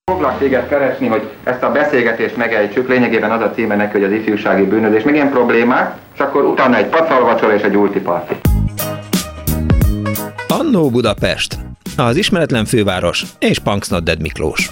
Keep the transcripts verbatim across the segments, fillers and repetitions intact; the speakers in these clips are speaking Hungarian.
Foglak téged keresni, hogy ezt a beszélgetést megejtsük, lényegében az a címe neki, hogy az ifjúsági bűnözés, még ilyen problémák, és akkor utána egy pacalvacsora és egy ultiparti. Annó Budapest, az ismeretlen főváros és Punks Not Dead Miklós.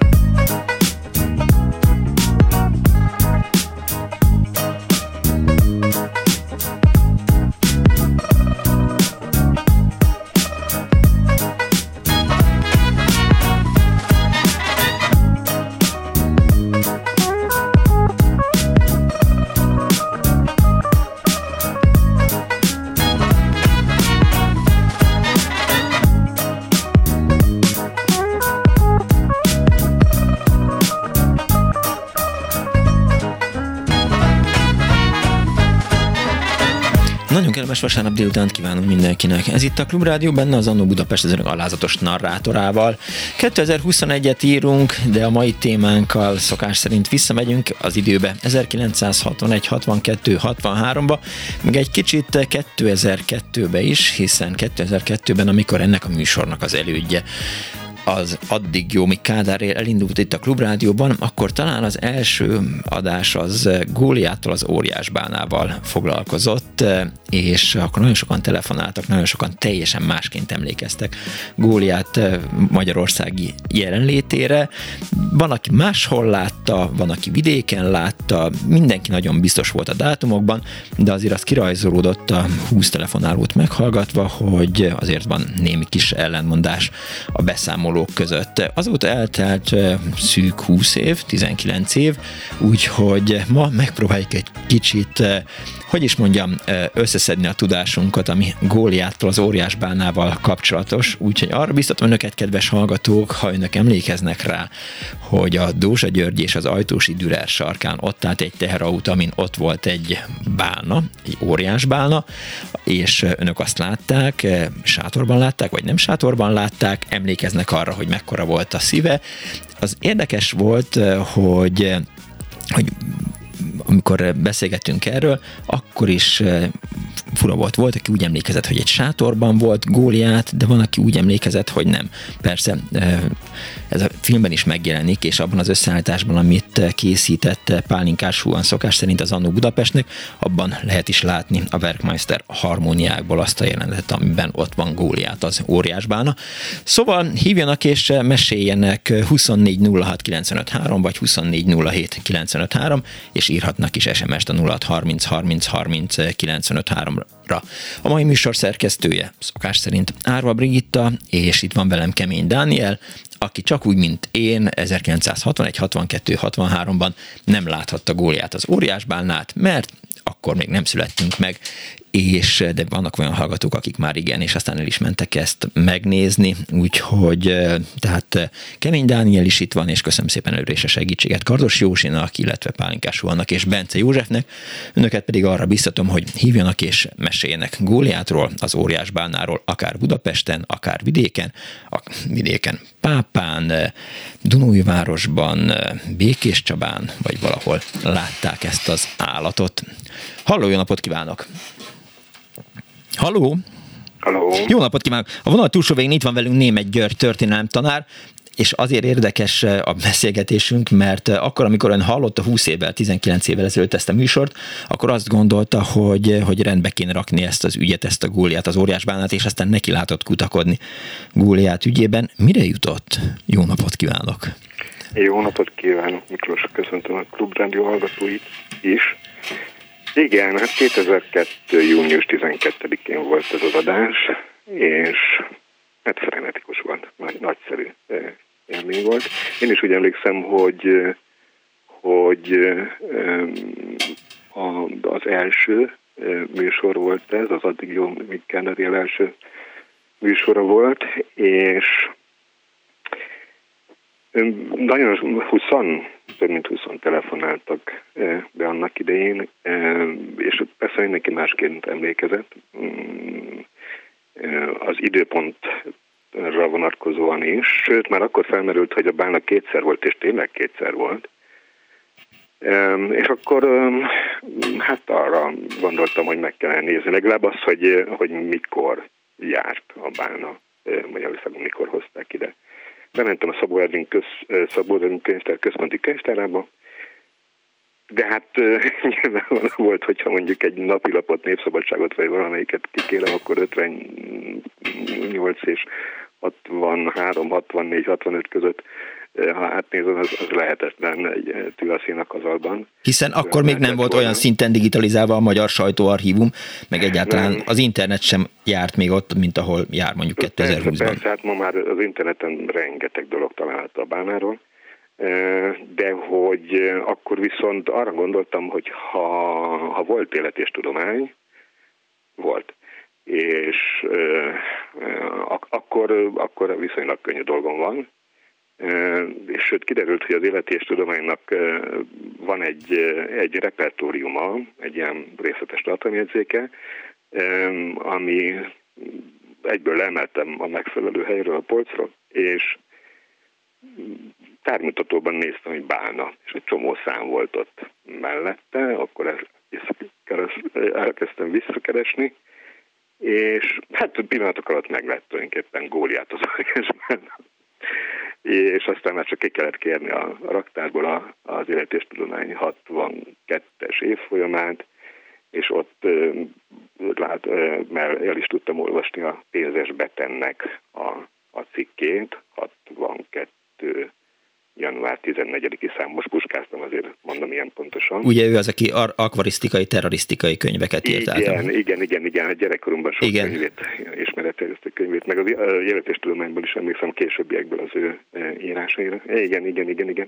Nagyon kellemes vasárnap délutánt kívánunk mindenkinek. Ez itt a Klubrádió, benne az Annó Budapest az önök alázatos narrátorával. kétezer-huszonegyet írunk, de a mai témánkkal szokás szerint visszamegyünk az időbe ezerkilencszázhatvanegy, hatvankettő, hatvanháromba, meg egy kicsit kétezer-kettőbe is, hiszen kétezer-kettőben, amikor ennek a műsornak az elődje, az addig jó, míg Kádár elindult itt a Klubrádióban, akkor talán az első adás az Góliáttal, az óriásbálnával foglalkozott, és akkor nagyon sokan telefonáltak, nagyon sokan teljesen másként emlékeztek Góliát magyarországi jelenlétére. Van, aki máshol látta, van, aki vidéken látta, mindenki nagyon biztos volt a dátumokban, de azért az kirajzolódott a húsz telefonálót meghallgatva, hogy azért van némi kis ellentmondás a beszámoló között. Azóta eltelt szűk húsz év, tizenkilenc év, úgyhogy ma megpróbáljuk egy kicsit, hogy is mondjam, összeszedni a tudásunkat, ami Góliáttal, az óriásbálnával kapcsolatos. Úgyhogy arra biztatom önöket, kedves hallgatók, ha önök emlékeznek rá, hogy a Dózsa György és az Ajtósi Dürer sarkán ott állt egy teherautó, amin ott volt egy bálna, egy óriásbálna, és önök azt látták, sátorban látták, vagy nem sátorban látták, emlékeznek arra, hogy mekkora volt a szíve. Az érdekes volt, hogy, hogy amikor beszélgettünk erről, akkor is fura volt. Volt, aki úgy emlékezett, hogy egy sátorban volt Góliát, de van, aki úgy emlékezett, hogy nem. Persze, ez a filmben is megjelenik, és abban az összeállításban, amit készített Pálinkás Huan szokás szerint az Annó Budapestnek, abban lehet is látni a Werkmeister harmóniákból azt a jelenetet, amiben ott van Góliát, az óriásbálna. Szóval hívjanak és meséljenek huszonnégy nulla hat kilencvenöt három vagy huszonnégy nulla hét kilencvenöt három, és írhatnak is es em est a nulla hat harminc harminc harminc kilencvenöt háromra. A mai műsor szerkesztője szokás szerint Árva Brigitta, és itt van velem Kemény Dániel, aki csak úgy, mint én ezerkilencszázhatvanegy, hatvankettő, hatvanháromban nem láthatta Góliát, az óriásbálnát, mert akkor még nem születtünk meg, és de vannak olyan hallgatók, akik már igen, és aztán el is mentek ezt megnézni, úgyhogy tehát Kemény Dániel is itt van, és köszönöm szépen előre is a segítséget Kardos Józsinak, illetve Pálinkás Huannak és Bence Józsefnek. Önöket pedig arra biztatom, hogy hívjanak és meséljenek Góliátról, az óriásbálnáról, akár Budapesten, akár vidéken, a vidéken Pápán, Dunói-városban, Békéscsabán, vagy valahol látták ezt az állatot. Halló, jó napot kívánok! Halló! Halló! Jó napot kívánok! A vonal túlsó végén itt van velünk Németh György történelemtanár, és azért érdekes a beszélgetésünk, mert akkor, amikor ön hallotta húsz évvel, tizenkilenc évvel ezelőtt ezt a műsort, akkor azt gondolta, hogy, hogy rendbe kéne rakni ezt az ügyet, ezt a Góliát, az óriásbálnát, és aztán neki látott kutakodni Góliát ügyében. Mire jutott? Jó napot kívánok! Jó napot kívánok, Miklós, köszöntöm a Klubrádió hallgatóit is. Igen, hát kétezer-kettő. június tizenkettedikén volt ez az adás, és hát frenetikus volt, nagy, nagyszerű élmény volt. Én is úgy emlékszem, hogy, hogy az első műsor volt ez, az addig jó, míg Kádár első műsora volt, és nagyon húszan, több mint húszan telefonáltak be annak idején, és persze mindenki másként emlékezett. Az időpontra vonatkozóan is, sőt már akkor felmerült, hogy a bálna kétszer volt, és tényleg kétszer volt. És akkor hát arra gondoltam, hogy meg kellene nézni, legalább az, hogy, hogy mikor járt a bálna Magyarországon, mikor hozták ide bementem a Szabó Ervin, köz, Szabó Ervin könyvtár központi könyvtárába, de hát nyilvánvalóan volt, hogyha mondjuk egy napilapot, Népszabadságot vagy valamelyiket kikérem, akkor ötvennyolc és hatvanhárom, hatvannégy, hatvanöt között, ha átnézem, az, az lehetetlen egy tülaszínak az alban. Hiszen akkor még nem volt olyan szinten digitalizálva a magyar sajtóarchívum, meg egyáltalán nem. Az internet sem járt még ott, mint ahol jár mondjuk kétezer-húszban. Persze, persze, hát ma már az interneten rengeteg dolog található a Bánáról, de hogy akkor viszont arra gondoltam, hogy ha, ha volt élet és tudomány, volt, és euh, ak- akkor, akkor viszonylag könnyű dolgom van, és sőt kiderült, hogy az életi és tudománynak van egy, egy repertóriuma, egy ilyen részletes tartalomjegyzéke, ami egyből leemeltem a megfelelő helyről a polcról, és tármutatóban néztem, hogy Bálna, és egy csomó szám volt ott mellette, akkor ezt elkezdtem visszakeresni, és hát pillanatok alatt meg lett tulajdonképpen Góliát az orgásban. És aztán már csak ki kellett kérni a raktárból a, az élet és tudomány hatvankettes évfolyamát, és ott lát, mert el is tudtam olvasni a Pénzes Betennek a, a cikkét, hatvankettő január tizennegyediki szám, most puskáztam, azért mondom ilyen pontosan. Ugye ő az, aki ar- akvarisztikai, terrorisztikai könyveket írt át. Igen, igen, igen, igen, a gyerekkoromban sok igen. könyvét, ismeretterjesztő könyvét, meg az élet és tudományból is emlékszem későbbiekből az ő írásaira. Igen, igen, igen, igen.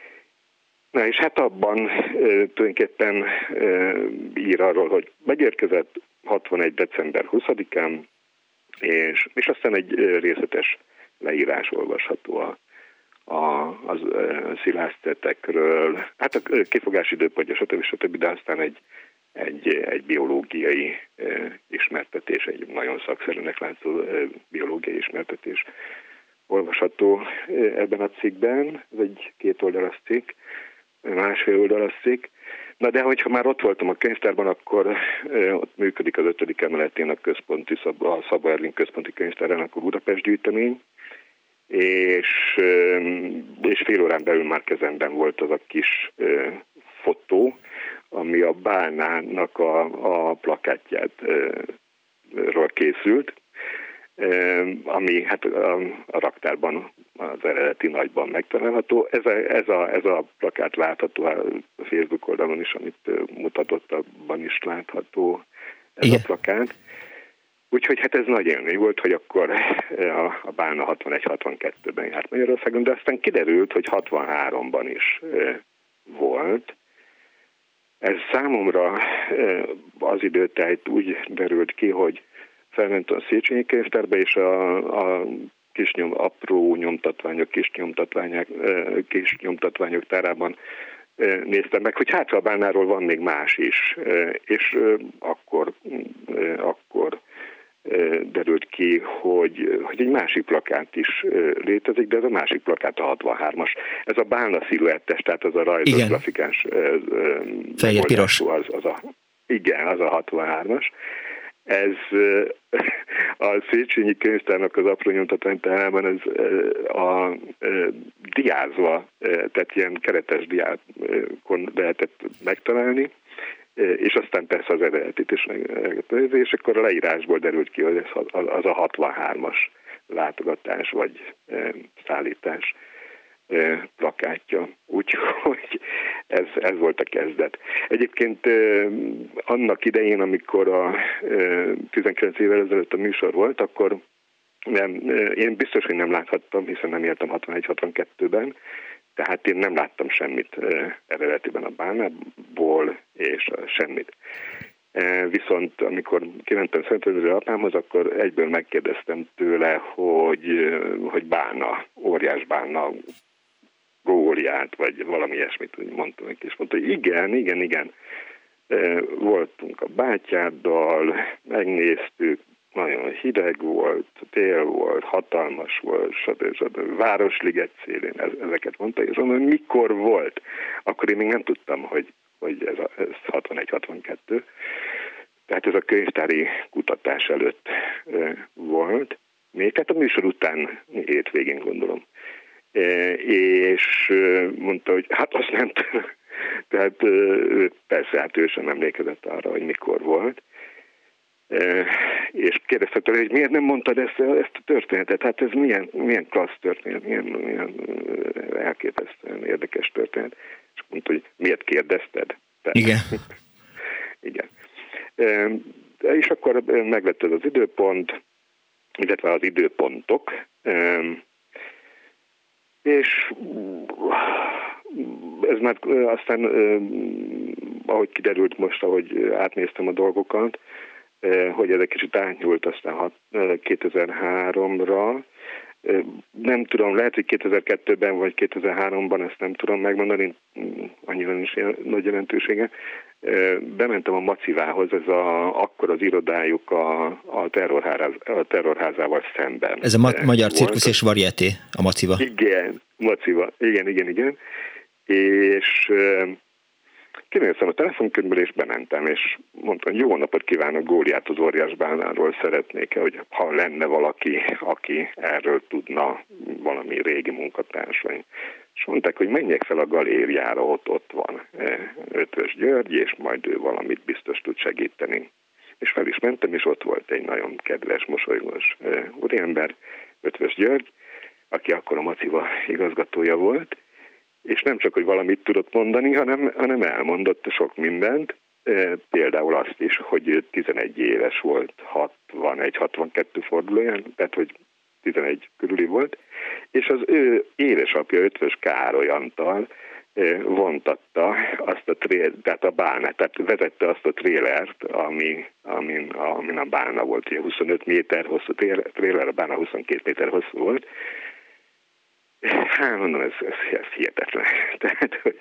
Na és hát abban tulajdonképpen ír arról, hogy megérkezett hatvanegy december huszadikán, és, és aztán egy részletes leírás olvasható a A, az a szilásztetekről, hát a kifogási időpontja, stb. stb., de aztán egy, egy, egy biológiai e, ismertetés, egy nagyon szakszerűnek látszó e, biológiai ismertetés olvasható e, ebben a cikkben. Ez egy két oldalas cikk, másfél oldalas cikk. Na de hogyha már ott voltam a könyvtárban, akkor e, ott működik az ötödik emeletén a központi, a Szabó Ervin központi könyvtárán, akkor Budapest gyűjtemény, és, és fél órán belül már kezemben volt az a kis fotó, ami a Bálnának a, a plakátjáról készült, ami hát a, a raktárban, az eredeti nagyban megtalálható. Ez a, ez, a, ez a plakát látható a Facebook oldalon is, amit mutatott, abban is látható ez igen. a plakát. Úgyhogy hát ez nagy élmény volt, hogy akkor a, a Bálna hatvanegy hatvankettőben járt Magyarországon, de aztán kiderült, hogy hatvanháromban is e, volt. Ez számomra e, az időtájt úgy derült ki, hogy felmentem a Széchenyi könyvtárba, és a, a kis nyom, apró nyomtatványok, kis nyomtatványok, e, kis nyomtatványok tárában e, néztem meg, hogy hát a Bálnáról van még más is, e, és e, akkor, e, akkor derült ki, hogy, hogy egy másik plakát is létezik, de ez a másik plakát a hatvanhármas. Ez a Bálna sziluettes, tehát az a rajzos grafikás fehér-piros. Az, az a, igen, az a hatvanhármas. Ez a Széchenyi könyvtárnak az apró nyomtatványtárában ez a, a diázva, tehát ilyen keretes diákon lehetett megtalálni, és aztán persze az eredetit is meg, és akkor a leírásból derült ki, hogy ez az a hatvanhármas látogatás vagy szállítás plakátja. Úgyhogy ez, ez volt a kezdet. Egyébként annak idején, amikor a tizenkilenc évvel ezelőtt a műsor volt, akkor nem, én biztos, hogy nem láthattam, hiszen nem éltem hatvanegy hatvankettőben, tehát én nem láttam semmit eredetiben a Bálnából, és semmit. Viszont amikor kimentem Szentendrőre apámhoz, akkor egyből megkérdeztem tőle, hogy, hogy Bálna, óriás Bálna, Góliát, vagy valami ilyesmit mondtam neki, és mondta, hogy igen, igen, igen. Voltunk a bátyáddal, megnéztük, nagyon hideg volt, tél volt, hatalmas volt, stb. stb. Városliget szélén, ezeket mondta, és mondom, mikor volt? Akkor én még nem tudtam, hogy, hogy ez, a, ez hatvanegy hatvankettő. Tehát ez a könyvtári kutatás előtt volt. Még tehát a műsor után hétvégén gondolom. és mondta, hogy hát azt nem tudom. Tehát persze, hát ő sem emlékezett arra, hogy mikor volt. És kérdezte tőle, hogy miért nem mondtad ezt, ezt a történetet? Hát ez milyen, milyen klassz történet, milyen, milyen elképesztően érdekes történet. És mondta, hogy miért kérdezted? Te? Igen. Igen. És akkor meglett ez az időpont, illetve az időpontok, és ez már aztán, ahogy kiderült most, ahogy átnéztem a dolgokat, hogy ez egy kicsit átnyúlt aztán kétezer-háromra. Nem tudom, lehet, hogy kétezer-kettőben vagy kétezer-háromban, ezt nem tudom megmondani, annyira nincs nagy jelentősége. Bementem a Macivához, ez a, akkor az irodájuk a, a, terrorház, a terrorházával szemben. Ez a ma- Magyar Cirkusz és Varieté, a Maciva. Igen, Maciva, igen, igen, igen. És kinéztem a telefonkönyvből, és bementem, és mondtam, jó napot kívánok, Góliát az Óriás Bálnáról szeretnék, hogy ha lenne valaki, aki erről tudna, valami régi munkatárs, vagy. És mondták, hogy menjek fel a galériára, ott, ott van Ötvös György, és majd ő valamit biztos tud segíteni. És fel is mentem, és ott volt egy nagyon kedves, mosolygós úriember, Ötvös György, aki akkor a Maciva igazgatója volt, és nem csak, hogy valamit tudott mondani, hanem, hanem elmondott sok mindent, e, például azt is, hogy ő tizenegy éves volt, hatvanegy hatvankettő fordulóján, tehát hogy tizenegy körüli volt, és az ő édesapja Ötvös Károly Antal e, vontatta azt a tré- tehát a bálnát, tehát vezette azt a trélert, ami, amin, amin a bálna volt, ugye huszonöt méter hosszú tréler, a bálna huszonkét méter hosszú volt. Hát mondom, ez, ez, ez hihetetlen. Tehát, hogy,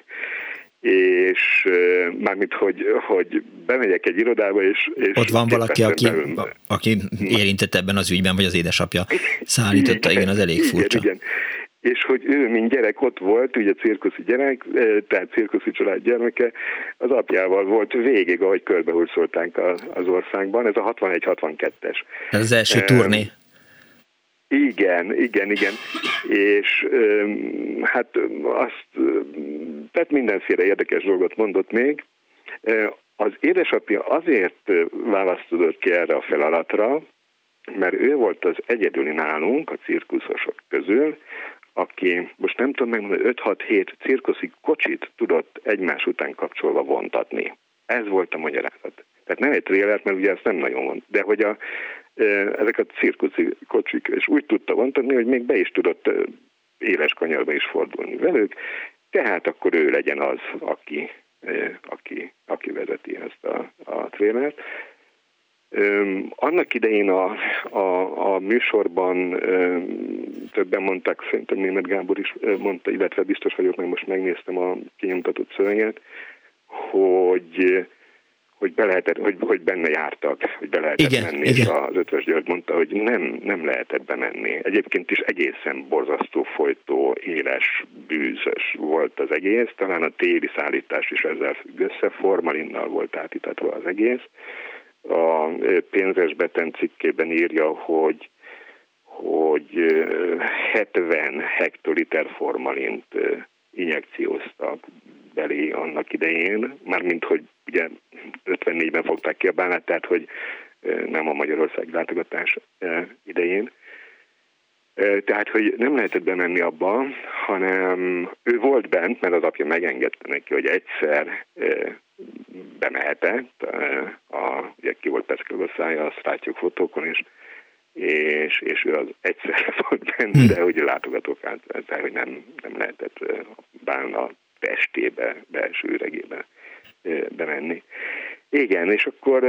és mármint, hogy, hogy bemegyek egy irodába, és... és ott van valaki, aki, belül, aki érintett ebben az ügyben, vagy az édesapja szállította, igen, az elég furcsa. Igen, igen. És hogy ő, mint gyerek ott volt, ugye cirkuszi gyerek, tehát cirkuszi család gyermeke, az apjával volt végig, ahogy körbehurcoltánk az országban, ez a hatvanegy hatvankettes. Ez az első turné. Igen, igen, igen, és hát azt, tehát mindenféle érdekes dolgot mondott még. Az édesapja azért választódott ki erre a feladatra, mert ő volt az egyedüli nálunk a cirkuszosok közül, aki, most nem tudom megmondani, öt-hat-hét cirkuszi kocsit tudott egymás után kapcsolva vontatni. Ez volt a magyarázat. Tehát nem egy trélert, mert ugye ezt nem nagyon mond, de hogy a, ezek a cirkuszi kocsik, és úgy tudta vontatni, hogy még be is tudott éles kanyarba is fordulni velük, tehát akkor ő legyen az, aki, aki, aki vezeti ezt a, a trélert. Öm, annak idején a, a, a műsorban öm, többen mondták, szerintem Németh Gábor is mondta, illetve biztos vagyok, mert most megnéztem a kinyomtatott szöveget, hogy, hogy, be lehetett, hogy, hogy benne jártak, hogy be lehetett igen, menni, igen. És az Ötvös György mondta, hogy nem, nem lehetett bemenni. Egyébként is egészen borzasztó, folytó, éles, bűzös volt az egész, talán a téli szállítás is ezzel függ össze, formalinnal volt átítatva az egész. A Pénzes Beten cikkében írja, hogy, hogy hetven hektoliter formalint injekcióztak belé annak idején, mármint, hogy ugye ötvennégyben fogták ki a bálnát, tehát, hogy nem a Magyarország látogatás idején. Tehát, hogy nem lehetett bemenni abba, hanem ő volt bent, mert az apja megengedte neki, hogy egyszer bemehetett, a, ugye ki volt peszkelve a szája, azt látjuk fotókon is, és, és ő az egyszer volt benne, de ugye látogatók át, ezzel, hogy nem, nem lehetett bálna testébe, belső üregébe bemenni. Igen, és akkor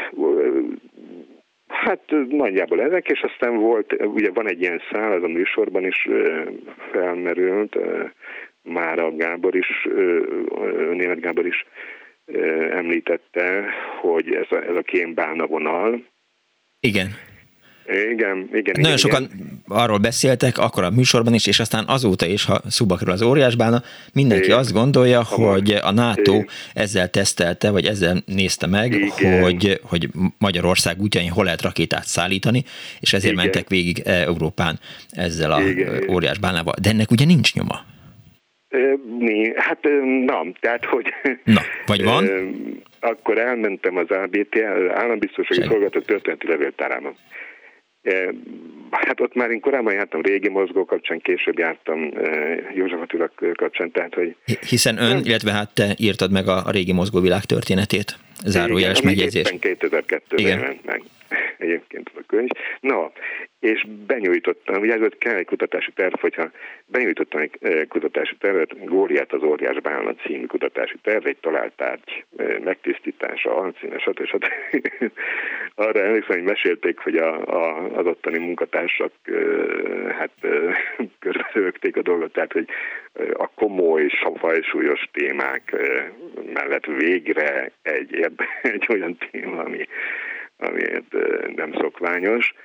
hát nagyjából ezek, és aztán volt, ugye van egy ilyen szál, az a műsorban is felmerült, már a Gábor is, Németh Gábor is említette, hogy ez a, ez a kémbálna vonal. Igen. Igen, igen. Nagyon igen, sokan igen. arról beszéltek, akkor a műsorban is, és aztán azóta is, ha szóba kerül az óriásbálna, mindenki igen. azt gondolja, Hamar. hogy a NATO igen. ezzel tesztelte, vagy ezzel nézte meg, hogy, hogy Magyarország útjain hol lehet rakétát szállítani, és ezért igen. mentek végig Európán ezzel a igen. óriásbálnával. De ennek ugye nincs nyoma. Mi, hát nem, tehát hogy... Na, vagy van? Akkor elmentem az á bé té, Állambiztonsági Szolgálat történeti levéltárába. Hát ott már én korábban jártam régi mozgó kapcsán, később jártam József Attila kapcsán, tehát hogy... Hiszen ön, illetve hát te írtad meg a, a régi mozgóvilág történetet, zárójeles megjegyzés. Igen, kétezer-kettőben ment meg egyébként az a könyv. Na, és benyújtottam, ugye ez volt kell egy kutatási terv, hogyha benyújtottam egy kutatási tervet, Góliát az óriás bálna című kutatási terv, egy talált tárgy megtisztítása, alcíme, stb. stb. Arra emlékszem, hogy mesélték, hogy a, a, az ottani munkatársak hát körberögték a dolgot, tehát hogy a komoly, fajsúlyos témák mellett végre egy, egy olyan téma, ami ami nem szokványos.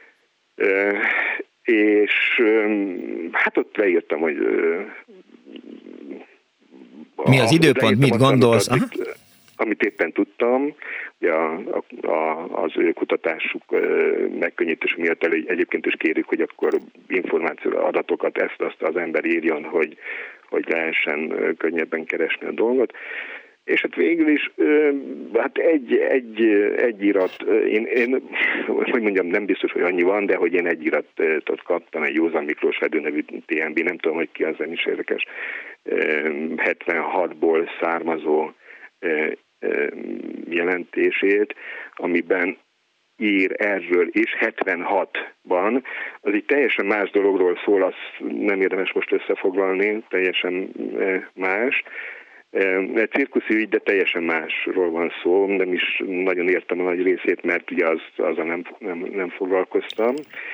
És hát ott leírtam, hogy... Mi az időpont, mit gondolsz? Amit, amit éppen tudtam, ugye a, a, az ő kutatásuk megkönnyítés miatt elő, egyébként is kérik, hogy akkor információ, adatokat, ezt azt az ember írjon, hogy, hogy lehessen könnyebben keresni a dolgot. És hát végül is, hát egy, egy, egy irat, én, én, hogy mondjam, nem biztos, hogy annyi van, de hogy én egy iratot kaptam, egy Józan Miklós Fedő nevű té em bé, nem tudom, hogy ki az, nem is érdekes, hetvenhatból származó jelentését, amiben ír erről, és hetvenhatban, az egy teljesen más dologról szól, azt nem érdemes most összefoglalni, teljesen más. Egy cirkuszi ügy, de teljesen másról van szó, nem is nagyon értem a nagy részét, mert ugye az, azzal nem, nem, nem foglalkoztam.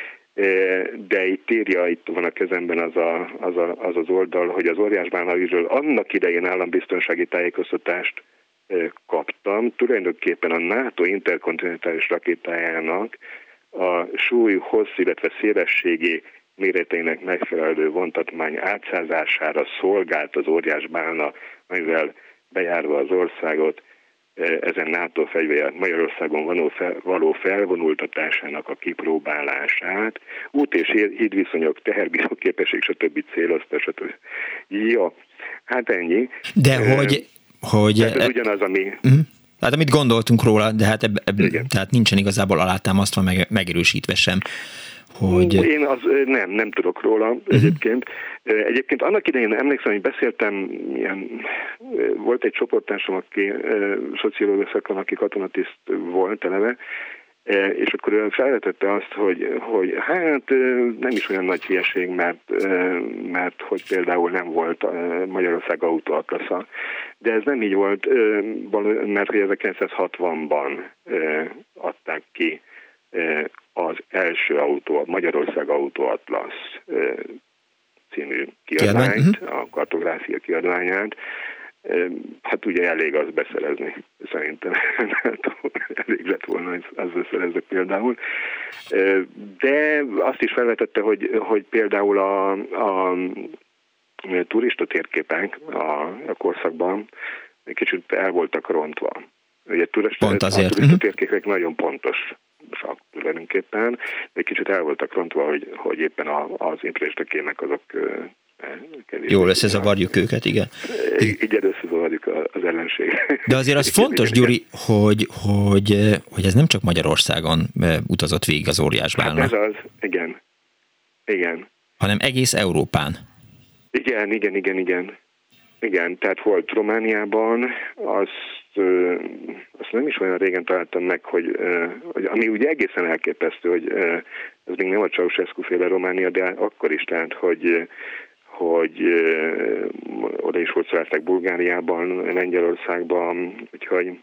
De itt írja, itt van a kezemben az a, az, a, az, az oldal, hogy az óriásbálna ügyről annak idején állambiztonsági tájékoztatást kaptam, tulajdonképpen a NATO interkontinentális rakétájának a súly, hossz, illetve szélességi méreteinek megfelelő vontatmány átszázására szolgált az óriásbálna, amivel bejárva az országot ezen NATO fegyver Magyarországon való, fel, való felvonultatásának a kipróbálását, út és hídviszonyok, teherbíró képesség, stb. Célozta, stb. Ja, hát ennyi. De hogy... hogy Tehát ez ugyanaz, ami... Uh-huh. Hát amit gondoltunk róla, de hát, eb, eb, tehát nincsen igazából alátámasztva, meg, megerősítve sem. Hogy... Én az nem, nem tudok róla uh-huh. egyébként. Egyébként annak idején emlékszem, hogy beszéltem, ilyen, volt egy csoporttársam, aki szociológia szakon, aki katonatiszt volt eleve, és akkor ő felvetette azt, hogy, hogy hát nem is olyan nagy hülyeség, mert, mert hogy például nem volt Magyarország autóatlasza. De ez nem így volt, mert hogy ezerkilencszázhatvanban adták ki az első autó, Magyarország autóatlasz című kiadványt, a kartográfia kiadványát. Hát ugye elég az beszerezni, szerintem. Elég lett volna, hogy az beszerezni például. De azt is felvetette, hogy, hogy például a, a turista térképek a, a korszakban egy kicsit el voltak rontva. Ugye turista, Pont azért. A turista térképek nagyon pontos tulajdonképpen, de egy kicsit el voltak rontva, hogy, hogy éppen a, az interéstökének azok jól összezavarjuk őket, igen. Így összezavarjuk az ellenség. De azért az fontos, Gyuri, hogy, hogy, hogy ez nem csak Magyarországon utazott végig az óriásbálna. Hát ez az, igen. Igen. Hanem egész Európán. Igen, igen, igen, igen. Igen, tehát volt Romániában, azt, azt nem is olyan régen találtam meg, hogy, hogy ami ugye egészen elképesztő, hogy ez még nem a Ceausescu-féle Románia, de akkor is, tehát, hogy, hogy oda is hozzáállták Bulgáriában, Lengyelországban, úgyhogy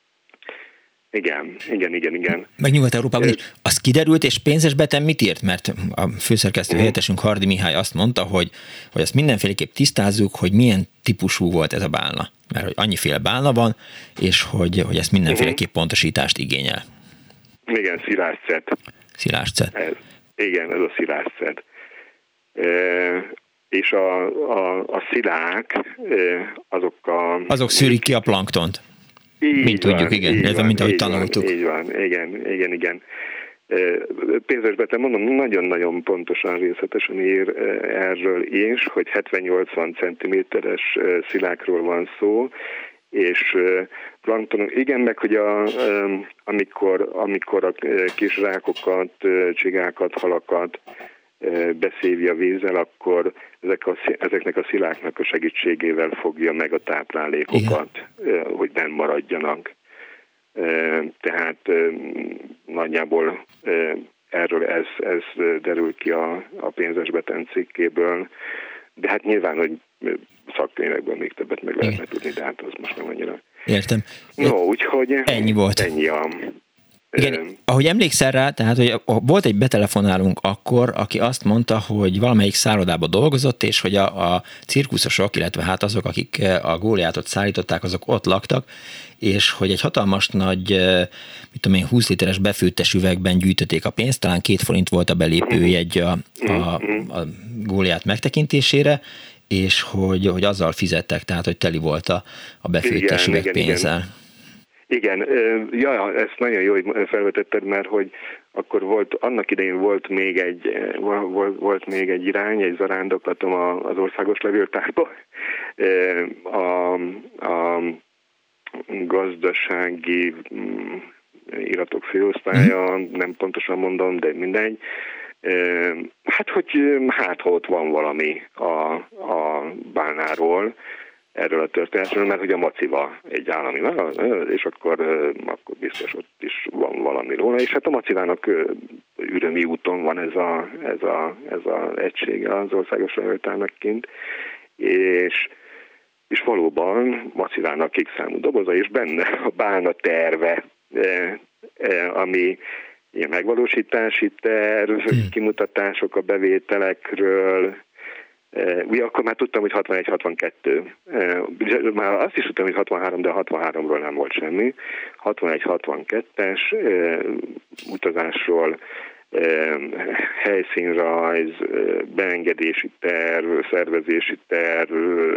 igen, igen, igen, igen. Meg Nyugat-Európában is. Az kiderült, és Pénzesbeten mit írt? Mert a főszerkesztő helyettesünk Hardy Mihály azt mondta, hogy, hogy azt mindenféleképp tisztázzuk, hogy milyen típusú volt ez a bálna. Mert hogy annyiféle bálna van, és hogy, hogy ezt mindenféleképp pontosítást igényel. Igen, szilászcet. Szilászcet. Ez. Igen, ez a szilászcet. E, és a, a, a szilák, e, azok a... Azok szűrik ki a planktont. Így mint van, tudjuk, igen. Ez mint ahogy tanultuk. Van, így van, igen, igen, igen. Pénzesbeten mondom, nagyon-nagyon pontosan, részletesen ír erről is, hogy hetven-nyolcvan centiméteres szilákról van szó, és plankton, igen, meg hogy a, amikor, amikor a kis rákokat, csigákat, halakat beszívja vízzel, akkor ezek a, ezeknek a sziláknak a segítségével fogja meg a táplálékokat, igen, hogy nem maradjanak. Tehát nagyjából erről ez, ez derül ki a, a pénzesbeten cikkéből, de hát nyilván, hogy szakkönyvekből még többet meg lehetne igen. tudni, de hát az most nem annyira. Értem. No, úgyhogy ennyi volt. Ennyi a... Igen, ahogy emlékszel rá, tehát hogy volt egy betelefonálunk akkor, aki azt mondta, hogy valamelyik szállodában dolgozott, és hogy a, a cirkuszosok, illetve hát azok, akik a Góliátot szállították, azok ott laktak, és hogy egy hatalmas nagy, mit tudom én, húsz literes befőttes üvegben gyűjtötték a pénzt, talán két forint volt a belépőjegy a, a, a Góliát megtekintésére, és hogy, hogy azzal fizettek, tehát hogy teli volt a, a befőttes üveg pénzzel. Igen, ja, ezt nagyon jó, hogy felvetetted, mert hogy akkor volt, annak idején volt még egy, volt, volt még egy irány, egy zarándoklatom az országos levéltárba. A, a gazdasági iratok főosztálya, nem pontosan mondom, de mindegy. Hát, hogy hát, ha ott van valami a, a Bálnáról, erről a történetről, mert hogy a Maciva egy állami, és akkor, akkor biztos ott is van valami róla, és hát a Macivának Ürömi úton van ez a, ez a, ez a egysége az országos levéltárnak kint, és, és valóban Macivának kék számú doboza, és benne a Bálna terve, ami ilyen megvalósítási terv, kimutatások a bevételekről. Ugye akkor már tudtam, hogy hatvanegy hatvankettő. Már azt is tudtam, hogy hatvanhárom, de a hatvanháromról nem volt semmi. hatvanegy hatvankettes utazásról, helyszínrajz, beengedési terv, szervezési terv,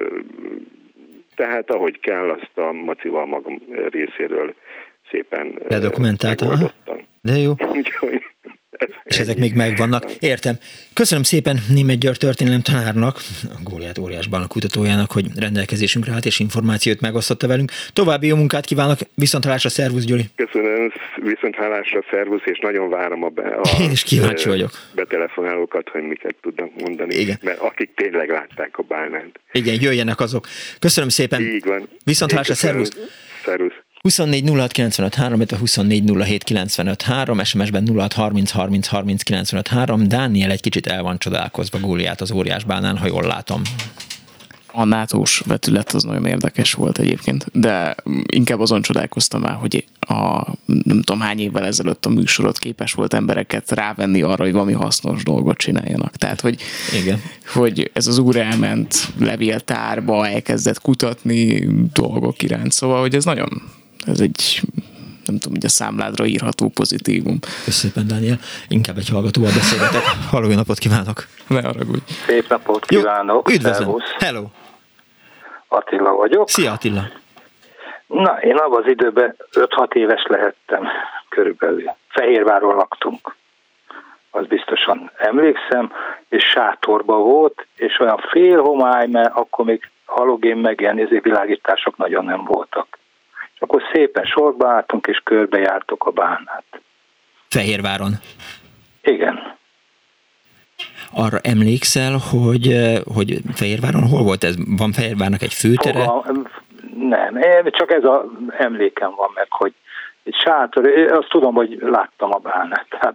tehát ahogy kell, azt a Macival magam részéről szépen megoldottam. De jó. És ezek még megvannak. Értem. Köszönöm szépen Németh György történelem tanárnak, a Góliát óriás Bálna kutatójának, hogy rendelkezésünkre állt és információt megosztotta velünk. További jó munkát kívánok, viszonthallásra, szervusz Gyuri! Köszönöm, viszonthallásra, szervusz, és nagyon várom a, be, a Én is kíváncsi vagyok. Betelefonálókat, hogy miket tudnak mondani, igen. Mert akik tényleg látták a Bálnát. Igen, jöjjenek azok. Köszönöm szépen. Így van. Viszonthallásra, szervusz! Szervusz! huszonnégy nulla hat kilencvenöt három, illetve huszonnégy nulla hét kilencvenöt három, es em es-ben nulla hat harminc harminc harminc kilencvenöt három. Dániel egy kicsit el van csodálkozva Góliát az óriás Bálnán, ha jól látom. A nátós vetület az nagyon érdekes volt egyébként, de inkább azon csodálkoztam már, hogy a nem tudom hány évvel ezelőtt a műsorot képes volt embereket rávenni arra, hogy valami hasznos dolgot csináljanak. Tehát, hogy, igen. hogy ez az úr elment levéltárba, elkezdett kutatni dolgok iránt, szóval, hogy ez nagyon, ez egy nem tudom, hogy a számládra írható pozitívum. Köszönöm szépen, Dániel. Inkább egy hallgatóval beszélgetek. Halló, jó napot kívánok! Ne haragudj! Szép napot kívánok! Jó, üdvözlöm! Hello! Attila vagyok. Szia, Attila! Na, én abban az időben öt-hat éves lehettem körülbelül. Fehérváron laktunk. Az biztosan emlékszem, és sátorban volt, és olyan fél homály, mert akkor még halogén meg ilyen világítások nagyon nem voltak. És akkor szépen sorba álltunk, és körbejártuk a Bálnát. Fehérváron? Igen. Arra emlékszel, hogy, hogy Fehérváron hol volt ez? Van Fehérvárnak egy főtere? Fogal, nem, csak ez az emlékem van meg, hogy egy sátor, azt tudom, hogy láttam a Bálnát. Hát.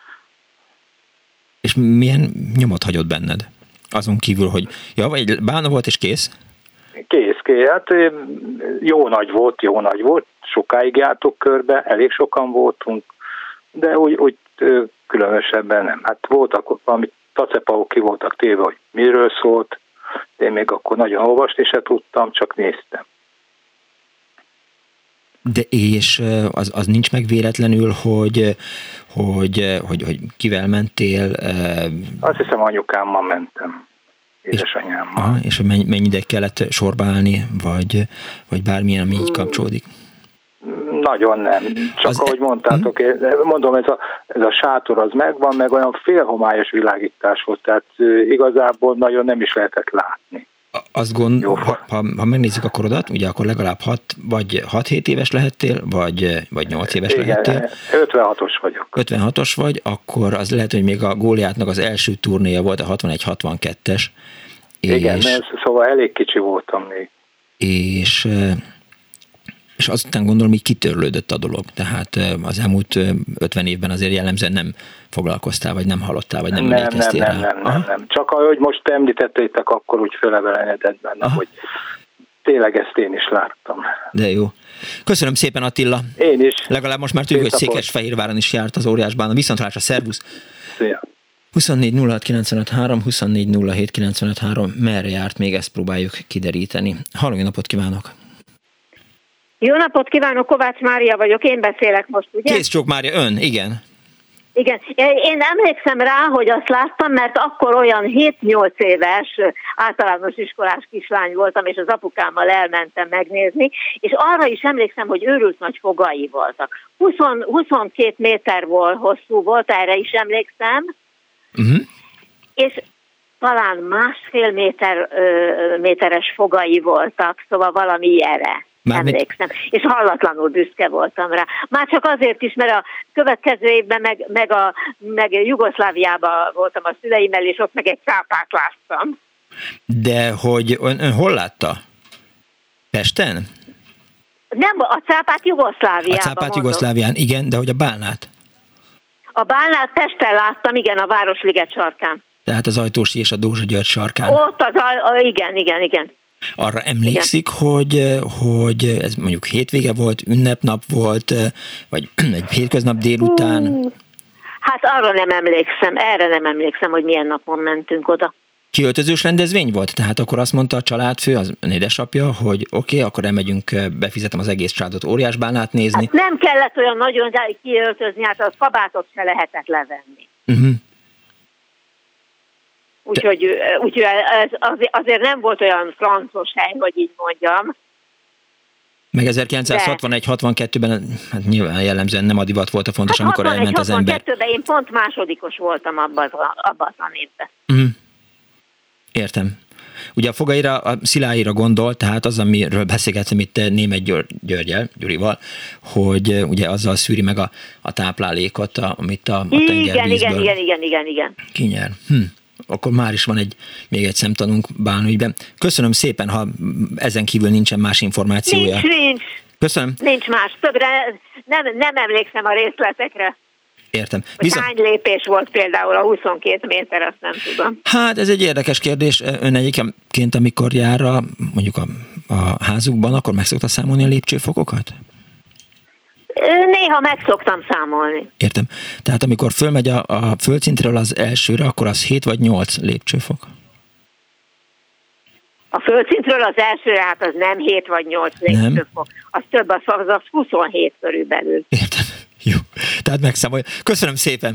És milyen nyomot hagyott benned? Azon kívül, hogy ja, egy bálna volt és kész? Kész, kész. Hát jó nagy volt, jó nagy volt. Sokáig jártuk körbe, elég sokan voltunk, de úgy, úgy különösebben nem. Hát voltak valami tacepahok ki voltak téve, hogy miről szólt, de én még akkor nagyon olvasni se tudtam, csak néztem. De és az, az nincs meg véletlenül, hogy, hogy, hogy, hogy kivel mentél? Azt hiszem, anyukámmal mentem. Édesanyámmal. És, aha, és hogy mennyi, mennyi ideig kellett sorba állni, vagy, vagy bármilyen, ami így kapcsolódik? Nagyon nem. Csak az ahogy mondtátok, én mondom, ez a, ez a sátor az megvan, meg olyan félhomályos világítás volt, tehát igazából nagyon nem is lehetett látni. Azt gond, ha, ha, ha megnézzük a korodat, ugye akkor legalább hat vagy hat-hét éves lehettél, vagy, vagy nyolc éves igen, lehettél. ötvenhatos vagyok. ötvenhatos vagy, akkor az lehet, hogy még a Góliátnak az első turnéja volt, a hatvanegy hatvankettes. Igen, és, mert szóval elég kicsi voltam még. És, és azután gondolom, így kitörlődött a dolog. Tehát az elmúlt ötven évben azért jellemzően nem foglalkoztál, vagy nem hallottál, vagy nem, nem emlékeztél nem, rá. Nem, nem, nem, nem. Csak ahogy most említettétek, akkor úgy fölelevenedett benne, aha, hogy tényleg ezt én is láttam. De jó. Köszönöm szépen, Attila. Én is. Legalább most már tudjuk, hogy Székesfehérváron is járt az Óriásban. A viszontlátásra, szervusz! Szia! huszonnégy nulla hat kilencvenöt három, huszonnégy nulla hét kilencvenöt három, merre járt, még ezt próbáljuk kideríteni. Halló, jó napot kívánok! Jó napot kívánok, Kovács Mária vagyok, én beszélek most, ugye? Kész csók Mária, ön, igen. Igen, én emlékszem rá, hogy azt láttam, mert akkor olyan hét-nyolc éves általános iskolás kislány voltam, és az apukámmal elmentem megnézni, és arra is emlékszem, hogy őrült nagy fogai voltak. húsz, huszonkét méter volt, hosszú volt, erre is emlékszem, uh-huh, és talán másfél méter, ö, méteres fogai voltak, szóval valami ilyenre. Már emlékszem, mit? És hallatlanul büszke voltam rá. Már csak azért is, mert a következő évben meg, meg, a, meg Jugoszláviában voltam a szüleimmel, és ott meg egy cápát láttam. De hogy ön, ön hol látta? Pesten? Nem, a cápát Jugoszláviában. A cápát mondom. Jugoszlávián, igen, de hogy a bálnát? A bálnát Pesten láttam, igen, a Városliget sarkán. Tehát az Ajtósi és a Dózsa György sarkán. Ott az, a, a, igen, igen, igen. Arra emlékszik, hogy, hogy ez mondjuk hétvége volt, ünnepnap volt, vagy egy hétköznap délután? Hú, hát arra nem emlékszem, erre nem emlékszem, hogy milyen napon mentünk oda. Kiöltözős rendezvény volt? Tehát akkor azt mondta a családfő, az ön édesapja, hogy oké, okay, akkor elmegyünk, befizetem az egész családot Óriásbálnát nézni. Hát nem kellett olyan nagyon kiöltözni, hát a kabátot se lehetett levenni. Uh-huh. Úgyhogy, úgyhogy ez azért nem volt olyan francos hely, hogy így mondjam. Meg ezerkilencszázhatvanegy hatvankettőben hát nyilván jellemzően nem a divat volt a fontos, hát amikor elment az ember. hatvankettőben én pont másodikos voltam abban abban a évben. Uh-huh. Értem. Ugye a fogaira, a sziláira gondol, tehát az, amiről beszélgettem itt Németh Györgyel, Gyurival, hogy ugye azzal szűri meg a, a táplálékot, a, amit a, a tengervízből igen, igen, igen, igen, igen, igen. kinyer. Hm. Akkor már is van egy, még egy szemtanunk bálnügyben. Köszönöm szépen, ha ezen kívül nincsen más információja. Nincs, nincs. Köszönöm. Nincs más. Többre nem, nem emlékszem a részletekre. Értem. Viszont... Hány lépés volt például a huszonkét méter, azt nem tudom. Hát ez egy érdekes kérdés. Ön egyébként, amikor jár a, mondjuk a, a házukban, akkor meg szokta számolni a lépcsőfokokat? Néha meg szoktam számolni. Értem. Tehát amikor fölmegy a, a földszintről az elsőre, akkor az hét vagy nyolc lépcsőfok? A földszintről az elsőre, hát az nem hét vagy nyolc lépcsőfok. Az több, az, az, az huszonhét körülbelül. Értem. Jó. Tehát megszámolja. Köszönöm szépen.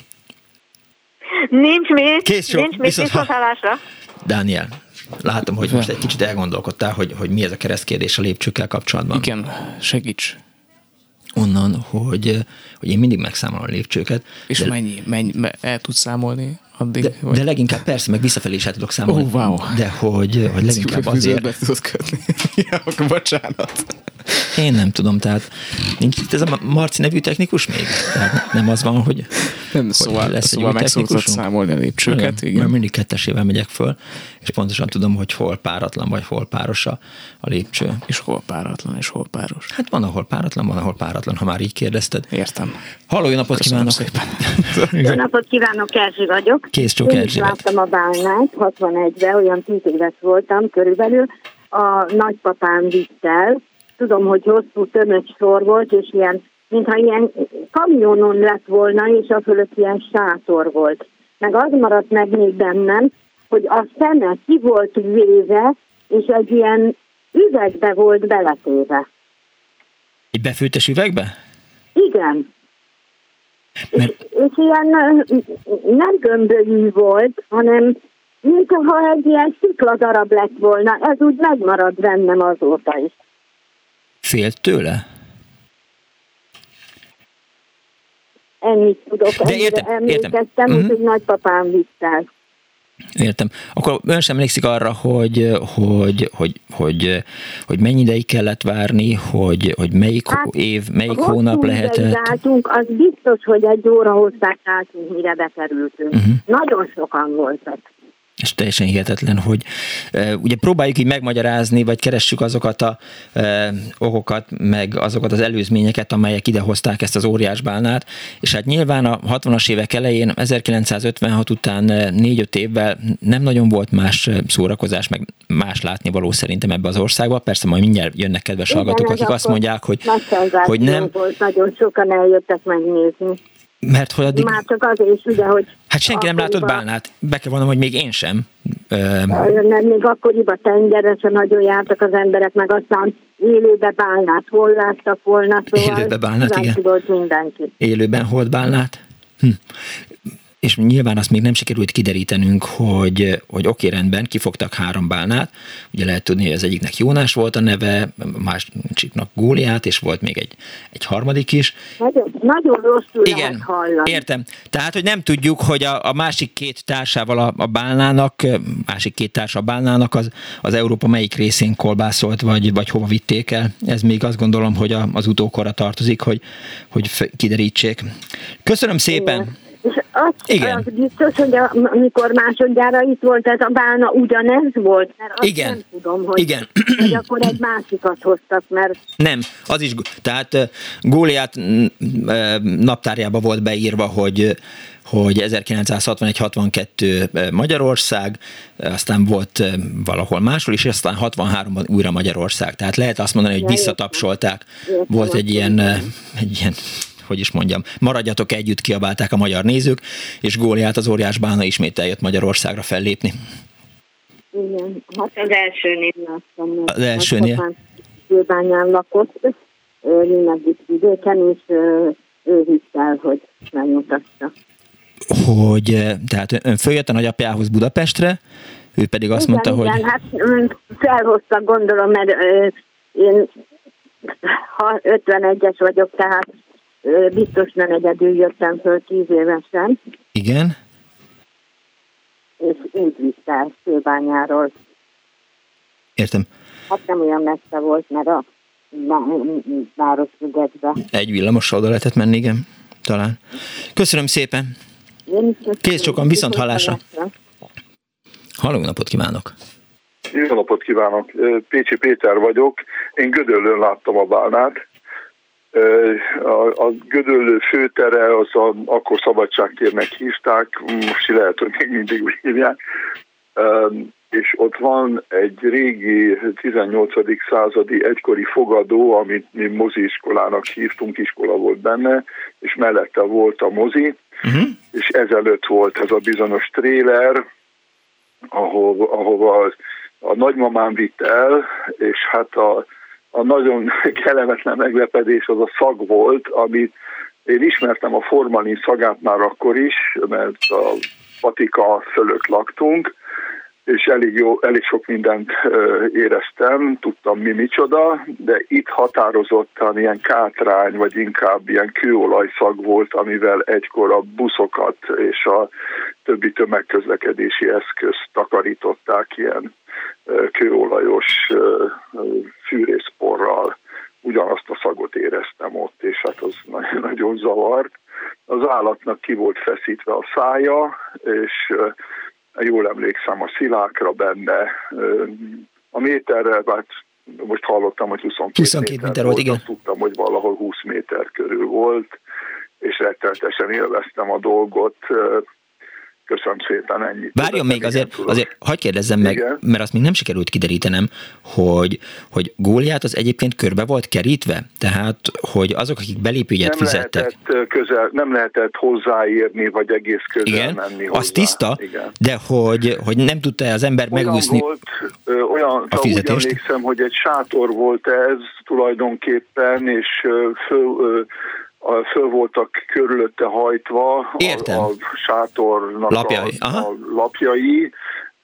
Nincs mit. Kész sok. Nincs mit. Viszonthallásra. Dániel, látom, hogy most egy kicsit elgondolkodtál, hogy, hogy mi ez a keresztkérdés a lépcsőkkel kapcsolatban. Igen, segíts. Onnan, hogy, hogy én mindig megszámolom a lépcsőket. És de, mennyi, mennyi, el tudsz számolni addig? De, de leginkább persze, meg visszafelé is el tudok számolni. Oh, wow. De hogy, hogy leginkább azért... Be tudod kötni. Ja, bocsánat. Én nem tudom, tehát nincs itt ez a Marci nevű technikus még? Tehát nem az van, hogy, nem, hogy szóval, lesz szóval egy meg szoktad számolni a lépcsőket. Igen, mert mindig kettesével megyek föl, és pontosan tudom, hogy hol páratlan, vagy hol páros a, a lépcső. És hol páratlan, és hol páros. Hát van, ahol páratlan, van, ahol páratlan, ha már így kérdezted. Értem. Halló, jó napot Köszönöm kívánok! Szépen. Jó napot kívánok, Erzsi vagyok. Kész csók, Én is láttam a bálnát, hatvanegyben, olyan tíz éves voltam körülbelül, a nagypapám vitt el. Tudom, hogy hosszú tömött sor volt, és ilyen, mintha ilyen kamionon lett volna, és a fölött ilyen sátor volt. Meg az maradt meg még bennem, hogy a szeme ki volt véve, és egy ilyen üvegbe volt beletéve. Egy befőttes üvegbe? Igen. Mert... És, és ilyen nem gömbölyű volt, hanem mintha egy ilyen szikladarab lett volna. Ez úgy megmarad bennem azóta is. Félt tőle? Ennyit tudok, de értem, emlékeztem, értem. hogy nagypapám vitt el. Értem. Akkor ön sem emlékszik arra, hogy, hogy, hogy, hogy, hogy mennyi ideig kellett várni, hogy, hogy melyik hát, év, melyik hónap lehetett? Álltunk, az biztos, hogy egy óra hosszát álltunk, mire bekerültünk. Uh-huh. Nagyon sokan voltak. És teljesen hihetetlen, hogy e, ugye próbáljuk így megmagyarázni, vagy keressük azokat a e, okokat, meg azokat az előzményeket, amelyek idehozták ezt az óriásbálnát, és hát nyilván a hatvanas évek elején, ezerkilencszázötvenhat után négy-öt évvel nem nagyon volt más szórakozás, meg más látnivaló szerintem ebbe az országba. Persze majd mindjárt jönnek kedves hallgatók, akik azt mondják, hogy, hogy nem. Volt, nagyon sokan eljöttek megnézni. Mert hogy addig... Már csak azért is, ugye, hogy... Hát senki nem látott bálnát. Be kell mondanom, hogy még én sem. Nem, még akkoriban tengeresen nagyon jártak az emberek, meg aztán élőbe bálnát hol láttak volna, szóval... Élőbe bálnát, igen. Volt mindenki. Élőben holt bálnát. Hm. És nyilván azt még nem sikerült kiderítenünk, hogy, hogy oké, rendben, kifogtak három bálnát. Ugye lehet tudni, hogy az egyiknek Jónás volt a neve, másiknak Góliát, és volt még egy, egy harmadik is. Nagyon, nagyon rosszul igen, lehet hallani. Értem. Tehát, hogy nem tudjuk, hogy a, a másik két társával a, a bálnának, másik két társa a bálnának az, az Európa melyik részén kolbászolt, vagy, vagy hova vitték el. Ez még azt gondolom, hogy a, az utókorra tartozik, hogy, hogy kiderítsék. Köszönöm szépen! Igen. És az, az biztos, hogy a, amikor másodjára itt volt ez a bálna, ugyanez volt? Mert azt igen. nem tudom, hogy, igen. hogy akkor egy másikat hoztak, mert... Nem, az is, tehát Góliát naptárjába volt beírva, hogy hogy ezerkilencszázhatvanegy hatvankettő Magyarország, aztán volt valahol máshol is, és aztán hatvanháromban újra Magyarország. Tehát lehet azt mondani, hogy visszatapsolták. Volt egy ilyen, egy ilyen hogy is mondjam, maradjatok együtt, kiabálták a magyar nézők, és Góliát, az óriás bálna ismét eljött Magyarországra fellépni. Igen, hát az elsőnél láttam. Az elsőnél? Főbányán lakott, mindenki vidéken, és ő hitt el, hogy megmutatta. Hogy, tehát ön följött a nagyapjához Budapestre, ő pedig azt igen, mondta, igen, hogy... Igen, hát felhoztak, gondolom, mert én ötvenegyes vagyok, tehát biztos nem egyedül jöttem föl tíz évesen. Igen. És így vitt el Főbányáról. Értem. Hát nem olyan messze volt, mert a Városligetbe. Egy villamossal oda lehetett menni, igen, talán. Köszönöm szépen. Kész sokan, viszont hallásra. Halló, napot kívánok. Jó napot kívánok. Pécsi Péter vagyok. Én Gödöllőn láttam a bálnát. A, a Gödöllő főtere, az a, akkor Szabadságtérnek hívták, most lehet, hogy még mindig úgy hívják, és ott van egy régi tizennyolcadik századi egykori fogadó, amit mi moziiskolának hívtunk, iskola volt benne, és mellette volt a mozi, uh-huh. és ezelőtt volt ez a bizonyos tréler, ahova, ahova a nagymamám vitt el, és hát a A nagyon kellemetlen meglepedés az a szag volt, amit én ismertem a formalin szagát már akkor is, mert a patika fölött laktunk, és elég, jó, elég sok mindent éreztem, tudtam mi micsoda, de itt határozottan ilyen kátrány, vagy inkább ilyen kőolajszag volt, amivel egykor a buszokat és a többi tömegközlekedési eszközt takarították ilyen kőolajos fűrészporral. Ugyanazt a szagot éreztem ott, és hát az nagyon zavart. Az állatnak ki volt feszítve a szája, és jól emlékszem a szilákra benne. A méterre, hát most hallottam, hogy huszonkét méter volt, igen. Azt tudtam, hogy valahol húsz méter körül volt, és rettenetesen élveztem a dolgot. Köszönöm szépen, ennyit. Várjon még, azért, azért hadd kérdezzem meg, igen, mert azt még nem sikerült kiderítenem, hogy, hogy Góliát az egyébként körbe volt kerítve? Tehát, hogy azok, akik belépőjegyet fizettek... Lehetett közel, nem lehetett hozzáérni, vagy egész közel igen, menni hozzá. Az tiszta, igen, de hogy, hogy nem tudta az ember olyan megúszni volt, ö, olyan, a fizetést? Úgy emlékszem, hogy egy sátor volt ez tulajdonképpen, és föl... Ö, föl voltak körülötte hajtva a, a sátornak lapjai. A, a lapjai,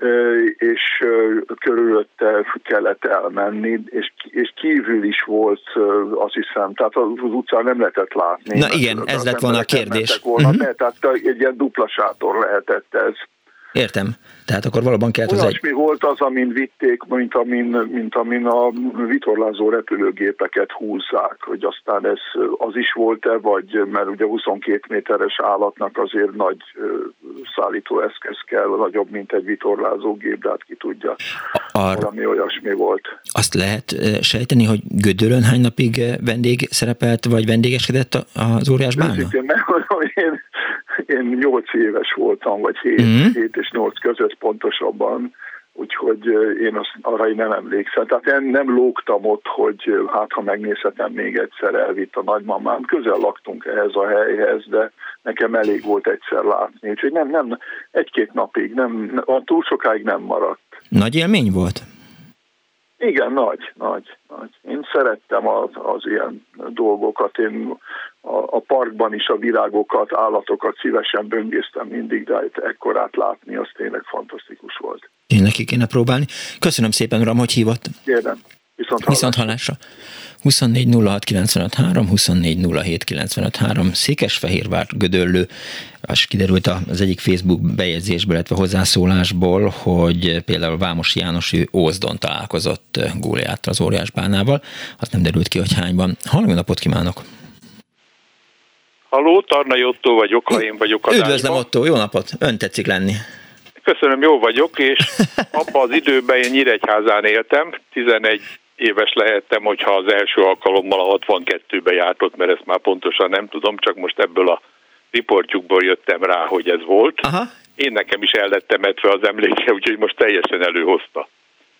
és körülötte kellett elmenni, és, és kívül is volt, azt hiszem, tehát az utcán nem lehetett látni. Na igen, ez lett volna a kérdés. Volna, uh-huh. Tehát egy ilyen dupla sátor lehetett ez. Értem. Tehát akkor valóban kellett az egy... volt az, amin vitték, mint amin, mint amin a vitorlázó repülőgépeket húzzák, hogy aztán ez az is volt-e, vagy mert ugye huszonkét méteres állatnak azért nagy szállítóeszköz kell, nagyobb, mint egy vitorlázó gép, de hát ki tudja, Ar... valami olyasmi volt. Azt lehet sejteni, hogy Gödöllőn hány napig vendég szerepelt, vagy vendégeskedett az óriás bálna? Én, én nyolc éves voltam, vagy hét, mm-hmm. hét és nyolc között pontosabban, úgyhogy én azt, arra én nem emlékszem. Tehát én nem lógtam ott, hogy hát ha megnézhetem még egyszer, elvitt a nagymamám. Közel laktunk ehhez a helyhez, de nekem elég volt egyszer látni. Úgyhogy nem, nem, egy-két napig, nem, túl sokáig nem maradt. Nagy élmény volt? Igen, nagy, nagy, nagy. Én szerettem az, az ilyen dolgokat. Én a, a parkban is a virágokat, állatokat szívesen böngésztem mindig, de ekkorát látni, az tényleg fantasztikus volt. Tényleg ki kéne próbálni. Köszönöm szépen, uram, hogy hívott. Kérem. Viszont hallásra. Viszont hallásra. huszonnégy nulla hat kilencvenöt három, huszonnégy nulla hét kilencvenöt három, Székesfehérvár, Gödöllő. Az kiderült az egyik Facebook bejegyzésből, illetve hozzászólásból, hogy például Vámos János ő Ózdon találkozott Góliáttal, az óriásbálnával. Az nem derült ki, hogy hányban. Halló, napot kívánok! Halló, Tarnai Ottó vagyok, ha én vagyok adásban. Üdvözlöm, Ottó, jó napot! Ön tetszik lenni. Köszönöm, jó vagyok, és abban az időben én Nyíregyházán éltem, tizenegy éves lehettem, hogyha az első alkalommal a hatvankettőben jártott, mert ezt már pontosan nem tudom, csak most ebből a riportjukból jöttem rá, hogy ez volt. Aha. Én nekem is el lett temetve az emléke, úgyhogy most teljesen előhozta.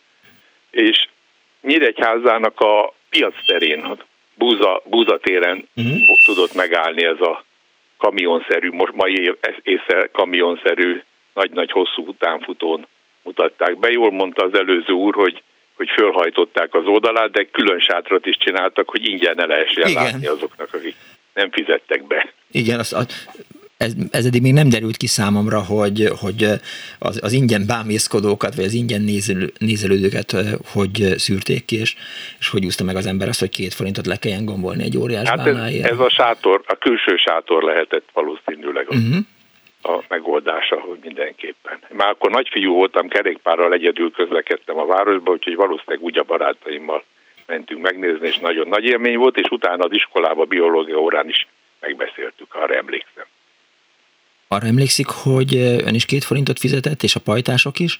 És Nyíregyházának a piac terén, a Búza, Búza téren uh-huh. tudott megállni ez a kamionszerű, most mai észre kamionszerű, nagy-nagy hosszú utánfutón mutatták be. Jól mondta az előző úr, hogy hogy fölhajtották az oldalát, de külön sátrat is csináltak, hogy ingyen ne lehessen Igen. látni azoknak, akik nem fizettek be. Igen, az, az, ez, ez eddig még nem derült ki számomra, hogy, hogy az, az ingyen bámészkodókat, vagy az ingyen nézel, nézelődőket hogy szűrték ki, és, és hogy úszta meg az ember azt, hogy két forintot le kelljen gombolni egy óriás hát bálnáért. Ez, ez a sátor, a külső sátor lehetett valószínűleg uh-huh. a megoldása, hogy mindenképpen. Már akkor nagyfiú voltam, kerékpárral egyedül közlekedtem a városba, úgyhogy valószínűleg úgy a barátaimmal mentünk megnézni, és nagyon nagy élmény volt, és utána az iskolába, biológia órán is megbeszéltük, arra emlékszem. Arra emlékszik, hogy ön is két forintot fizetett, és a pajtások is?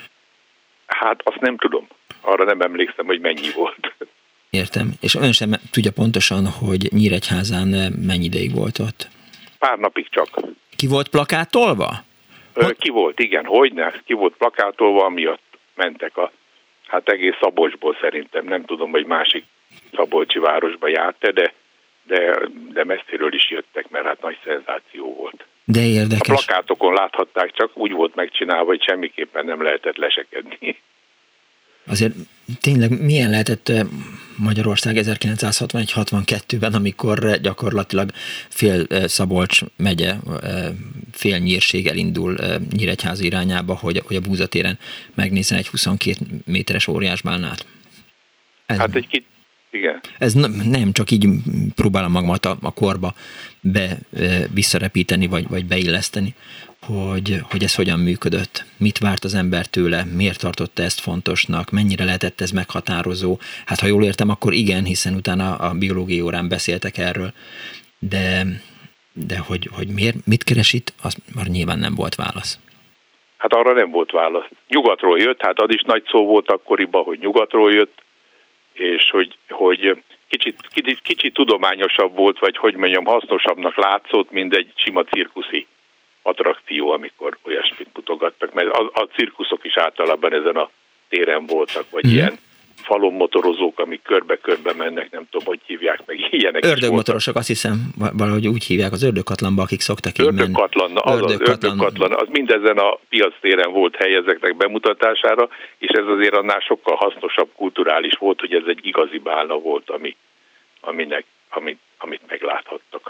Hát azt nem tudom. Arra nem emlékszem, hogy mennyi volt. Értem. És ön sem tudja pontosan, hogy Nyíregyházán mennyi ideig volt ott? Pár napig csak. Ki volt plakátolva? Ö, ki volt, igen, hogyne. Ki volt plakátolva, amiatt mentek a, hát egész Szabolcsból szerintem, nem tudom, hogy másik szabolcsi városba járt, de, de, de messziről is jöttek, mert hát nagy szenzáció volt. De érdekes. A plakátokon láthatták, csak úgy volt megcsinálva, hogy semmiképpen nem lehetett lesekedni. Azért tényleg milyen lehetett Magyarország ezerkilencszázhatvanegy hatvankettőben, amikor gyakorlatilag fél Szabolcs megye, fél nyírség elindul Nyíregyháza irányába, hogy, hogy a Búza téren megnézzen egy huszonkét méteres óriásbálnát. Ez, hát egy kit, igen. Ez nem csak így próbálom magamat a, a korba be, visszarepíteni, vagy, vagy beilleszteni, hogy, hogy ez hogyan működött, mit várt az ember tőle, miért tartotta ezt fontosnak, mennyire lehetett ez meghatározó. Hát ha jól értem, akkor igen, hiszen utána a biológiai órán beszéltek erről, de, de hogy, hogy miért, mit keres itt, az már nyilván nem volt válasz. Hát arra nem volt válasz. Nyugatról jött, hát az is nagy szó volt akkoriban, hogy nyugatról jött, és hogy, hogy kicsit, kicsit, kicsit tudományosabb volt, vagy hogy mondjam, hasznosabbnak látszott, mint egy sima cirkuszi attrakció, amikor olyasmit mutogattak, mert a, a cirkuszok is általában ezen a téren voltak, vagy mm. ilyen falon motorozók, amik körbe-körbe mennek, nem tudom, hogy hívják meg, ilyenek. Ördögmotorosok, azt hiszem, valahogy úgy hívják, az ördögkatlanba, akik szoktak így menni. Ördögkatlan, az az ördögkatlan, az mindezen a piac téren volt hely ezeknek bemutatására, és ez azért annál sokkal hasznosabb, kulturális volt, hogy ez egy igazi bálna volt, ami, aminek, amit, amit megláthattak.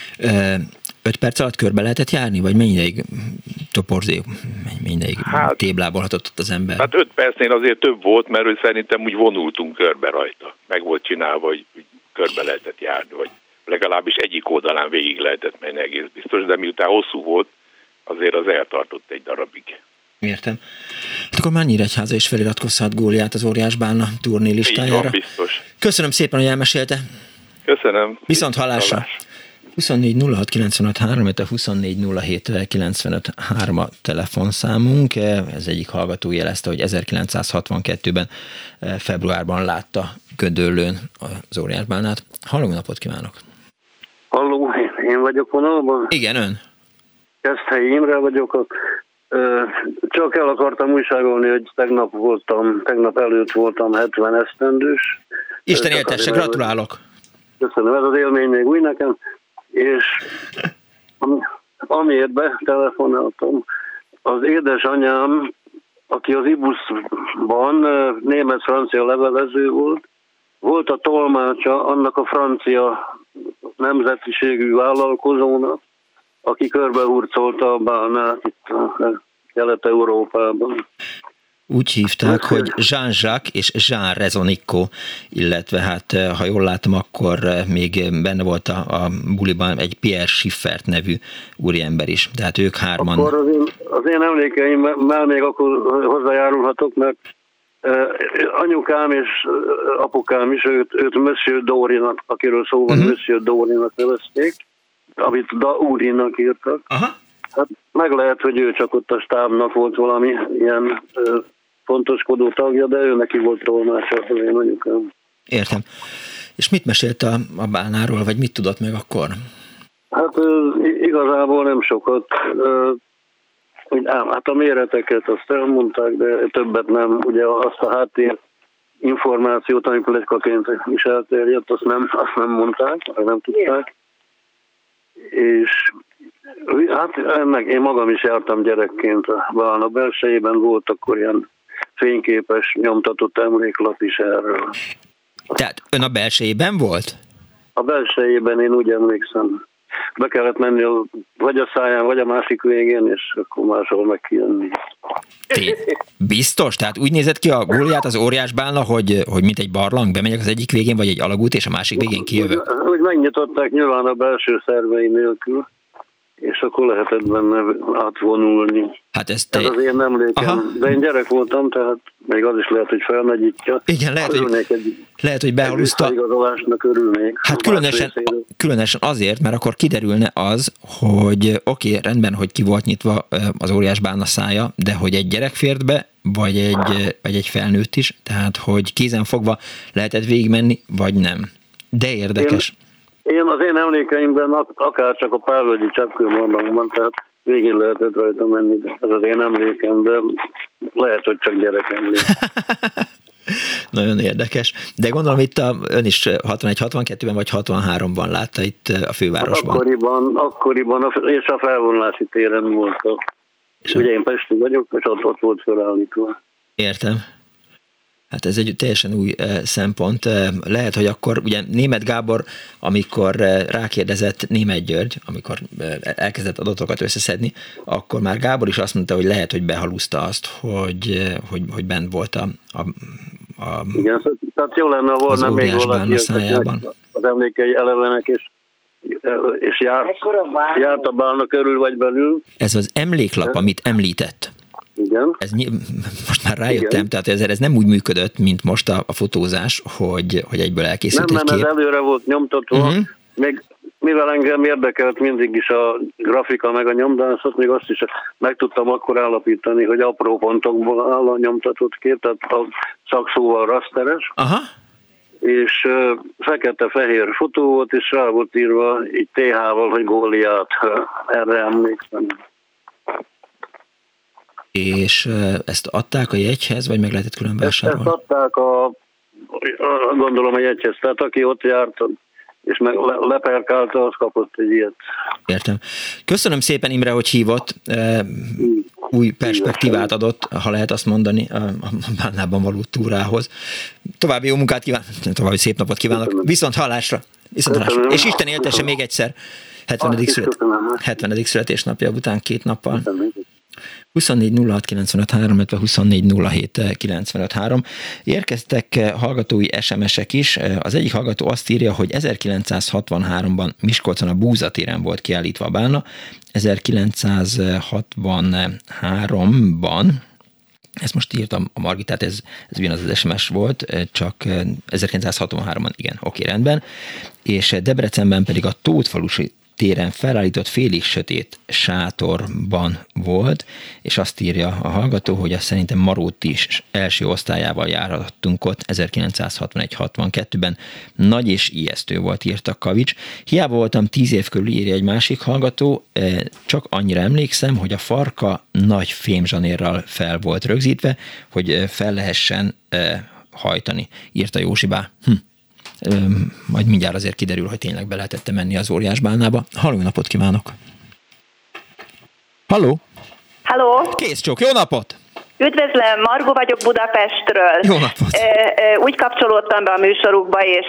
Öt perc alatt körbe lehetett járni, vagy mennyi ideig toporzé, mennyi ideig hát, téblábolhatott ott az ember? Hát öt percnél azért több volt, mert szerintem úgy vonultunk körbe rajta. Meg volt csinálva, hogy körbe lehetett járni, vagy legalábbis egyik oldalán végig lehetett menni, egész biztos, de miután hosszú volt, azért az eltartott egy darabig. Értem. Hát akkor már Nyíregyháza is feliratkozhat Góliát az Óriás Bálna turné listájára. Így van, biztos. Köszönöm szépen, hogy elmesélte. Köszönöm. Viszont hallásra. Hallás. huszonnégy nulla hat kilencvenöt három, illetve huszonnégy nulla hét kilencvenöt három a telefonszámunk. Ez egyik hallgató jelezte, hogy ezerkilencszázhatvankettőben februárban látta Gödöllőn az Óriás Bálnát. Halló, napot kívánok! Halló, én vagyok vonalban? Igen, ön? Keszthelyi Imre vagyok. Csak el akartam újságolni, hogy tegnap voltam, tegnap előtt voltam hetven esztendős. Isten éltesse, gratulálok! Köszönöm, ez az élmény még új nekem. És amiért betelefonáltam, az édesanyám, aki az ibuszban német-francia levelező volt, volt a tolmácsa annak a francia nemzetiségű vállalkozónak, aki körbehurcolta a Bálnát itt a Kelet-Európában. Úgy hívták, hogy Jean-Jacques és Jean Rezonico, illetve hát, ha jól látom, akkor még benne volt a, a buliban egy Pierre Schiffert nevű úriember is. Tehát ők hárman... Akkor az én, az én emlékeimmel még akkor hozzájárulhatok, mert uh, anyukám és apukám is őt, őt Monsieur Dorinak, akiről szó van, uh-huh. Monsieur Dorinak nevezték, amit Daurinak írtak. Aha. Hát meg lehet, hogy ő csak ott a stábnak volt valami ilyen ö, fontoskodó tagja, de ő neki volt tolmácsa, az én anyukám. Értem. És mit mesélt a, a Bálnáról, vagy mit tudott meg akkor? Hát ö, igazából nem sokat. Ö, ám, hát a méreteket azt elmondták, de többet nem. Ugye azt a háttér információt, ami pletykaként is elterjedt, azt nem, azt nem mondták, nem tudták. És hát ennek én magam is jártam gyerekként a Bálna belsejében, volt akkor ilyen fényképes, nyomtatott emléklap is erről. Tehát ön a belsejében volt? A belsejében én úgy emlékszem. Be kellett menni a, vagy a száján, vagy a másik végén, és akkor máshol meg kijönni. Biztos? Tehát úgy nézett ki a Góliát az Óriás Bálna, hogy, hogy mint egy barlang, bemegyek az egyik végén, vagy egy alagút, és a másik végén kijövök? Úgy, úgy megnyitották nyilván a belső szervei nélkül, és akkor lehetett benne átvonulni. Hát ez, te... ez az én emlékem. Aha. De én gyerek voltam, tehát még az is lehet, hogy felnagyítja. Igen, lehet, hogy, egy, lehet, hogy behaluszta. Igazolásnak örülnék. Hát különösen, különösen azért, mert akkor kiderülne az, hogy oké, okay, rendben, hogy ki volt nyitva az Óriás Bálna szája, de hogy egy gyerek fért be, vagy egy, vagy egy felnőtt is, tehát hogy kézen fogva lehetett végigmenni, vagy nem. De érdekes. Én... Én az én emlékeimben akár csak a Pálvölgyi Cseppkőbarlangban, tehát végén lehetett rajta menni, de ez az én emlékem, de lehet, hogy csak gyerek emlék. Nagyon érdekes. De gondolom itt a, ön is hatvanegy hatvankettőben vagy hatvanháromban látta itt a fővárosban. Akkoriban, akkoriban a, és a felvonulási téren volt. A, ugye én pesti vagyok, és ott, ott volt felállítva. Értem. Hát ez egy teljesen új uh, szempont. Uh, lehet, hogy akkor ugye Németh Gábor, amikor uh, rákérdezett Németh György, amikor uh, elkezdett adatokat összeszedni, akkor már Gábor is azt mondta, hogy lehet, hogy behaluszta azt, hogy, uh, hogy, hogy bent volt a, a, a igen, tehát jó lenne volna még valaki az emlékei elevenek, és, és járt, járt a Bálna körül vagy belül. Ez az emléklap, amit említett. Igen. Ez, most már rájöttem, igen. Tehát ez, ez nem úgy működött, mint most a, a fotózás, hogy, hogy egyből elkészült nem, egy nem, kép. Nem, ez előre volt nyomtatva. Uh-huh. Még, mivel engem érdekelt mindig is a grafika meg a nyomdászat, még azt is meg tudtam akkor állapítani, hogy apró pontokból áll a nyomtatott kép, tehát a szakszóval rasteres. Aha. És uh, fekete-fehér fotó volt, és rá volt írva így té há-val, hogy Góliát, erre emlékszem. És ezt adták a jegyhez, vagy meg lehetett külön vásárolni? Ezt, ezt adták a, a, gondolom a jegyhez, tehát aki ott járt, és meg le, leperkálta, az kapott egy ilyet. Értem. Köszönöm szépen, Imre, hogy hívott. Új perspektívát adott, ha lehet azt mondani, a Bálnában való túrához. További jó munkát kívánok, további szép napot kívánok. Köszönöm. Viszont hallásra. Viszont hallásra. És Isten éltesse még egyszer hetvenedik Szület, hetvenedik születésnapja után két nappal. huszonnégy nulla hat kilencvenöt három, illetve huszonnégy nulla hét kilencvenöt három. Érkeztek hallgatói es em es-ek is. Az egyik hallgató azt írja, hogy ezerkilencszázhatvanháromban Miskolcon a Búza téren volt kiállítva a bálna. ezerkilencszázhatvanháromban, ezt most írtam a Margit, tehát ez, ez ugyanaz az es em es volt, csak ezerkilencszázhatvanháromban, igen, oké, rendben. És Debrecenben pedig a Tótfalusi téren felállított félig sötét sátorban volt, és azt írja a hallgató, hogy azt szerintem Maróti is első osztályával járhattunk ott ezerkilencszázhatvanegy hatvankettőben. Nagy és ijesztő volt, írta Kavics. Hiába voltam tíz év körül, írja egy másik hallgató, csak annyira emlékszem, hogy a farka nagy fémzsanérral fel volt rögzítve, hogy fel lehessen hajtani, írta Józsibá. Hm. Majd mindjárt azért kiderül, hogy tényleg be lehetett menni az óriásbálnába. Halló, napot kívánok! Halló! Halló! Kész csók, jó napot! Üdvözlöm, Margó vagyok Budapestről. Jó napot! Úgy kapcsolódtam be a műsorukba, és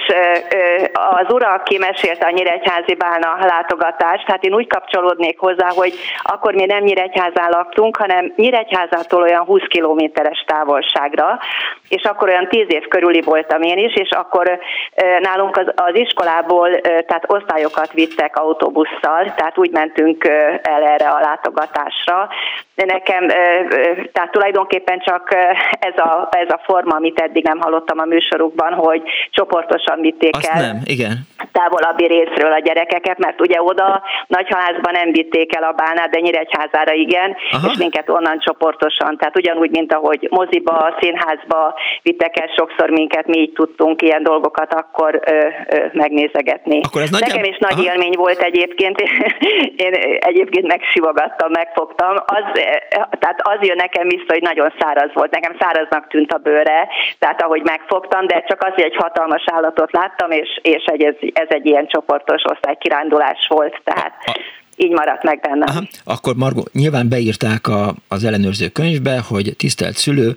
az ura, aki mesélte a nyíregyházi bálna látogatást, hát én úgy kapcsolódnék hozzá, hogy akkor mi nem Nyíregyházán laktunk, hanem Nyíregyházától olyan húsz kilométeres távolságra, és akkor olyan tíz év körüli voltam én is, és akkor nálunk az, az iskolából, tehát osztályokat vittek autóbusszal, tehát úgy mentünk el erre a látogatásra. De nekem, tehát tulajdonképpen csak ez a, ez a forma, amit eddig nem hallottam a műsorukban, hogy csoportosan vitték Azt el nem, igen. távolabbi részről a gyerekeket, mert ugye oda Nagyhalázban nem vitték el a bálnát, de Nyíregyházára igen, aha, és minket onnan csoportosan, tehát ugyanúgy, mint ahogy moziba, színházba vittek el sokszor minket, mi így tudtunk ilyen dolgokat akkor ö, ö, megnézegetni. Akkor ez nekem nagyobb... is nagy aha. élmény volt egyébként, én egyébként megsivogattam, megfogtam, az tehát az jön nekem vissza, hogy nagyon száraz volt. Nekem száraznak tűnt a bőre, tehát ahogy megfogtam, de csak az, hogy egy hatalmas állatot láttam, és, és egy, ez, ez egy ilyen csoportos osztálykirándulás volt, tehát a, így maradt meg bennem. Aha. Akkor Margó, nyilván beírták a, az ellenőrző könyvbe, hogy tisztelt szülő,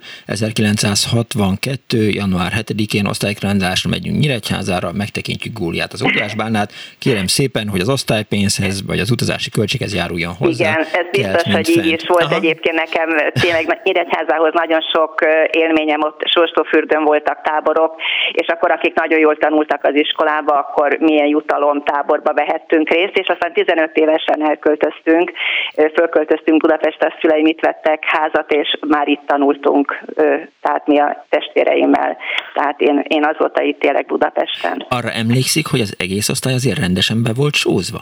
ezerkilencszázhatvankettő. január hetedikén osztálykirándulásra megyünk Nyíregyházára, megtekintjük Góliát, az óriásbálnát. Kérem szépen, hogy az osztálypénzhez vagy az utazási költséghez járuljon hozzá. Igen, ez biztos, Kelt, hogy így fent. is volt. Aha. Egyébként nekem tényleg Nyíregyházához nagyon sok élményem, ott Sóstófürdőn voltak táborok, és akkor akik nagyon jól tanultak az iskolába, akkor milyen jutalom táborba vehettünk részt, és aztán tizenöt éves elköltöztünk, fölköltöztünk Budapestre, a szüleim itt vettek házat, és már itt tanultunk, tehát mi a testvéreimmel. Tehát én, én azóta itt élek Budapesten. Arra emlékszik, hogy az egész osztály azért rendesen be volt sózva?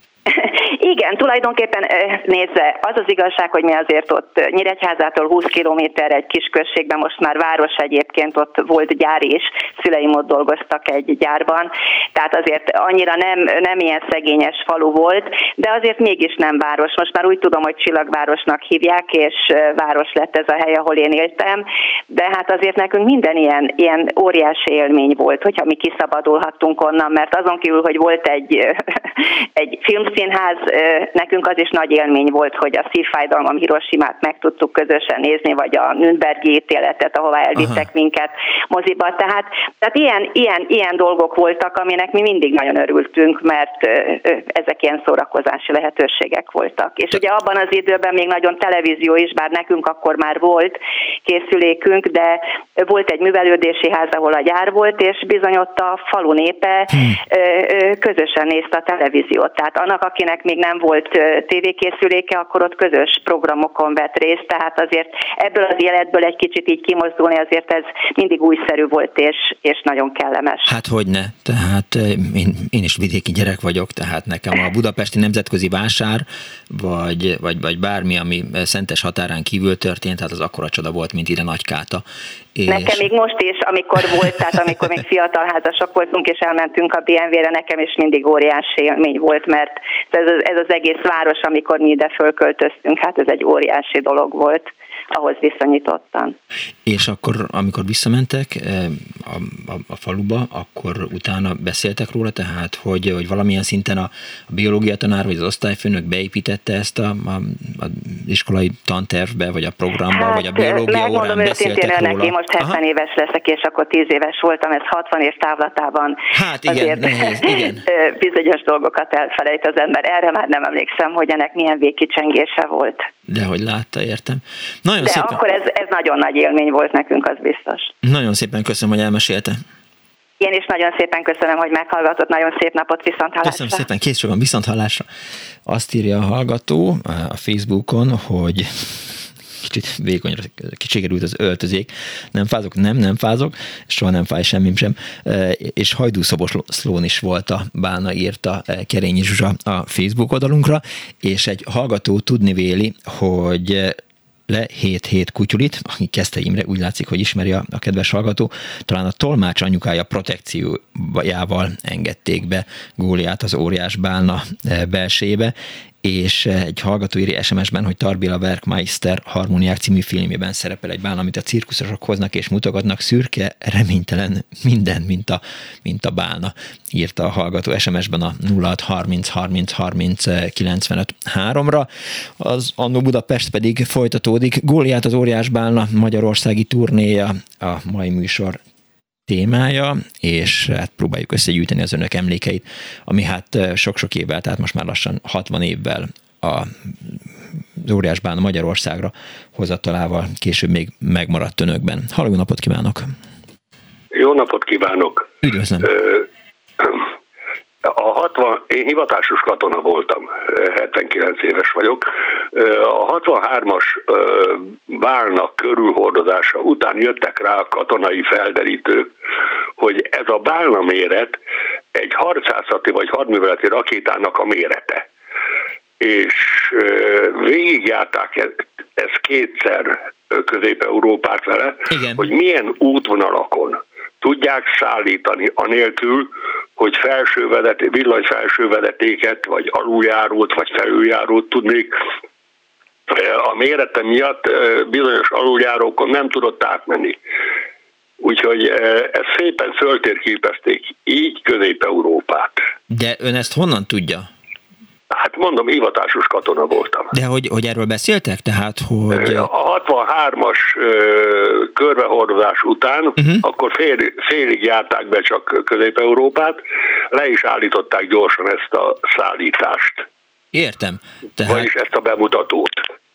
Igen, tulajdonképpen nézze, az az igazság, hogy mi azért ott Nyíregyházától húsz kilométerre egy kis községben, most már város egyébként, ott volt gyár is, szüleim ott dolgoztak egy gyárban, tehát azért annyira nem, nem ilyen szegényes falu volt, de azért mégis nem város. Most már úgy tudom, hogy Csillagvárosnak hívják, és város lett ez a hely, ahol én éltem, de hát azért nekünk minden ilyen, ilyen óriási élmény volt, hogyha mi kiszabadulhattunk onnan, mert azon kívül, hogy volt egy, egy filmszínház, nekünk az is nagy élmény volt, hogy a Szívfájdalmam Hiroshimát meg tudtuk közösen nézni, vagy a Nürnbergi ítéletet, ahová elvittek aha. minket moziba. Tehát, tehát ilyen, ilyen, ilyen dolgok voltak, aminek mi mindig nagyon örültünk, mert ezek ilyen szórakozási lehetőségek voltak. És ugye abban az időben még nagyon televízió is, bár nekünk akkor már volt készülékünk, de volt egy művelődési ház, ahol a gyár volt, és bizony ott a falu népe közösen nézte a televíziót. Tehát annak, akinek még nem volt tévékészüléke, akkor ott közös programokon vett részt, tehát azért ebből az életből egy kicsit így kimozdulni, azért ez mindig újszerű volt, és, és nagyon kellemes. Hát hogyne, tehát én, én is vidéki gyerek vagyok, tehát nekem a budapesti nemzetközi vásár, vagy, vagy, vagy bármi, ami Szentes határán kívül történt, hát az akkora csoda volt, mint ide Nagykáta. És... Nekem még most is, amikor volt, tehát amikor még fiatal házasok voltunk, és elmentünk a bé em vé-re, nekem is mindig óriási élmény volt, mert ez az, ez az egész város, amikor mi ide fölköltöztünk, hát ez egy óriási dolog volt. ahhoz viszonyítottan. És akkor, amikor visszamentek a, a, a faluba, akkor utána beszéltek róla, tehát, hogy, hogy valamilyen szinten a, a biológia tanár vagy az osztályfőnök beépítette ezt a, a, a iskolai tantervbe, vagy a programba, hát, vagy a biológia órán beszéltek róla? Önnek, én most hetven Aha. éves leszek, és akkor tíz éves voltam, ez hatvan év távlatában. Hát igen, azért nehéz, igen. bizonyos dolgokat elfelejt az ember. Erre már nem emlékszem, hogy ennek milyen végkicsengése volt. De hogy látta, értem. Nagyon De szépen... akkor ez, ez nagyon nagy élmény volt nekünk, az biztos. Nagyon szépen köszönöm, hogy elmesélte. Én is nagyon szépen köszönöm, hogy meghallgatott. Nagyon szép napot, viszonthallásra. Köszönöm szépen, kész sokan viszonthallásra. Azt írja a hallgató a Facebookon, hogy kicsit vékonyra kicsikerült az öltözék. Nem fázok, nem, nem fázok, soha nem fáj semmim sem. És Hajdúszoboszlón is volt a bálna, írta Kerényi Zsuzsa a Facebook oldalunkra, és egy hallgató tudni véli, hogy le hét-hét kutyulit, aki Keszthely Imre, úgy látszik, hogy ismeri a, a kedves hallgató, talán a tolmács anyukája protekciójával engedték be Góliát az óriás bálna belsébe, és egy hallgató írja es em es-ben, hogy Tarbéla Werkmeister Harmóniák című filmében szerepel egy bálna, amit a cirkuszosok hoznak és mutogatnak, szürke, reménytelen, minden, mint a, mint a bálna, írta a hallgató es em es-ben a nulla hat harminc harminc harminc kilencvenöt háromra. Az Annó Budapest pedig folytatódik. Góliát az óriás bálna magyarországi turnéja a mai műsor témája, és hát próbáljuk összegyűjteni az önök emlékeit, ami hát sok-sok évvel, tehát most már lassan hatvan évvel a az óriás bálna Magyarországra hozatalával később még megmaradt önökben. Halló, jó napot kívánok! Jó napot kívánok! Üdvözlöm! A hatvan, én hivatásos katona voltam, hetvenkilenc éves vagyok. A hatvanhármas bálna körülhordozása után jöttek rá a katonai felderítők, hogy ez a bálna méret egy harcászati vagy hadműveleti rakétának a mérete. És végigjárták ezt kétszer Közép-Európát vele, Igen. hogy milyen útvonalakon tudják szállítani anélkül, hogy felsővezeték, villanyfelsővezetéket, vagy aluljárót, vagy felüljárót tudnék. A mérete miatt bizonyos aluljárókon nem tudott átmenni. Úgyhogy ezt szépen föltérképezték így Közép-Európát. De ön ezt honnan tudja? Hát mondom, hivatásos katona voltam. De hogy, hogy erről beszéltek? Tehát, hogy... A hatvanhármas körbehordozás után, uh-huh. akkor fél, félig járták be csak Közép-Európát, le is állították gyorsan ezt a szállítást. Értem. Tehát... Vagyis ezt a bemutatót.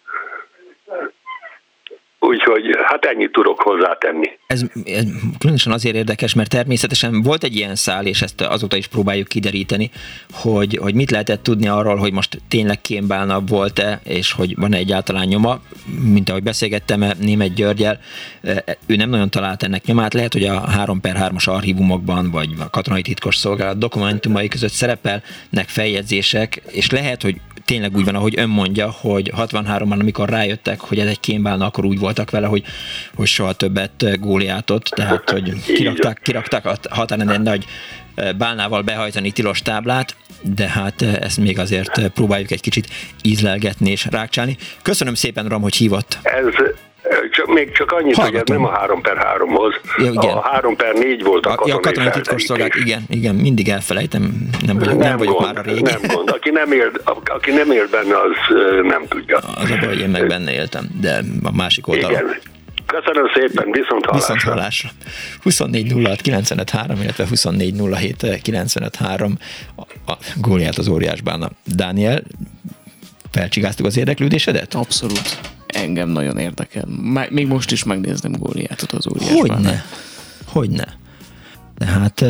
Úgyhogy hát ennyit tudok hozzátenni. Ez, ez különösen azért érdekes, mert természetesen volt egy ilyen szál, és ezt azóta is próbáljuk kideríteni, hogy, hogy mit lehetett tudni arról, hogy most tényleg kémbálna volt-e, és hogy van-e egyáltalán nyoma. Mint ahogy beszélgettem Németh Györggyel, ő nem nagyon talált ennek nyomát. Lehet, hogy a három per hármas archívumokban, vagy a katonai titkos szolgálat dokumentumai között szerepelnek feljegyzések, és lehet, hogy tényleg úgy van, ahogy ön mondja, hogy hatvanháromban, amikor rájöttek, hogy ez egy kémbálna, akkor úgy voltak vele, hogy, hogy soha többet Góliátot, tehát hogy kirakták, kirakták a határen nagy bálnával behajtani tilos táblát, de hát ezt még azért próbáljuk egy kicsit ízlelgetni és rákcsálni. Köszönöm szépen, Uram, hogy hívott. Ez csak, még csak annyit, Hallgatom. Hogy ez nem a három per háromhoz. Ja, a három per négy volt a katonai, ja, a katonai titkos szolgálat, igen, igen, mindig elfelejtem, nem vagyok, nem nem vagyok gond, már a régi. Nem gond, aki nem, él, aki nem él benne, az nem tudja. Az a baj, hogy én meg benne éltem, de a másik oldalon. Igen. Köszönöm szépen, viszont hallásra. Viszont hallásra. huszonnégy nulla hat kilencvenöt három, illetve huszonnégy nulla hét kilencvenöt három a, a Góliát az óriás bálna. Dániel, felcsigáztuk az érdeklődésedet? Abszolút. Engem nagyon érdekel. Még most is megnézném Góliátot az óriás bálnát. Hogyne? Hogyne? De hát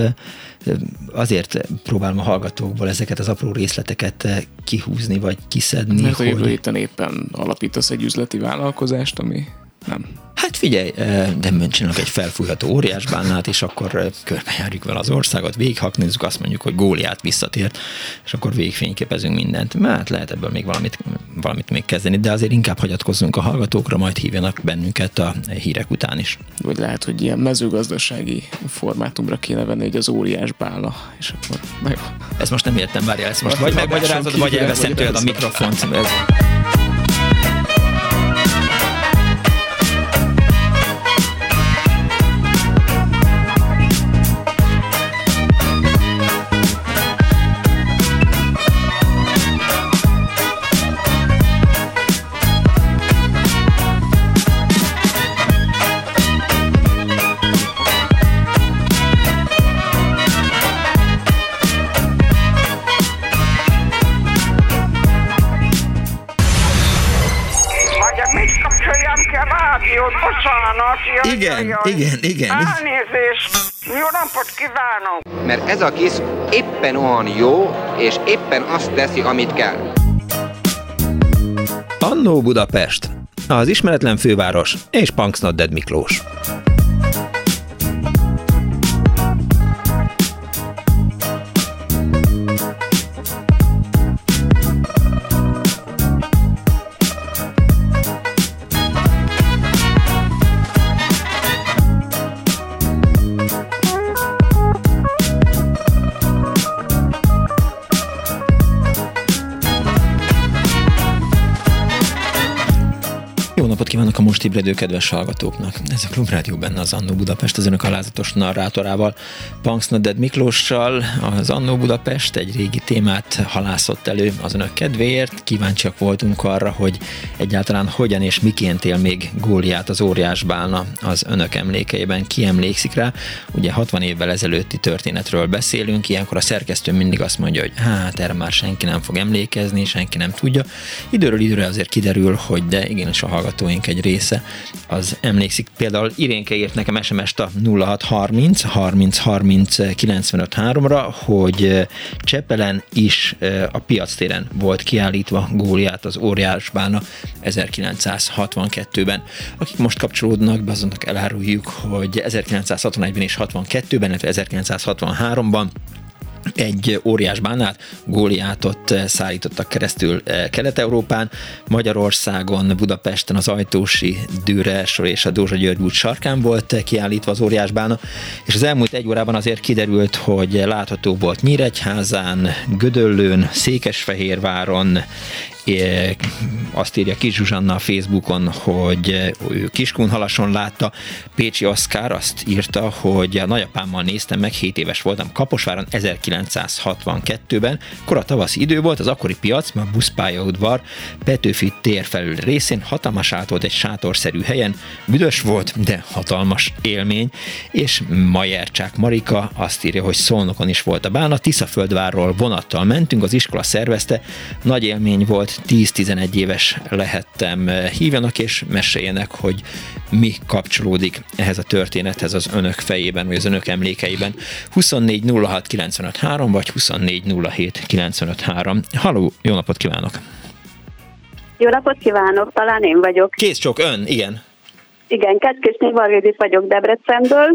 azért próbálom a hallgatókból ezeket az apró részleteket kihúzni, vagy kiszedni. Mert a jövő héten éppen alapítasz egy üzleti vállalkozást, ami nem. Hát figyelj, de csinálok egy felfújható óriásbálnát, és akkor körbejárjuk vele az országot, végighaknézzük, azt mondjuk, hogy Góliát visszatért, és akkor végigfényképezünk mindent. Hát lehet ebből még valamit, valamit még kezdeni, de azért inkább hagyatkozzunk a hallgatókra, majd hívjanak bennünket a hírek után is. Vagy lehet, hogy ilyen mezőgazdasági formátumra kéne venni, hogy az óriásbálna, és akkor, na jó. Ezt most nem értem, várjál, ezt most vagy megmagyarázod, vagy elveszem tőled a mikrofont. Igen, jaj, igen, igen. Elnézést! Jó napot kívánok! Mert ez a kis éppen olyan jó, és éppen azt teszi, amit kell. Annó Budapest, az ismeretlen főváros és Punksnodded Miklós. Jó napot kívánok a most ébredő kedves hallgatóknak! Ez a Klubrádió, benne az Annó Budapest, az önök alázatos narrátorával, Punksnodded Miklóssal. Az Annó Budapest egy régi témát halászott elő az önök kedvéért. Kíváncsiak voltunk arra, hogy egyáltalán hogyan és miként él még Góliát az óriás bálna az önök emlékeiben. Ki emlékszik rá? Ugye hatvan évvel ezelőtti történetről beszélünk, ilyenkor a szerkesztő mindig azt mondja, hogy hát erre már senki nem fog emlékezni, senki nem tudja. Időről időre azért kiderül, hogy de igenis a hallgatóink egy része az emlékszik. Például Irénke írt nekem es em est a nulla hat harminc harminc harminc kilencvenöt háromra, hogy Csepelen is a Piactéren volt kiállítva Góliát az óriás bálna ezerkilencszázhatvankettőben. Akik most kapcsolódnak be, azonnak eláruljuk, hogy ezerkilencszázhatvanegyben és hatvankettőben, illetve ezerkilencszázhatvanháromban egy óriás bálnát, Góliátot szállítottak keresztül Kelet-Európán, Magyarországon, Budapesten az Ajtósi Dürer sor és a Dózsa György út sarkán volt kiállítva az óriás bálna, és az elmúlt egy órában azért kiderült, hogy látható volt Nyíregyházán, Gödöllőn, Székesfehérváron, azt írja Kis Zsuzsanna a Facebookon, hogy ő Kiskunhalason látta. Pécsi Oszkár azt írta, hogy a nagyapámmal néztem meg, hét éves voltam Kaposváron ezerkilencszázhatvankettőben. Kora tavaszi idő volt, az akkori piac, a buszpályaudvar Petőfi tér felül részén hatalmas át volt egy sátorszerű helyen, büdös volt, de hatalmas élmény, és Majercsák Marika azt írja, hogy Szolnokon is volt a bálna, Tiszaföldvárról vonattal mentünk, az iskola szervezte, nagy élmény volt, tíz-tizenegy éves lehettem. Hívjanak és meséljenek, hogy mi kapcsolódik ehhez a történethez az önök fejében, vagy az önök emlékeiben. huszonnégy nulla hat kilencvenöt három, vagy huszonnégy nulla hét kilencvenöt három. Halló, jó napot kívánok! Jó napot kívánok, talán én vagyok. Kész csak ön, igen. Igen, Kecskésné Varjudit vagyok Debrecenből.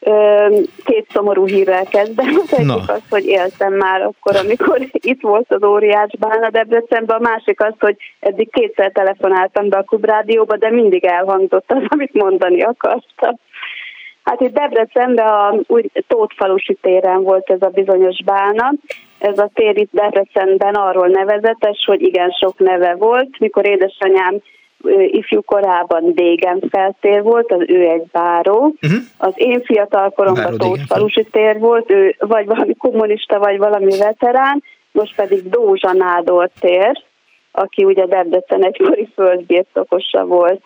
Két szomorú hírrel kezdem. Az egyik az, hogy éltem már akkor, amikor itt volt az óriás bálna Debrecenben, a másik az, hogy eddig kétszer telefonáltam be a Klubrádióba, de mindig elhangzott az, amit mondani akartam. Hát itt Debrecenben a új Tótfalusi téren volt ez a bizonyos bálna. Ez a tér itt Debrecenben arról nevezetes, hogy igen sok neve volt. Mikor édesanyám ifjú korában Dégenfeltér volt, az ő egy báró. Uh-huh. Az én fiatal koromban Tótfalusi tér volt, ő vagy valami kommunista, vagy valami veterán, most pedig Dózsa Nádor tér, aki ugye Debrecen egykori földbirtokosa volt.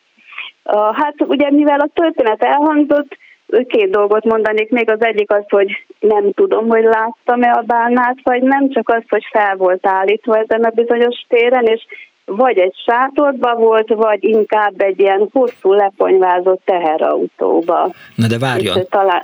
Uh, hát ugye mivel a történet elhangzott, két dolgot mondanék, még az egyik az, hogy nem tudom, hogy láttam-e a bálnát, vagy nem, csak az, hogy fel volt állítva ezen a bizonyos téren, és vagy egy sátorba volt, vagy inkább egy ilyen hosszú leponyvázott teherautóba. Na de várjon. Talán...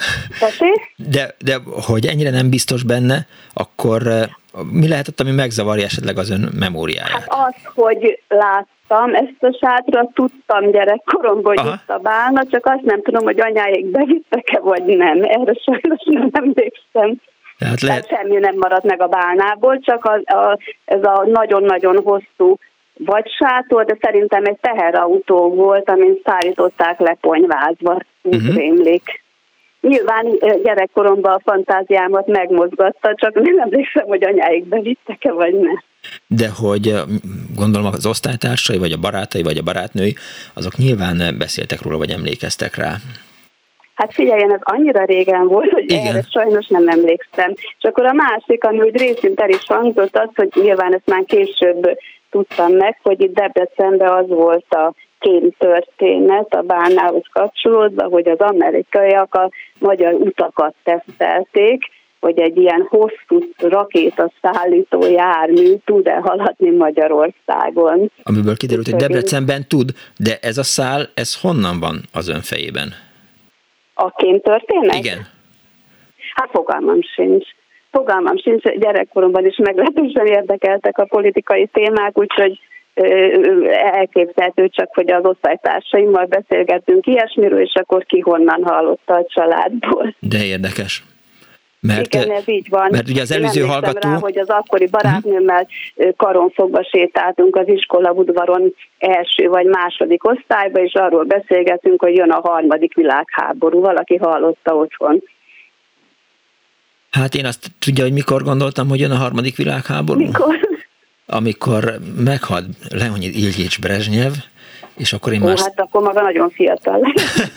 De, de hogy ennyire nem biztos benne, akkor mi lehetett, ami megzavarja esetleg az ön memóriáját? Hát az, hogy láttam ezt a sátrat, tudtam gyerekkoromban, hogy itt a bálna, csak azt nem tudom, hogy anyáik bevittek-e, vagy nem. Erre sajnos nem emlékszem. Tehát lehet... Tehát semmi nem maradt meg a bálnából, csak a, a, ez a nagyon-nagyon hosszú vagy sátor, de szerintem egy teherautó volt, amin szállították leponyvázva, úgy uh-huh. rémlik. Nyilván gyerekkoromban a fantáziámat megmozgatta, csak nem emlékszem, hogy anyáik bevittek-e, vagy ne. De hogy gondolom az osztálytársai, vagy a barátai, vagy a barátnői, azok nyilván beszéltek róla, vagy emlékeztek rá. Hát figyeljen, ez annyira régen volt, hogy igen. Erre sajnos nem emlékszem. És akkor a másik, ami úgy részint el is hangzott, az, hogy nyilván ezt már később tudtam meg, hogy itt Debrecenben az volt a kémtörténet a bálnához kapcsolódva, hogy az amerikaiak a magyar utakat tesztelték, hogy egy ilyen hosszú rakétaszállító jármű tud-e haladni Magyarországon. Amiből kiderült, hogy Debrecenben tud, de ez a szál, ez honnan van az ön fejében? A kémtörténet? Igen. Hát fogalmam sincs. Fogalmam sincs, gyerekkoromban is meglehetősen érdekeltek a politikai témák, úgyhogy elképzelhető csak, hogy az osztálytársaimmal beszélgettünk ilyesmiről, és akkor ki honnan hallotta a családból. De érdekes. Mert, igen, ez így van. Mert ugye az előző Én hallgató... rá, hogy az akkori barátnőmmel karonfogva sétáltunk az iskola udvaron első vagy második osztályba, és arról beszélgetünk, hogy jön a harmadik világháború. Valaki hallotta otthon. Hát én azt tudja, hogy mikor gondoltam, hogy jön a harmadik világháború? Mikor? Amikor meghalt Leonid Iljich Brezsnyev, és akkor én Ó, már... hát akkor maga nagyon fiatal.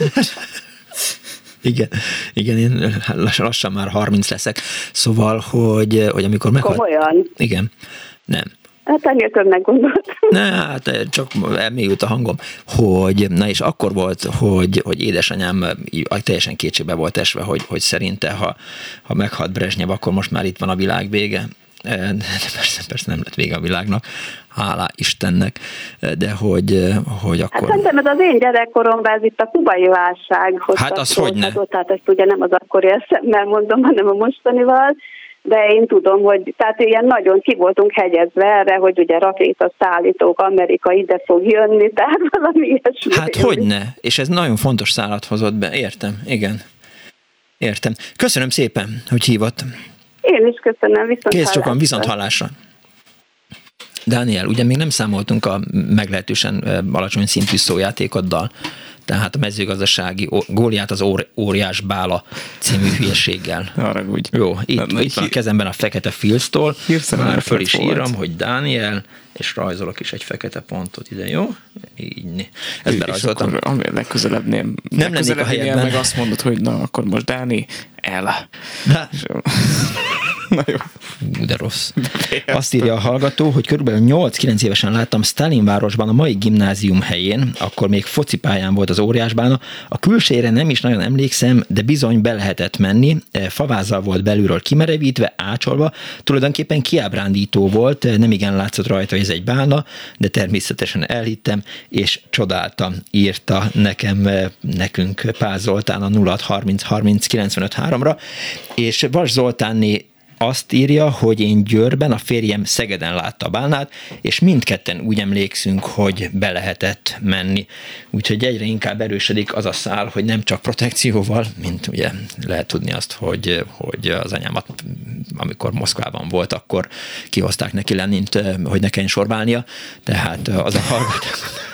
Igen, igen, én lassan, lassan már harminc leszek. Szóval, hogy, hogy amikor meghalt... Komolyan? Igen, nem. Hát ennél többnek gondoltam. Ne, hát csak elmélyült a hangom, hogy, na és akkor volt, hogy, hogy édesanyám teljesen kétségbe volt esve, hogy, hogy szerinte, ha, ha meghalt Brezsnyev, akkor most már itt van a világ vége. De persze, persze nem lett vége a világnak, hálá Istennek, de hogy, hogy akkor... Hát szerintem ez az én gyerekkoromban, ez itt a kubai válsághoz. Hát az hogyne. Tehát ezt ugye nem az akkori eszemmel mondom, hanem a mostanival, de én tudom, hogy tehát ilyen nagyon ki voltunk hegyezve erre, hogy ugye rakétaszállítók, Amerika ide fog jönni, tehát valami ilyesmi. Hát hogyne, és ez nagyon fontos szállat hozott be, értem, igen. Értem. Köszönöm szépen, hogy hívott. Én is köszönöm, viszont Kész sokan, viszont hallásra. Dániel, ugye még nem számoltunk a meglehetősen alacsony szintű szójátékoddal, tehát a mezőgazdasági Góliát az óri, óriás bála című hülyeséggel. Haragudj. Jó, itt, itt van a kezemben a fekete filctól, már föl is volt. Írom, hogy Dániel, és rajzolok is egy fekete pontot ide, jó? Így, ezt berajzoltam. És akkor legközelebb nem, nem lennék a helyedben. Meg azt mondod, hogy na, akkor most Dáni, el. Na jó. De rossz. Azt írja a hallgató, hogy körülbelül nyolc-kilenc évesen láttam Stalinvárosban a mai gimnázium helyén, akkor még focipályán volt az óriásbána. A külsejére nem is nagyon emlékszem, de bizony be lehetett menni. Favázzal volt belülről kimerevítve, ácsolva. Tulajdonképpen kiábrándító volt, nem igen látszott rajta, hogy ez egy bálna, de természetesen elhittem, és csodáltam, írta nekem, nekünk Pál Zoltán a nulla hat harminc harminc kilencvenöt háromra, és Vas Zoltánné azt írja, hogy én Győrben, a férjem Szegeden látta a bálnát, és mindketten úgy emlékszünk, hogy be lehetett menni. Úgyhogy egyre inkább erősödik az a szál, hogy nem csak protekcióval, mint ugye lehet tudni azt, hogy, hogy az anyámat, amikor Moszkvában volt, akkor kihozták neki Lenint, hogy ne kelljen sorbálnia. Tehát az a hallgató...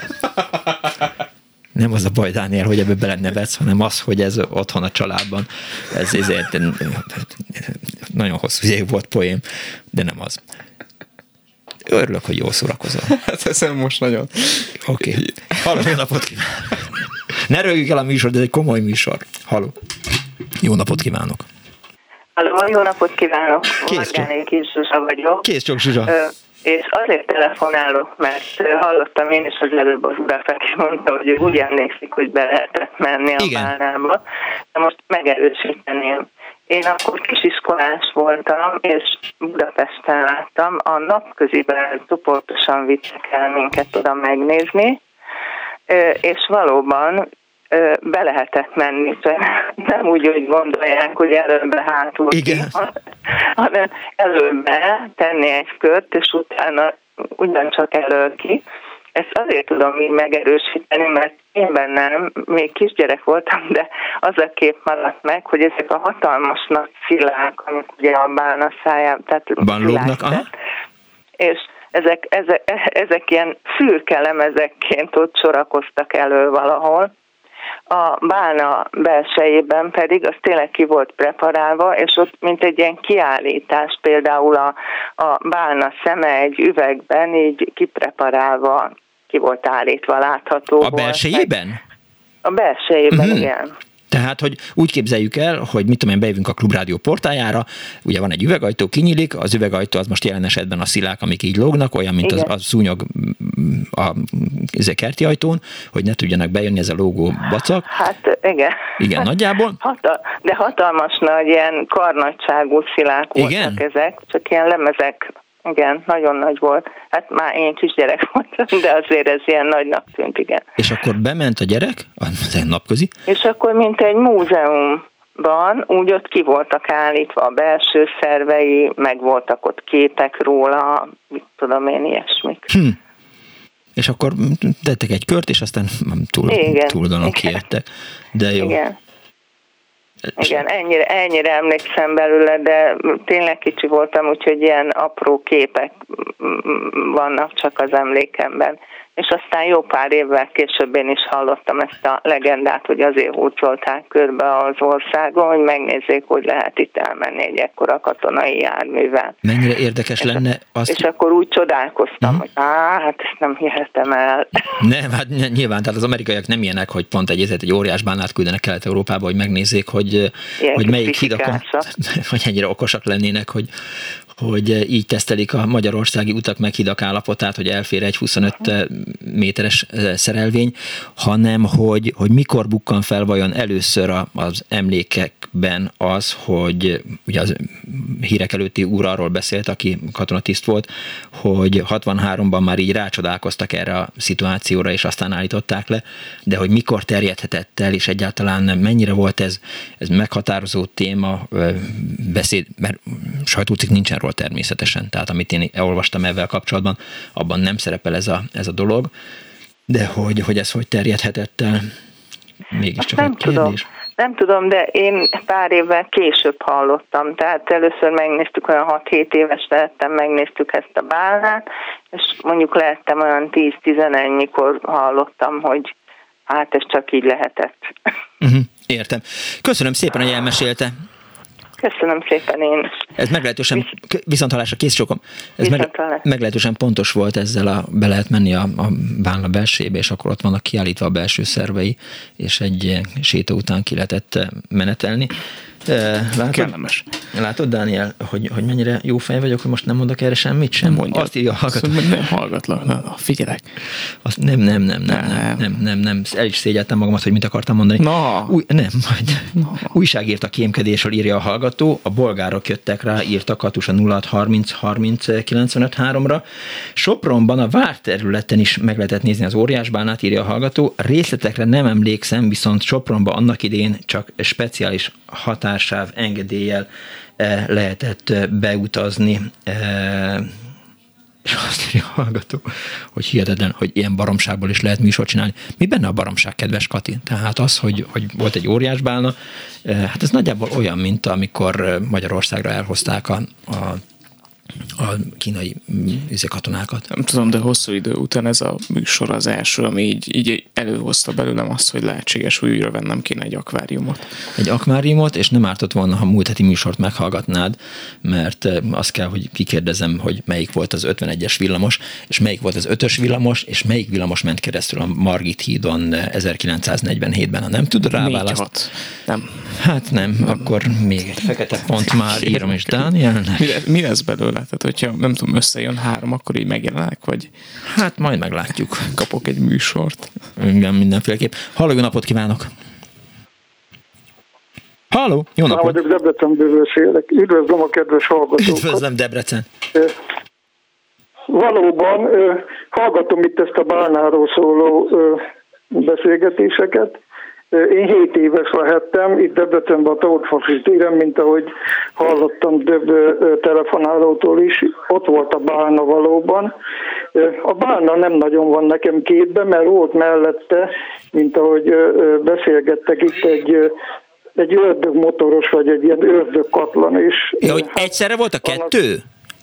Nem az a baj, Dániel, hogy ebbe belenevetsz, hanem az, hogy ez otthon a családban. Ez ezért nagyon hosszú év volt poém, de nem az. Örülök, hogy jól szórakozol. Hát eszem most nagyon. Oké. Okay. Halló, jó napot kívánok. Ne rögjük el a műsor, de ez egy komoly műsor. Halló. Jó napot kívánok. Halló, jó napot kívánok. Kész csak. Kis Zsuzsa vagyok. Kész csak, Zsuzsa. Ö, és azért telefonálok, mert hallottam én is, hogy előbb az Urafeki mondta, hogy ő úgy emlékszik, hogy be lehetett menni a Igen. bálnába. De most megerősíteném. Én akkor kisiskolás voltam, és Budapesten láttam. A napköziben csoportosan vittek el minket oda megnézni, és valóban be lehetett menni, nem úgy, hogy gondolják, hogy előbb hátul, Igen. hanem előbb tenni egy kört, és utána ugyancsak elől ki. Ezt azért tudom így megerősíteni, mert én bennem még kisgyerek voltam, de az a kép maradt meg, hogy ezek a hatalmas nagy szilák, amik ugye a bálna szájában, tehát van lógnak, aha. És ezek, ezek, ezek ilyen szürke lemezekként ott sorakoztak elő valahol. A bálna belsejében pedig az tényleg ki volt preparálva, és ott mint egy ilyen kiállítás, például a, a bálna szeme egy üvegben így kipreparálva ki volt állítva, látható A volt. belsejében? A belsejében, uh-huh. igen. Tehát, hogy úgy képzeljük el, hogy mit tudom én, bejövünk a Klubrádió portájára, ugye van egy üvegajtó, kinyílik, az üvegajtó az most jelen esetben a szilák, amik így lógnak, olyan, mint az, az szúnyog a, a kerti ajtón, hogy ne tudjanak bejönni ez a lógó bacak. Hát igen. Igen, nagyjából. Hatal- de hatalmas nagy, ilyen karnagyságú szilák voltak igen? ezek, csak ilyen lemezek. Igen, nagyon nagy volt. Hát már én kisgyerek voltam, de azért ez ilyen nagynak tűnt, igen. És akkor bement a gyerek, az napközi? És akkor mint egy múzeumban, úgy ott ki voltak állítva a belső szervei, meg voltak ott képek róla, mit tudom én, ilyesmik. Hm. És akkor tettek egy kört, és aztán túl, túldalon kiértek. De jó. Igen. Igen, ennyire, ennyire emlékszem belőle, de tényleg kicsi voltam, úgyhogy ilyen apró képek vannak csak az emlékemben. És aztán jó pár évvel később én is hallottam ezt a legendát, hogy azért hurcolták körbe az országon, hogy megnézzék, hogy lehet itt elmenni egy ekkora katonai járművel. Mennyire érdekes és lenne azt... És akkor úgy csodálkoztam, uh-huh. hogy á, hát ezt nem hihetem el. Nem, hát nyilván, tehát az amerikaiak nem ilyenek, hogy pont egy, ezért egy óriás bálnát küldenek Kelet-Európába, hogy megnézzék, hogy, hogy melyik hidakon, hogy ennyire okosak lennének, hogy hogy így tesztelik a magyarországi utak meg hidak állapotát, hogy elfér egy huszonöt méteres szerelvény, hanem hogy, hogy mikor bukkan fel vajon először az emlékekben az, hogy ugye az hírek előtti úr arról beszélt, aki katonatiszt volt, hogy hatvanháromban már így rácsodálkoztak erre a szituációra, és aztán állították le, de hogy mikor terjedhetett el, és egyáltalán mennyire volt ez, ez meghatározó téma, beszéd, mert sajtócikk nincsen róla természetesen, tehát amit én olvastam ezzel kapcsolatban, abban nem szerepel ez a, ez a dolog, de hogy, hogy ez hogy terjedhetett el, mégiscsak egy kérdés. Tudom. Nem tudom, de én pár évvel később hallottam, tehát először megnéztük, olyan hat-hét éves lehettem, megnéztük ezt a bálnát, és mondjuk lehettem olyan tíz-tizenegy, mikor hallottam, hogy hát ez csak így lehetett. Uh-huh, értem. Köszönöm szépen, hogy elmesélte. Köszönöm szépen én is. Ez meglehetősen, viszonthallásra, kész sokom. Ez meg, meglehetősen pontos volt, ezzel a, be lehet menni a, a bálna belsébe, és akkor ott vannak kiállítva a belső szervei, és egy séta után ki lehetett menetelni. Látod, kellemes. Látod, Dániel, hogy, hogy mennyire jó fej vagyok, hogy most nem mondok erre semmit sem? Mondja. Azt írja, hallgató. Szóval nem hallgatlak, na, na, figyelek. Azt nem, nem, nem, nem, nem, nem, nem, nem. El is szégyeltem magamat, hogy mit akartam mondani. Na. Új, nem, majd. Na. Újságírt a kémkedésről, írja a hallgató, a bolgárok jöttek rá, írta Katusa nulla hat harminc harminc kilencvenöt háromra. Sopronban a várterületen is meg lehetett nézni az óriásbálnát, írja a hallgató. Részletekre nem emlékszem, viszont Sopronban annak idején csak speciális határsáv engedéllyel lehetett beutazni, és azt írja a hallgató, hogy hihetetlen, hogy ilyen baromságból is lehet műsort csinálni. Mi benne a baromság, kedves Kati? Tehát az, hogy, hogy volt egy óriásbálna, hát ez nagyjából olyan, mint amikor Magyarországra elhozták a, a a kínai katonákat. Nem tudom, de hosszú idő után ez a műsor az első, ami így, így előhozta belőlem azt, hogy lehetséges, hogy újra vennem kéne egy akváriumot. Egy akváriumot, és nem ártott volna, ha múlt heti műsort meghallgatnád, mert azt kell, hogy kikérdezem, hogy melyik volt az ötvenegyes villamos, és melyik volt az ötös villamos, és melyik villamos ment keresztül a Margit hídon ezerkilencszáznegyvenhétben, ha nem tud rá választ. Nem. Hát nem, nem, akkor még egy fekete pont már írom is Dánielnek. Mi, mi lesz belőle? Tehát, hogyha nem tudom, összejön három, akkor így megjelenek, vagy? Hát majd meglátjuk. Kapok egy műsort. Igen, mindenféleképp. Halló, jó napot kívánok! Halló, jó napot! Há, vagyok, Debrecenből beszélek. Üdvözlöm a kedves hallgatókat. Üdvözlöm, Debrecen! Valóban hallgatom itt ezt a bálnáról szóló beszélgetéseket. Én hét éves lehettem, itt Debrecenben a Tótfasi téren, mint ahogy hallottam több telefonálótól is, ott volt a bálna valóban. A bálna nem nagyon van nekem képben, mert volt mellette, mint ahogy beszélgettek itt egy, egy ördögmotoros, vagy egy ilyen ördögkatlan is. Ja, hogy egyszerre volt a kettő?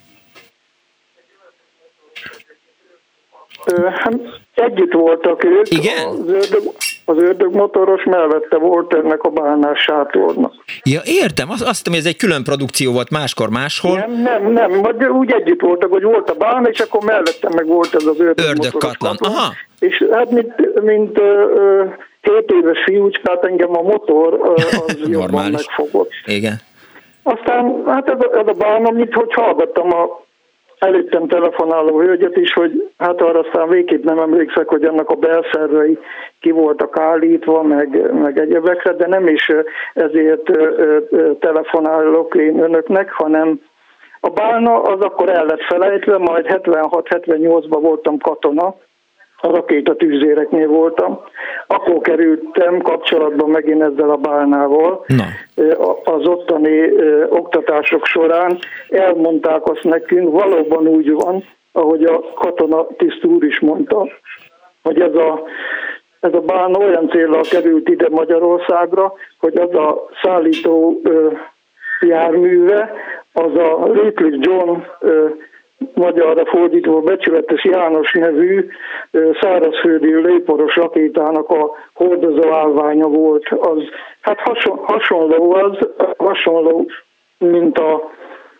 Együtt voltak ők. Igen? Az ördög, az ördögmotoros mellette volt ennek a bálnás sátornak. Ja, értem. Azt, azt hiszem, hogy ez egy külön produkció volt máskor, máshol. Nem, nem, nem. Úgy együtt voltak, hogy volt a bálna, és akkor mellette meg volt ez az ördögmotoros. Ördögkatlan. Aha. És hát mint, mint ö, ö, két éves fiúcskát engem a motor az jobban megfogott. Igen. Aztán hát ez a, ez a bálna, mint hogy hallgattam a előttem telefonáló hölgyet is, hogy hát arra aztán végképp nem emlékszek, hogy annak a belszervei ki voltak állítva, meg, meg egyebekre, de nem is ezért telefonálok én önöknek, hanem a bálna az akkor el lett felejtve, majd hetvenhat hetvennyolcban voltam katona, a rakétatűzéreknél voltam. Akkor kerültem kapcsolatban megint ezzel a bálnával. Na. Az ottani ö, oktatások során elmondták azt nekünk, valóban úgy van, ahogy a katonatiszt úr is mondta, hogy ez a, ez a bálna olyan céllal került ide Magyarországra, hogy az a szállító ö, járműve, az a Little John ö, magyarra fordítva Becsületes János nevű szárazföldi légporos rakétának a hordozó állványa volt. Az, hát hasonló az, hasonló, mint a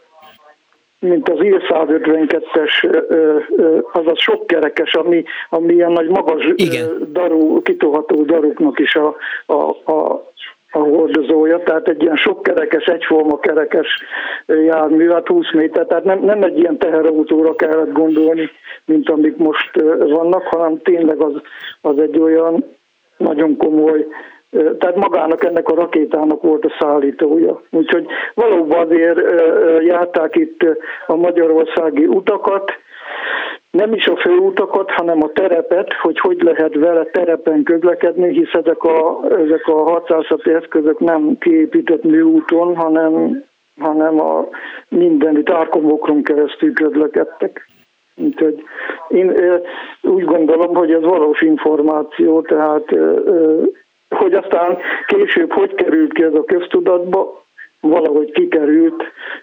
mint az I L száz ötvenkettes, azaz sokkerekes, ami, ami ilyen nagy magas daru, kitoható daruknak is a, a, a a hordozója, tehát egy ilyen sokkerekes, egyforma kerekes jármű, hát húsz méter, tehát nem, nem egy ilyen teherautóra kellett gondolni, mint amik most vannak, hanem tényleg az, az egy olyan nagyon komoly, tehát magának ennek a rakétának volt a szállítója. Úgyhogy valóban azért járták itt a magyarországi utakat, nem is a főutakat, hanem a terepet, hogy hogy lehet vele terepen közlekedni, hisz ezek a, ezek a harcászati eszközök nem kiépített műúton, hanem, hanem a mindenütt árkomokron keresztül közlekedtek. Úgyhogy én úgy gondolom, hogy ez valós információ, tehát hogy aztán később hogy került ki ez a köztudatba, valahogy kikerült,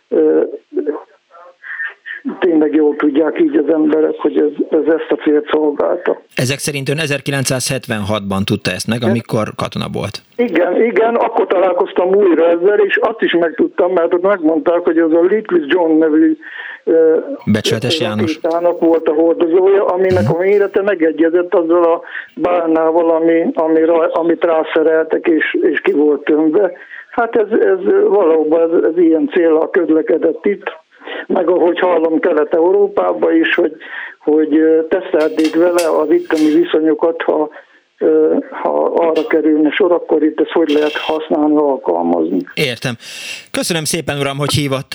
tényleg jól tudják így az emberek, hogy ez, ez ezt a célt szolgálta. Ezek szerint ön ezerkilencszázhetvenhatban tudta ezt meg, amikor katona volt. Igen, igen, akkor találkoztam újra ezzel, és azt is megtudtam, mert ott megmondták, hogy az a Little John nevű Becsületes János volt a hordozója, aminek a mérete megegyezett azzal a bálnával, ami, amire, amit rászereltek, és, és ki volt tömve. Hát ez, ez valóban ez, ez ilyen céllal közlekedett itt, meg ahogy hallom Kelet-Európában is, hogy, hogy tesztelték vele az itteni viszonyokat, ha, ha arra kerülne sor, akkor itt ezt hogy lehet használni, alkalmazni. Értem. Köszönöm szépen, uram, hogy hívott.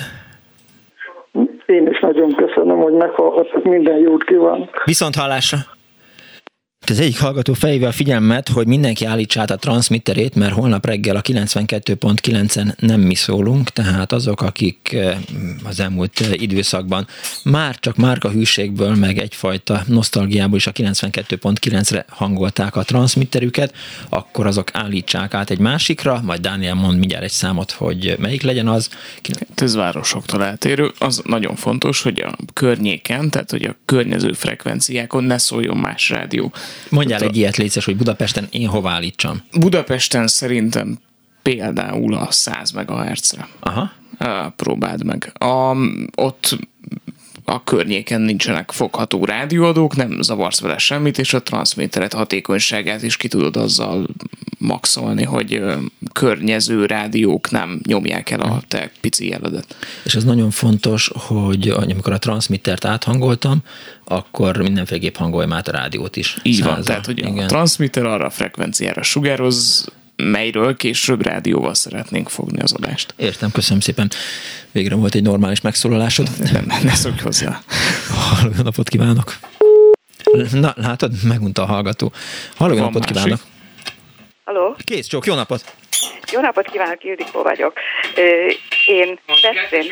Én is nagyon köszönöm, hogy meghallgattak, minden jót kívánok. Viszont hallásra. Az egyik hallgató felhívja a figyelmet, hogy mindenki állítsa át a transmitterét, mert holnap reggel a kilencvenkettő pont kilencen nem mi szólunk, tehát azok, akik az elmúlt időszakban már csak márka hűségből, meg egyfajta nosztalgiából is a kilencvenkettő pont kilencre hangolták a transmitterüket, akkor azok állítsák át egy másikra, majd Dániel mond mindjárt egy számot, hogy melyik legyen az. Ez városoktól eltérő. Az nagyon fontos, hogy a környéken, tehát hogy a környező frekvenciákon ne szóljon más rádió. Mondjál egy ilyet, létszes, hogy Budapesten én hova állítsam? Budapesten szerintem például a száz megahertzre. Aha. Próbáld meg. A, ott a környéken nincsenek fogható rádióadók, nem zavarsz vele semmit, és a transmitteret hatékonyságát is ki tudod azzal maxolni, hogy környező rádiók nem nyomják el a te pici jeledet. És ez nagyon fontos, hogy amikor a transmittert áthangoltam, akkor mindenféleképp hangolj át a rádiót is. Így Száza. Van, tehát hogy igen. A transmitter arra a frekvenciára sugároz, melyről később rádióval szeretnénk fogni az adást. Értem, köszönöm szépen. Végre volt egy normális megszólalásod. Nem, ne szokj hozzá. Halló, jó napot kívánok. Na, látod, megunta a hallgató. Halló, jó napot kívánok. Halló. Kész csók, jó napot. Jó napot kívánok, Ildikó vagyok. Én, Veszprém,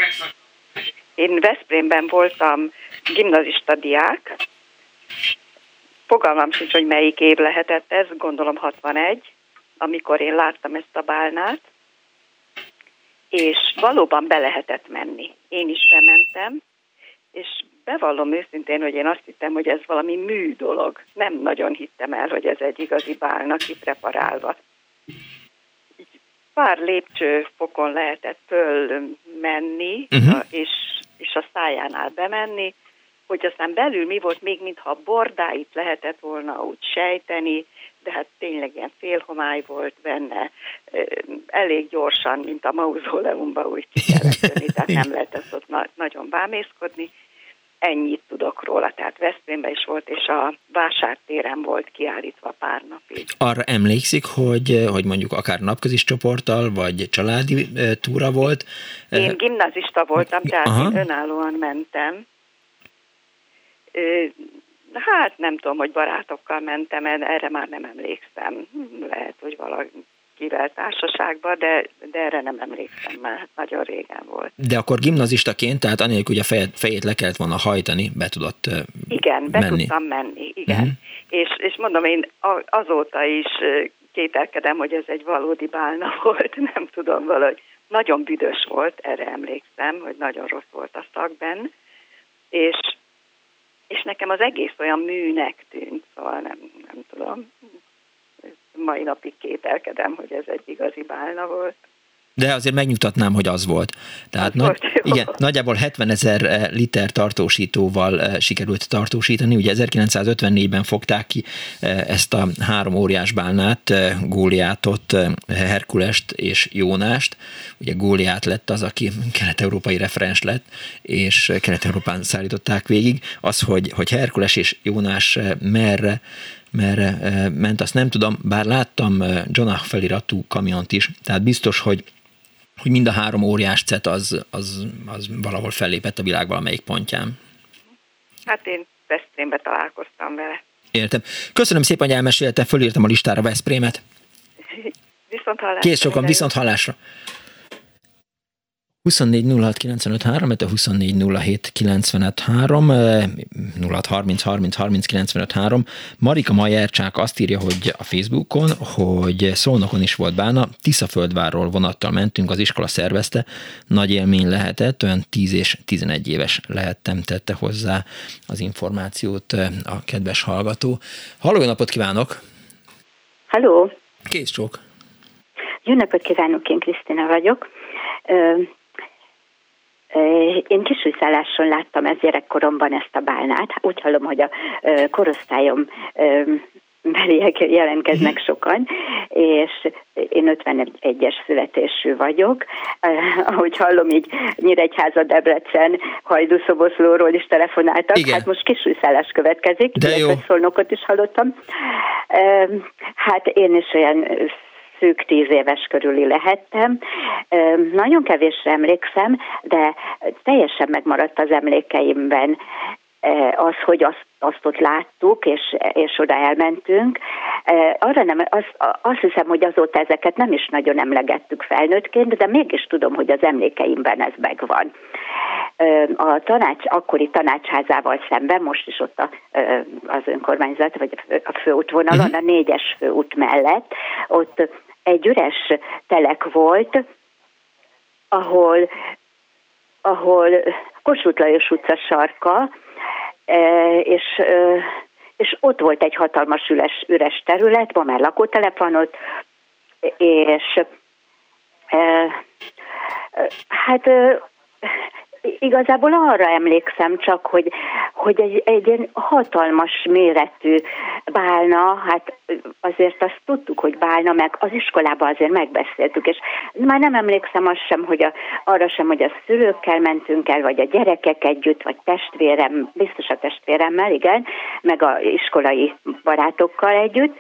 én Veszprémben voltam gimnazista diák. Fogalmam sincs, hogy melyik év lehetett ez, gondolom hatvanegy, amikor én láttam ezt a bálnát, és valóban be lehetett menni. Én is bementem, és bevallom őszintén, hogy én azt hittem, hogy ez valami mű dolog. Nem nagyon hittem el, hogy ez egy igazi bálna kipreparálva. Így pár lépcsőfokon lehetett fölmenni, uh-huh. és, és a szájánál bemenni, hogy aztán belül mi volt, még mintha bordáit lehetett volna úgy sejteni, de hát tényleg ilyen félhomály volt benne, elég gyorsan, mint a mauzóleumban úgy ki kellett jönni, tehát nem lehetett ott na- nagyon bámészkodni. Ennyit tudok róla, tehát Veszprémben is volt, és a Vásártéren volt kiállítva pár napig. Arra emlékszik, hogy, hogy mondjuk akár napközis csoporttal, vagy családi túra volt? Én gimnazista voltam, tehát Aha. én önállóan mentem. Hát nem tudom, hogy barátokkal mentem, erre már nem emlékszem. Lehet, hogy valakivel társaságban, de, de erre nem emlékszem, már nagyon régen volt. De akkor gimnazistaként, tehát anélkül, hogy a fejét, fejét le kellett volna hajtani, be tudott igen, be menni. tudtam menni, igen. Uh-huh. És, és mondom, én azóta is kételkedem, hogy ez egy valódi bálna volt, nem tudom, valahogy nagyon büdös volt, erre emlékszem, hogy nagyon rossz volt a szag benn, és És nekem az egész olyan műnek tűnt, szóval nem, nem tudom. Mai napig kételkedem, hogy ez egy igazi bálna volt. De azért megnyugtatnám, hogy az volt. Tehát az nagy, volt igen, nagyjából hetvenezer liter tartósítóval sikerült tartósítani. Ugye ezerkilencszázötvennégyben fogták ki ezt a három óriás bálnát, Góliátot, Herkulest és Jónást. Ugye Góliát lett az, aki kelet-európai referens lett, és Kelet-Európán szállították végig. Az, hogy, hogy Herkules és Jónás merre merre ment, azt nem tudom, bár láttam Jonah feliratú kamiont is, tehát biztos, hogy, hogy mind a három óriás cet az, az, az valahol fellépett a világ valamelyik pontján. Hát én Veszprémbe találkoztam vele. Értem. Köszönöm szépen, hogy elmesélte, fölírtam a listára Veszprémet. Viszont hallásra. Kész sokan, viszont hallásra. huszonnégy nulla hat kilencvenöt három, a huszonnégy nulla hét kilencvenöt három, nulla hat harminc harminc harminc kilencvenöt három. Marika Majercsák azt írja, hogy a Facebookon, hogy Szolnokon is volt bálna, Tiszaföldvárról vonattal mentünk, az iskola szervezte, nagy élmény lehetett, olyan tíz és tizenegy éves lehettem, tette hozzá az információt a kedves hallgató. Halló, jó napot kívánok! Halló! Kész csók! Jó napot kívánok, én Krisztina vagyok. Én Kisújszálláson láttam ez gyerekkoromban ezt a bálnát. Úgy hallom, hogy a korosztályom beliek jelentkeznek sokan, és én ötvenegyes születésű vagyok. Ahogy hallom, így Nyíregyháza, Debrecen, Hajdúszoboszlóról is telefonáltak. Igen. Hát most Kisújszállás következik, illetve Szolnokot is hallottam. Hát én is olyan szűk tíz éves körüli lehettem. Nagyon kevésre emlékszem, de teljesen megmaradt az emlékeimben az, hogy azt, azt ott láttuk, és, és oda elmentünk. Arra nem, az, azt hiszem, hogy azóta ezeket nem is nagyon emlegettük felnőttként, de mégis tudom, hogy az emlékeimben ez megvan. A tanács, akkori tanácsházával szemben, most is ott a, az önkormányzat, vagy a főútvonalon, a négyes főút mellett, ott egy üres telek volt, ahol, ahol Kossuth Lajos utca sarka, és, és ott volt egy hatalmas üres, üres terület, ma már lakótelep van ott, és hát igazából arra emlékszem csak, hogy, hogy egy, egy ilyen hatalmas méretű bálna, hát azért azt tudtuk, hogy bálna, meg az iskolában azért megbeszéltük, és már nem emlékszem azt sem, hogy a, arra sem, hogy a szülőkkel mentünk el, vagy a gyerekek együtt, vagy testvérem, biztos a testvéremmel, igen, meg a iskolai barátokkal együtt,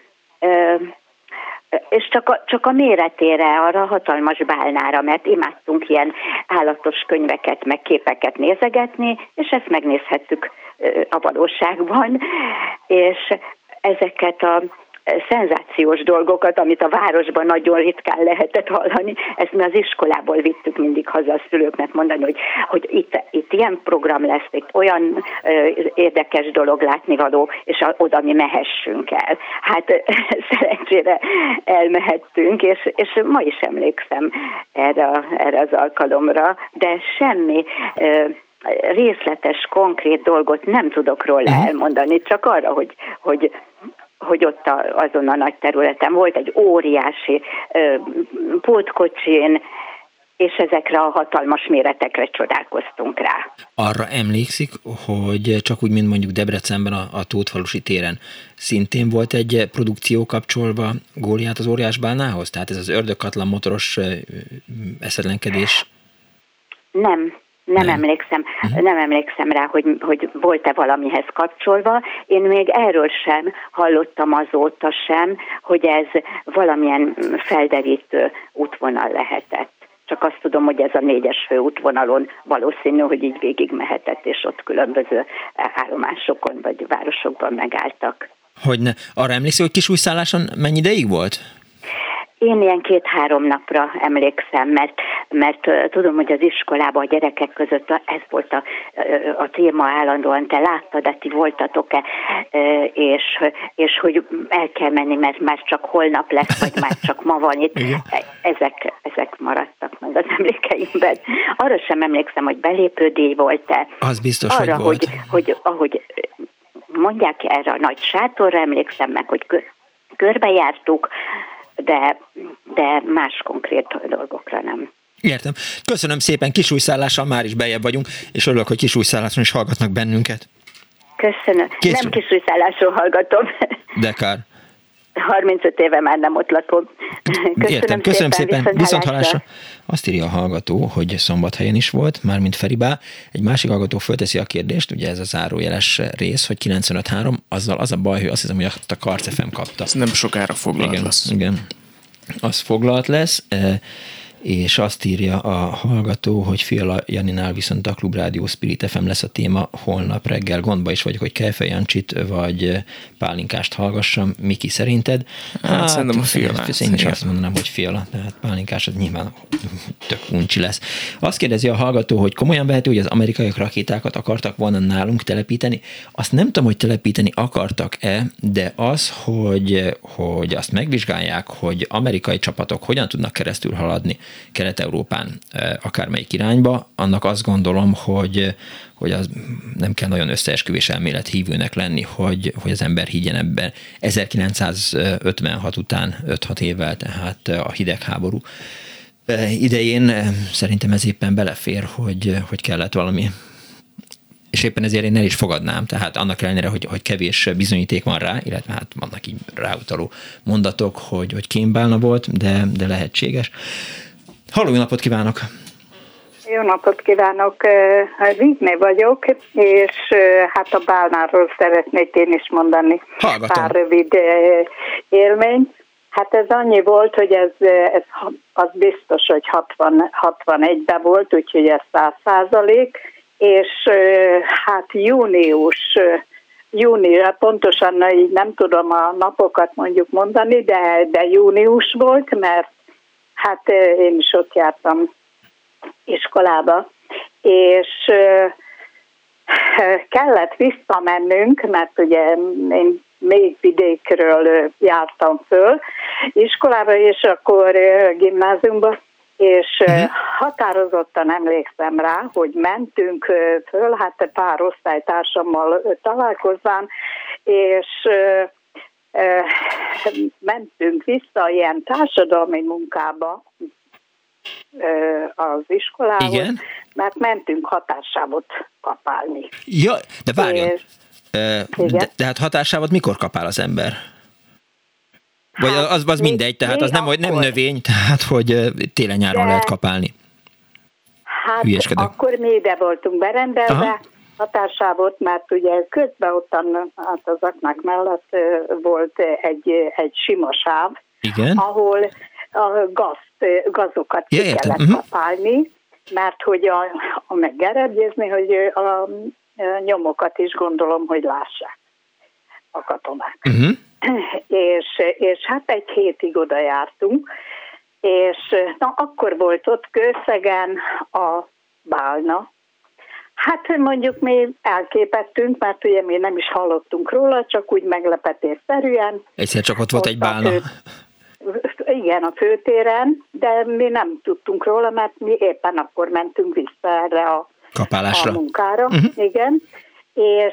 és csak a, csak a méretére, arra a hatalmas bálnára, mert imádtunk ilyen állatos könyveket, meg képeket nézegetni, és ezt megnézhettük a valóságban, és ezeket a szenzációs dolgokat, amit a városban nagyon ritkán lehetett hallani, ezt mi az iskolából vittük mindig haza a szülőknek mondani, hogy, hogy itt, itt ilyen program lesz, itt olyan ö, érdekes dolog látnivaló, és a, oda mi mehessünk el. Hát szerencsére elmehettünk, és, és ma is emlékszem erre, erre az alkalomra, de semmi ö, részletes, konkrét dolgot nem tudok róla elmondani, csak arra, hogy, hogy hogy ott a, azon a nagy területen volt egy óriási ö, pótkocsin, és ezekre a hatalmas méretekre csodálkoztunk rá. Arra emlékszik, hogy csak úgy, mint mondjuk Debrecenben a, a Tótfalusi téren szintén volt egy produkció kapcsolva Góliát az óriásbálnához? Tehát ez az ördögkatlan motoros eszetlenkedés? Nem. Nem, nem emlékszem, uh-huh. nem emlékszem rá, hogy, hogy volt-e valamihez kapcsolva. Én még erről sem hallottam azóta sem, hogy ez valamilyen felderítő útvonal lehetett. Csak azt tudom, hogy ez a négyes főútvonalon valószínű, hogy így végig mehetett, és ott különböző állomásokon vagy városokban megálltak. Hogyne. Arra emlékszik, hogy Kisújszálláson mennyi ideig volt? Én ilyen két-három napra emlékszem, mert, mert uh, tudom, hogy az iskolában a gyerekek között ez volt a, a téma állandóan, te láttad, de ti voltatok-e, uh, és, és hogy el kell menni, mert már csak holnap lesz, vagy már csak ma van itt. Ezek, ezek maradtak meg az emlékeimben. Arra sem emlékszem, hogy belépődíj volt-e. Az biztos, arra, hogy volt. Hogy, hogy, ahogy mondják, erre a nagy sátorra emlékszem meg, hogy körbejártuk, de, de más konkrét dolgokra nem. Értem. Köszönöm szépen, Kisújszállással már is beljebb vagyunk, és örülök, hogy Kisújszálláson is hallgatnak bennünket. Köszönöm. Kész... Nem Kisújszálláson hallgatom. De kár. harmincöt éve már nem ott lakom. Köszönöm, Értem, köszönöm szépen, szépen. Viszont hallásra. Azt írja a hallgató, hogy Szombathelyen is volt, mármint Feribá. Egy másik hallgató fölteszi a kérdést, ugye ez a zárójeles rész, hogy kilencvenöt három, azzal az a baj, hogy azt hiszem, hogy a Karc ef em kapta. Ez nem sokára foglalt igen, lesz. Igen, az foglalt lesz. És azt írja a hallgató, hogy Fiala Janinál viszont a Klubrádió Spirit ef em lesz a téma holnap reggel. Gondba is vagyok, hogy Kejfej Jancsit vagy Pálinkást hallgassam. Miki, szerinted? Hát, hát szerintem a Fialát. Én is azt mondanám, hogy Fiala, tehát Pálinkás az nyilván tök uncsi lesz. Azt kérdezi a hallgató, hogy komolyan vehető, hogy az amerikaiak rakétákat akartak volna nálunk telepíteni. Azt nem tudom, hogy telepíteni akartak-e, de az, hogy, hogy azt megvizsgálják, hogy amerikai csapatok hogyan tudnak keresztül haladni Kelet-Európán akármelyik irányba, annak azt gondolom, hogy, hogy az nem kell nagyon összeesküvés elmélet hívőnek lenni, hogy, hogy az ember higgyen ebben. ezerkilencszázötvenhat után öt-hat évvel, tehát a hidegháború idején szerintem ez éppen belefér, hogy, hogy kellett valami. És éppen ezért én el is fogadnám, tehát annak ellenére, hogy, hogy kevés bizonyíték van rá, illetve hát vannak így ráutaló mondatok, hogy, hogy kémbálna volt, de, de lehetséges. Halló, jó napot kívánok! Jó napot kívánok! Vigné vagyok, és hát a bálnáról szeretnék én is mondani. Hallgatom. Pár rövid élmény. Hát ez annyi volt, hogy ez, ez az biztos, hogy hatvan, hatvanegyben volt, úgyhogy ez száz százalék, és hát június, június, pontosan így nem tudom a napokat mondjuk mondani, de, de június volt, mert hát én is ott jártam iskolába, és kellett visszamennünk, mert ugye én még vidékről jártam föl iskolába, és akkor gimnáziumba, és uh-huh. határozottan emlékszem rá, hogy mentünk föl, hát pár osztálytársammal találkozván, és mentünk vissza ilyen társadalmi munkába az iskolához, igen. Mert mentünk határsávot kapálni. Ja, de várjon, és, de, de hát határsávot mikor kapál az ember? Vagy hát, az, az mindegy, tehát az nem, hogy nem növény, tehát hogy télen-nyáron lehet kapálni. Hát Hülyeskedek. Akkor mi ide voltunk berendelve, aha. határsávot, mert ugye közben ottan hát az aknák mellett volt egy, egy sima sáv, igen. ahol a gazt, gazokat ja, ki kellett uh-huh. kapálni, mert hogy a, a meggerebjézni, hogy a, a nyomokat is gondolom, hogy lássák a katonák. Uh-huh. És, és hát egy hétig oda jártunk, és na, akkor volt ott Kőszegen a bálna. Hát mondjuk mi elképettünk, mert ugye mi nem is hallottunk róla, csak úgy meglepetésszerűen. Egyszer csak ott volt ott egy bálna. Fő, igen, a főtéren, de mi nem tudtunk róla, mert mi éppen akkor mentünk vissza erre a, a munkára. Uh-huh. Igen, és...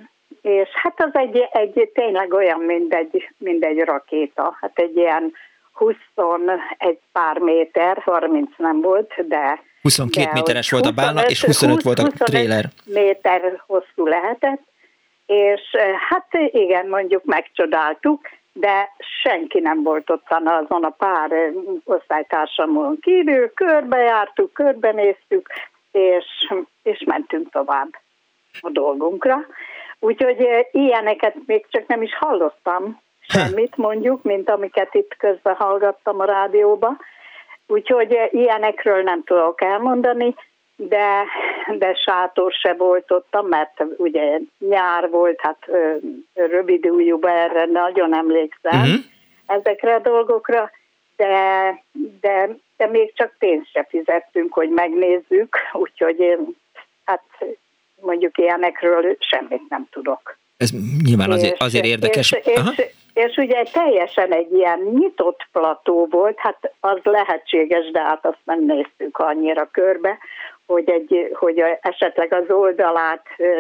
És hát az egy, egy tényleg olyan, mint egy, mint egy rakéta. Hát egy ilyen huszonegy pár méter, harminc nem volt, de... huszonkét méteres volt a bálna, és huszonöt volt a tréler. méter hosszú lehetett, és hát igen, mondjuk megcsodáltuk, de senki nem volt ott azon a pár osztálytársamon kívül, körbejártuk, körbenéztük, és, és mentünk tovább a dolgunkra. Úgyhogy ilyeneket még csak nem is hallottam semmit mondjuk, mint amiket itt közben hallgattam a rádióba. Úgyhogy ilyenekről nem tudok elmondani, de, de sátor se volt ott, mert ugye nyár volt, hát rövid ujjúban erre nagyon emlékszem uh-huh. ezekre a dolgokra, de, de, de még csak pénzt se fizettünk, hogy megnézzük, úgyhogy hát mondjuk ilyenekről semmit nem tudok. Ez nyilván azért, azért érdekes. És, és, és ugye teljesen egy ilyen nyitott plató volt, hát az lehetséges, de hát azt nem néztük annyira körbe, hogy, egy, hogy esetleg az oldalát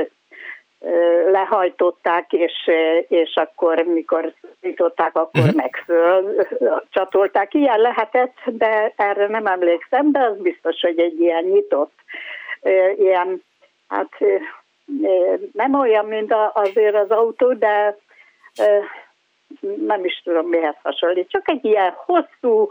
lehajtották, és, és akkor, mikor nyitották, akkor uh-huh. meg föl csatolták. Ilyen lehetett, de erre nem emlékszem, de az biztos, hogy egy ilyen nyitott, ilyen, hát nem olyan, mint azért az autó, de nem is tudom, mihez hasonlít. Csak egy ilyen hosszú,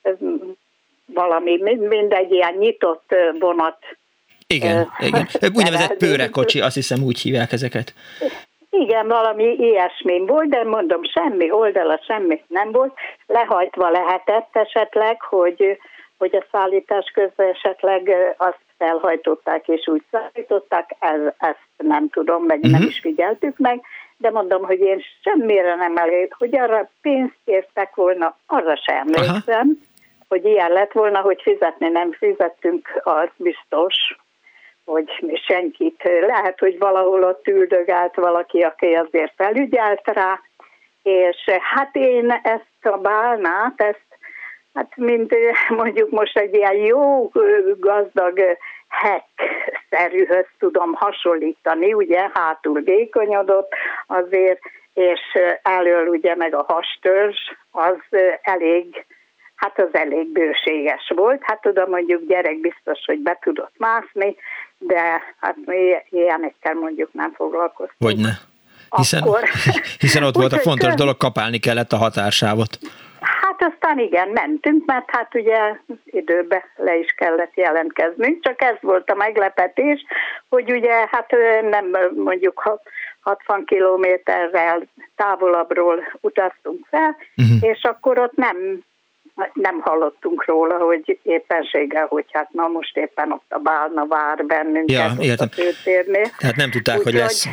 valami, mind egy ilyen nyitott vonat. Igen, uh, igen. Úgynevezett pőrekocsi, azt hiszem úgy hívják ezeket. Igen, valami ilyesmi volt, de mondom, semmi oldala, semmi nem volt. Lehajtva lehetett esetleg, hogy, hogy a szállítás közben esetleg azt felhajtották és úgy szállították, ez, ezt nem tudom, meg uh-huh. nem is figyeltük meg, de mondom, hogy én semmire nem elég, hogy arra pénzt kértek volna, arra sem emlékszem, Aha. hogy ilyen lett volna, hogy fizetni nem fizettünk, az biztos, hogy senkit. Lehet, hogy valahol ott üldögált valaki, aki azért felügyelt rá, és hát én ezt a bálnát, ezt hát mint mondjuk most egy ilyen jó gazdag hekk-szerűhöz tudom hasonlítani, ugye hátul vékonyodott azért, és elől ugye meg a hastörzs, az elég, hát az elég bőséges volt. Hát tudom, mondjuk gyerek biztos, hogy be tudott mászni, de hát mi ilyenekkel mondjuk nem foglalkoztunk. Hogyne. Hiszen, Akkor, hiszen ott volt a fontos köz... dolog, kapálni kellett a határsávot. Hát aztán igen, mentünk, mert hát ugye időbe le is kellett jelentkeznünk, csak ez volt a meglepetés, hogy ugye hát nem mondjuk hatvan kilométerrel távolabbról utaztunk fel, uh-huh. és akkor ott nem, nem hallottunk róla, hogy éppenséggel, hogy hát na most éppen ott a bálna vár bennünket ja, ott a főtérnél. Hát nem tudták, úgy, hogy lesz...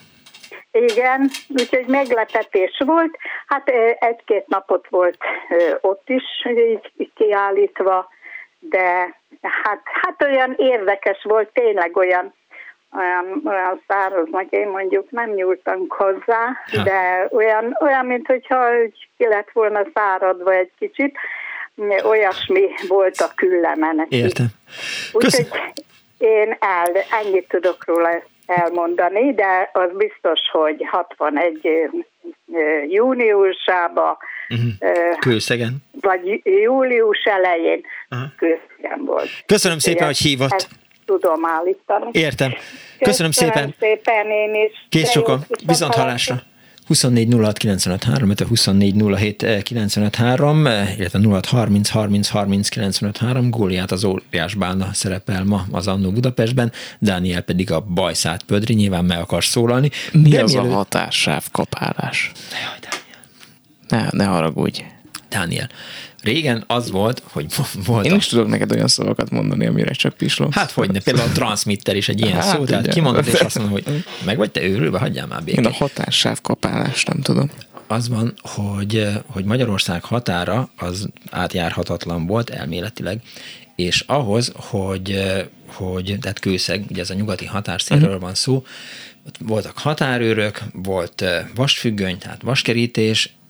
Igen, úgyhogy meglepetés volt. Hát egy-két napot volt ott is így kiállítva, de hát, hát olyan érdekes volt, tényleg olyan, olyan, olyan száraznak, én mondjuk nem nyúltunk hozzá, ja. de olyan, olyan, mint hogyha ki lett volna száradva egy kicsit, olyasmi volt a külleme neki. Értem. Úgyhogy én el, ennyit tudok róla elmondani, de az biztos, hogy hatvanegy júniusában, uh-huh. Kőszegen, vagy július elején uh-huh. Kőszegen volt. Köszönöm szépen, Ugye, hogy hívott. Ezt tudom állítani. Értem. Köszönöm, Köszönöm szépen. szépen én is. Kész sokan. Viszont hallásra. huszonnégy nulla hat kilencvenöt három, illetve huszonnégy nulla hét kilencvenöt három, illetve nulla hat harminc harminc harminc kilencvenöt három. Góliát az óriás bálna szerepel ma az Annó Budapestben, Dániel pedig a Bajszát pödri, nyilván meg akar szólalni. Mi De az mielőtt... a hatássáv kapálás? Jaj, Dániel. Ne, ne haragudj. Dániel. Régen az volt, hogy volt... Én a... is tudok neked olyan szavakat mondani, amire csak pislogsz. Hát hogyne, például a transmitter is egy ilyen hát, szó, ugye. Tehát kimondod, és azt mondom, hogy meg vagy te őrülve, hagyjál már békét. Én a hatássáv kapálást nem tudom. Az van, hogy, hogy Magyarország határa az átjárhatatlan volt elméletileg, és ahhoz, hogy, hogy tehát Kőszeg, ugye ez a nyugati határszélről uh-huh. van szó, ott voltak határőrök, volt vasfüggöny, tehát vaskerítés,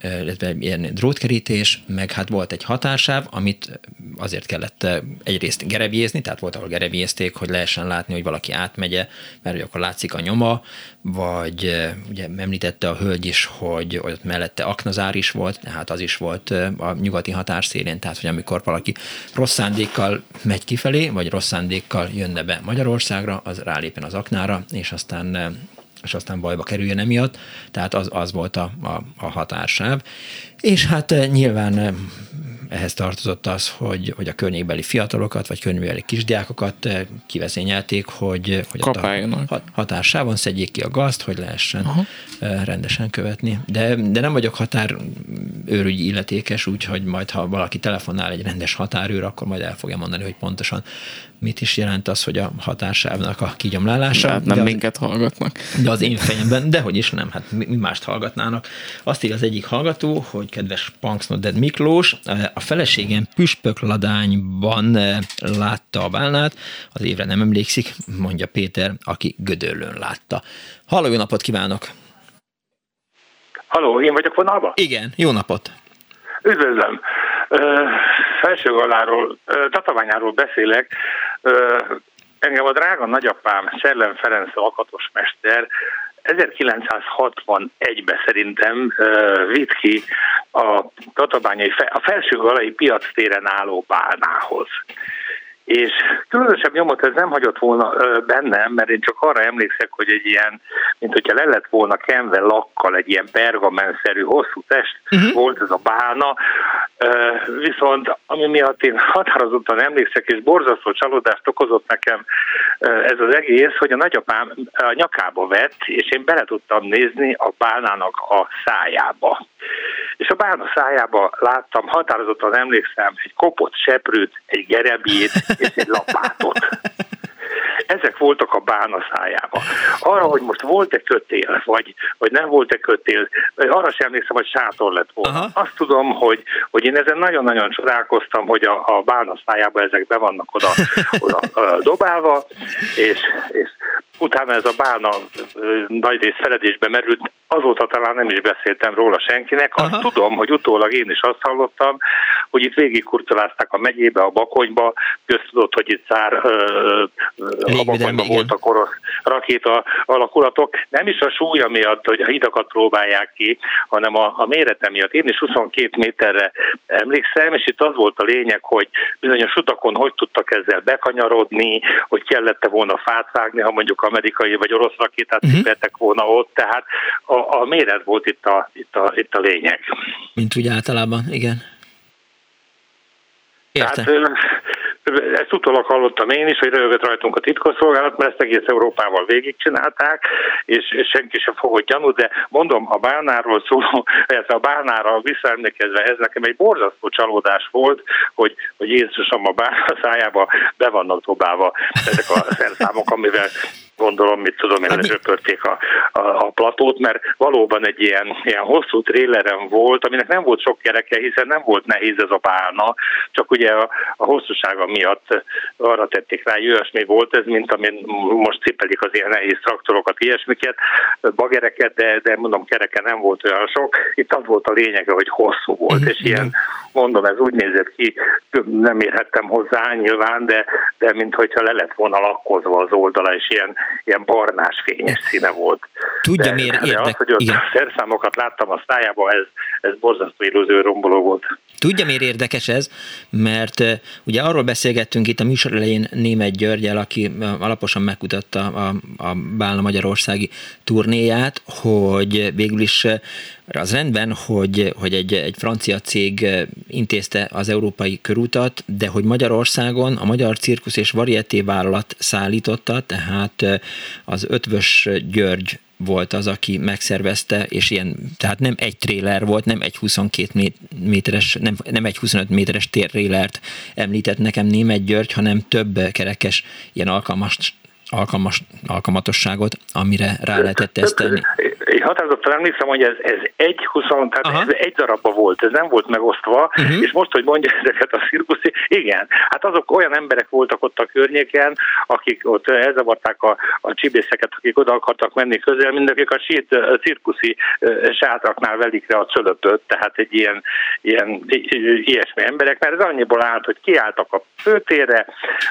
illetve ilyen drótkerítés, meg hát volt egy határsáv, amit azért kellett egyrészt gerebjézni, tehát volt, ahol gerebjézték, hogy lehessen látni, hogy valaki átmegye, mert hogy akkor látszik a nyoma, vagy ugye említette a hölgy is, hogy ott mellette aknazár is volt, tehát az is volt a nyugati határszélén, tehát hogy amikor valaki rossz szándékkal megy kifelé, vagy rossz szándékkal jönne be Magyarországra, az rálépen az aknára, és aztán és aztán bajba kerüljön emiatt, tehát az, az volt a, a, a határsáv. És hát nyilván ehhez tartozott az, hogy, hogy a környékbeli fiatalokat, vagy környékbeli kisdiákokat kivezényelték, hogy, hogy a határsávon szedjék ki a gazt, hogy lehessen Aha. rendesen követni. De, de nem vagyok határőrügyi illetékes, úgyhogy majd, ha valaki telefonál egy rendes határőr, akkor majd el fogja mondani, hogy pontosan mit is jelent az, hogy a határsávnak a kigyomlálása. Hát nem de minket az, hallgatnak. De az én fejemben, dehogy is nem, hát mi, mi mást hallgatnának. Azt ír az egyik hallgató, hogy kedves Punksnodded Miklós, a feleségem püspökladányban látta a bálnát, az évre nem emlékszik, mondja Péter, aki Gödöllőn látta. Halló, jó napot kívánok! Halló, én vagyok vonalban? Igen, jó napot! Üdvözlöm! Felsőgaláról, Tatabányáról beszélek. Engem a drága nagyapám, Szellem Ferenc alkatosmester ezerkilencszázhatvanegyben szerintem vitt ki a tatabányai, a Felsőgalai piac téren álló bálnához. És különösebb nyomot ez nem hagyott volna bennem, mert én csak arra emlékszek, hogy egy ilyen, mint hogyha le lett volna kenve lakkal, egy ilyen pergamenszerű hosszú test uh-huh. volt ez a bálna, viszont ami miatt én határozottan emlékszek, és borzasztó csalódást okozott nekem ez az egész, hogy a nagyapám a nyakába vett, és én bele tudtam nézni a bálnának a szájába. És a bálna szájába láttam, határozottan emlékszem, egy kopott seprűt, egy gerebjét és egy lapátot. Ezek voltak a bálna szájába. Arra, hogy most volt-e kötél, vagy, vagy nem volt-e kötél, arra sem emlékszem, hogy sátor lett volna. Aha. Azt tudom, hogy, hogy én ezen nagyon-nagyon csodálkoztam, hogy a, a bálna szájába ezek be vannak oda, oda dobálva, és, és utána ez a bálna nagy rész feledésbe merült, azóta talán nem is beszéltem róla senkinek. Azt Aha. tudom, hogy utólag én is azt hallottam, hogy itt végig kurcolázták a megyébe, a Bakonyba, köztudott, hogy itt szár a Bakonyban voltak orosz rakéta alakulatok. Nem is a súlya miatt, hogy a hidakat próbálják ki, hanem a, a mérete miatt. Én is huszonkét méterre emlékszem, és itt az volt a lényeg, hogy bizonyos utakon hogy tudtak ezzel bekanyarodni, hogy kellett volna fát vágni, ha mondjuk amerikai vagy orosz rakétát szipeltek uh-huh. volna ott, tehát a, a méret volt itt a, itt, a, itt a lényeg. Mint úgy általában, igen. Érte. Tehát ezt utólag hallottam én is, hogy röhögött rajtunk a titkosszolgálat, mert ezt egész Európával végigcsinálták, és, és senki sem fogott gyanút, de mondom, a bálnáról szóló, a bálnára visszaemlékezve, ez nekem egy borzasztó csalódás volt, hogy, hogy Jézusom a bálna szájába be vannak dobálva ezek a szerszámok, amivel gondolom, mit tudom én, lesöpörték a, a, a platót, mert valóban egy ilyen, ilyen hosszú tréleren volt, aminek nem volt sok kereke, hiszen nem volt nehéz ez a bálna, csak ugye a, a hosszúsága miatt arra tették rá, olyasmi volt ez, mint amin most cipelik az ilyen nehéz traktorokat, ilyesmiket, bagereket, de, de mondom, kereke nem volt olyan sok. Itt az volt a lényege, hogy hosszú volt, mm-hmm. és ilyen, mondom, ez úgy nézett ki, nem érhettem hozzá nyilván, de, de minthogyha le lett volna lakkozva az oldala, és ilyen ilyen barnás, fényes színe volt. Tudja, miért érdek... De az, hogy ott igen. szerszámokat láttam a szájába, ez, ez borzasztó illúzió romboló volt. Tudja, miért érdekes ez? Mert uh, ugye arról beszélgettünk itt a műsor elején Németh Györgyel, aki uh, alaposan megkutatta a, a Bálna magyarországi turnéját, hogy végül is uh, az rendben, hogy, hogy egy, egy francia cég uh, intézte az európai körutat, de hogy Magyarországon a Magyar Cirkusz és Varieté vállalat szállította, tehát uh, az Ötvös György volt az, aki megszervezte, és ilyen, tehát nem egy tréler volt, nem egy huszonkét méteres, nem, nem egy huszonöt méteres trélert említett nekem Németh György, hanem több kerekes ilyen alkalmas, alkalmas, alkalmatosságot, amire rá lehetett tesztelni. én határozottan emlékszem, hogy ez, ez egy húsz, tehát ez egy darabba volt, ez nem volt megosztva, uh-huh. és most, hogy mondja ezeket a cirkuszi, igen, hát azok olyan emberek voltak ott a környéken, akik ott elzavarták a, a csibészeket, akik oda akartak menni közel, mindakik a sít a cirkuszi sátraknál velik le a cölöpöt, tehát egy ilyen, ilyen ilyesmi emberek, mert ez annyiból állt, hogy kiálltak a főtérre,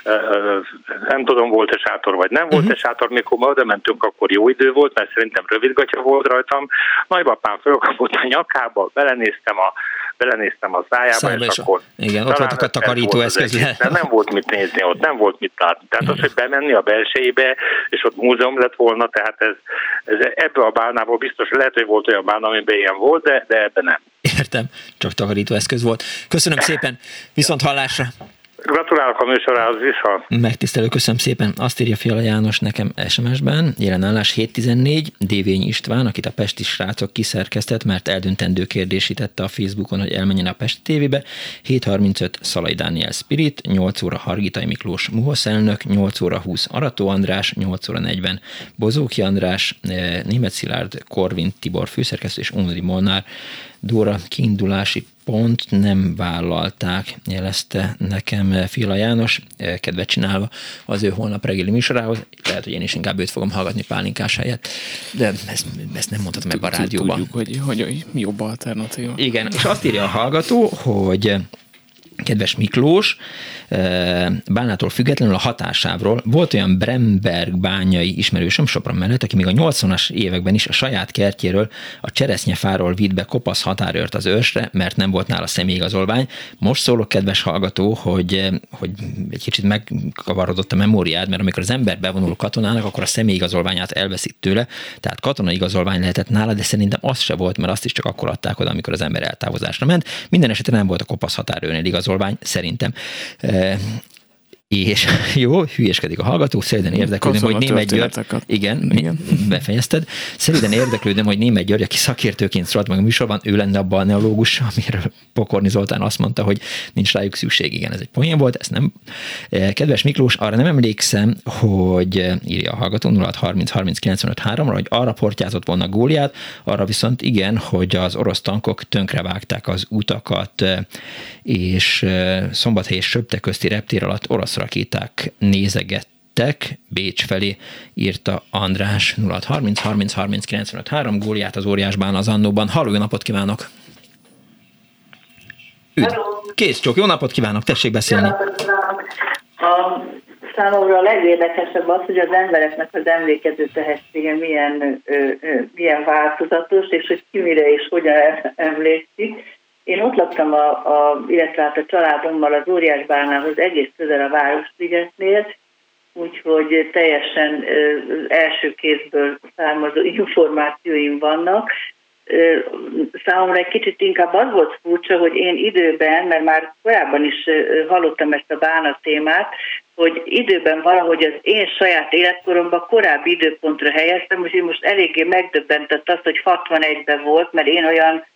nem tudom, volt-e sátor, vagy nem volt-e sátor, mikor ma oda mentünk, akkor jó idő volt, mert szerintem rövidgatya volt rajtam. Nagypapám fölkapott a nyakába, belenéztem a, belenéztem a szájába, Szájba és akkor... Igen, ott voltak a takarítóeszköz. Nem volt mit nézni ott, nem volt mit látni. Tehát az, hogy bemenni a belsejébe, és ott múzeum lett volna, tehát ez, ez ebbe a bálnából biztos, lehet, hogy volt olyan bálna, amiben ilyen volt, de, de ebben nem. Értem, csak takarítóeszköz volt. Köszönöm szépen, viszont hallásra! Gratulálok a műsorához, vissza. Megtisztelő, köszönöm szépen. Azt írja Fiala János nekem es em es-ben, jelenállás hét tizennégy, Dévény István, akit a pesti srácok kiszerkesztett, mert eldöntendő kérdésítette a Facebookon, hogy elmenjen a Pesti tévébe. hét harmincöt Szalai Dániel Spirit, nyolc óra Hargitai Miklós Muhosz elnök, nyolc óra húsz Arató András, nyolc óra negyven Bozóki András, Németh Szilárd, Korvin Tibor főszerkesztő és Ónodi Molnár Dóra kiindulási pont nem vállalták, jelezte nekem Fiala János, kedvet csinálva az ő holnap reggeli műsorához. Lehet, hogy én is inkább őt fogom hallgatni pálinkás helyett, de ezt, ezt nem mondhatom ebben a rádióban. Tudjuk, hogy, hogy jobb alternatíva. Igen, és azt írja a hallgató, hogy kedves Miklós, Bálnától függetlenül a hatásávról volt olyan Bremberg bányai ismerősöm Sopron mellett, aki még a nyolcvanas években is a saját kertjéről, a cseresznyefáról vitt be kopasz határőrt az őrsre, mert nem volt nála személyigazolvány. Most szólok, kedves hallgató, hogy, hogy egy kicsit megkavarodott a memóriád, mert amikor az ember bevonul katonának, akkor a személyigazolványát elveszik tőle, tehát katonai igazolvány lehetett nála, de szerintem az se volt, mert azt is csak akkor adták oda, amikor az ember eltávozásra ment. Minden esetre nem volt a kopasz határőrnél igazolvány, szerintem. És jó, hülyeskedik a hallgató, szerűen érdeklődöm, hogy Németh György, igen, igen, befejezted, szerűen érdeklődöm, hogy Németh György, aki szakértőként szólt meg a műsorban, ő lenne a balneológus, amiről Pokorni Zoltán azt mondta, hogy nincs rájuk szükség, igen, ez egy poén volt, ez nem. Kedves Miklós, arra nem emlékszem, hogy írja a hallgató nulla hat harminc harminc kilencvenöt háromra, hogy arra portyázott volna Góliát, arra viszont igen, hogy az orosz tankok tönkrevágták az utakat, és Szombathely és Söpte közti reptér alatt orosz rakéták nézegettek Bécs felé, írta András. Nulla hat harminc harminc harminc kilencvenöt három, Góliát az óriásbán az Annóban. Halló, jó napot kívánok! Üdv! Kész csók, jó napot kívánok, tessék beszélni! A számomra a legérdekesebb az, hogy az embereknek az emlékező tehetsége milyen, ö, ö, milyen változatos, és hogy ki mire és hogyan emlékszik. Én ott laktam, a, a, illetve hát a családommal az Óriásbálnához egész közel a Városligetnél, úgyhogy teljesen ö, első kézből származó információim vannak. Ö, számomra egy kicsit inkább az volt furcsa, hogy én időben, mert már korábban is ö, hallottam ezt a bálna témát, hogy időben valahogy az én saját életkoromban korábbi időpontra helyeztem, úgyhogy most eléggé megdöbbentett az, hogy hatvanegyben volt, mert én olyan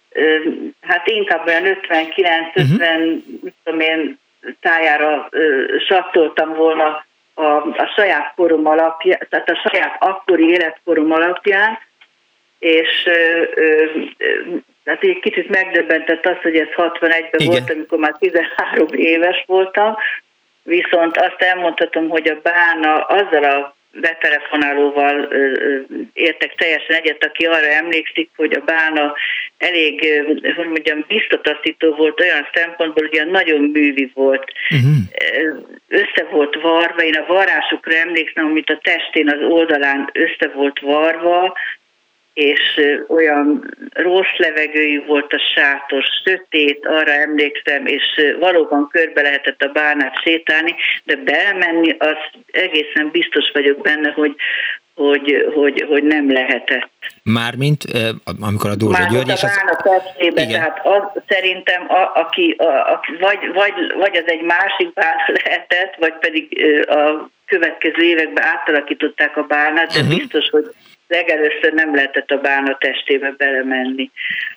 hát inkább olyan ötvenkilenc ötven uh-huh. tudom én, tájára uh, sattoltam volna a, a saját korom alapján, tehát a saját akkori életkorom alapján, és uh, uh, tehát egy kicsit megdöbbentett az, hogy ez hatvanegyben Igen. volt, amikor már tizenhárom éves voltam, viszont azt elmondhatom, hogy a bálna azzal a betelefonálóval ö, ö, értek teljesen egyet, aki arra emlékszik, hogy a bálna elég, ö, hogy mondjam, biztatasztó volt olyan szempontból, hogy olyan nagyon művi volt. Uh-huh. Össze volt varva, én a varrásokra emlékszem, amit a testén az oldalán össze volt varva, és olyan rossz levegőjű volt a sátor, sötét, arra emlékszem, és valóban körbe lehetett a bálnát sétálni, de belemenni, az egészen biztos vagyok benne, hogy, hogy, hogy, hogy nem lehetett. Mármint, amikor a Dózsa György... És az... a testébe, tehát az, szerintem, a, aki, a, aki vagy, vagy, vagy az egy másik bálna lehetett, vagy pedig a következő években átalakították a bálnát, de uh-huh. biztos, hogy legelőször nem lehetett a bálna testébe belemenni.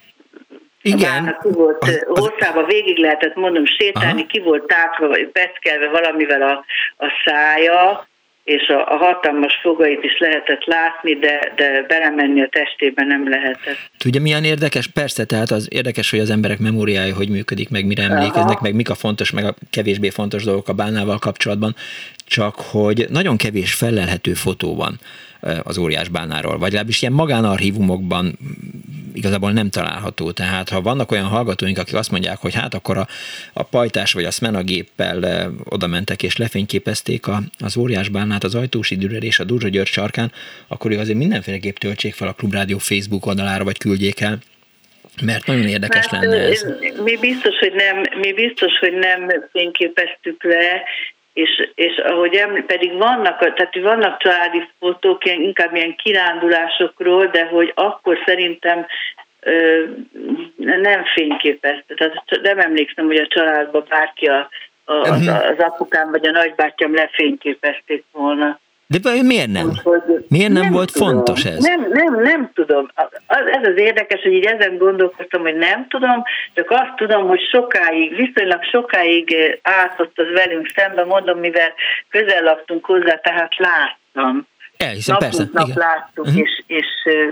Igen. A bálna ki volt az, az... hosszába, végig lehetett, mondom, sétálni, Aha. ki volt tátva, vagy peckelve valamivel a, a szája, és a, a hatalmas fogait is lehetett látni, de, de belemenni a testében nem lehetett. Tudja, milyen érdekes? Persze, tehát az érdekes, hogy az emberek memóriája hogy működik, meg mire emlékeznek, Aha. meg mik a fontos, meg a kevésbé fontos dolgok a bálnával kapcsolatban, csak hogy nagyon kevés fellelhető fotó van az óriásbálnáról, vagy legalábbis ilyen magánarchívumokban igazából nem található. Tehát ha vannak olyan hallgatóink, akik azt mondják, hogy hát akkor a, a pajtás vagy a Smena géppel e, oda mentek és lefényképezték a, az óriásbálnát az Ajtósi Dürrer és a Dózsa György sarkán, akkor azért mindenféleképp töltsék fel a Klubrádió Facebook oldalára, vagy küldjék el, mert nagyon érdekes hát, lenne ez. Mi biztos, hogy nem, mi biztos, hogy nem fényképeztük le, És, és ahogy eml, pedig vannak, tehát vannak családi fotók, inkább ilyen kirándulásokról, de hogy akkor szerintem ö, nem fényképezte. Tehát nem emlékszem, hogy a családban bárki a, a, az, az apukám vagy a nagybátyám lefényképezték volna. De miért nem? Miért nem, nem volt tudom. fontos ez? Nem, nem, nem tudom. Ez az érdekes, hogy így ezen gondolkoztam, hogy nem tudom, csak azt tudom, hogy sokáig, viszonylag sokáig állt ott az velünk szemben, mondom, mivel közel laktunk hozzá, tehát láttam. Elhiszem, persze. Nap igen. láttuk, uh-huh. és, és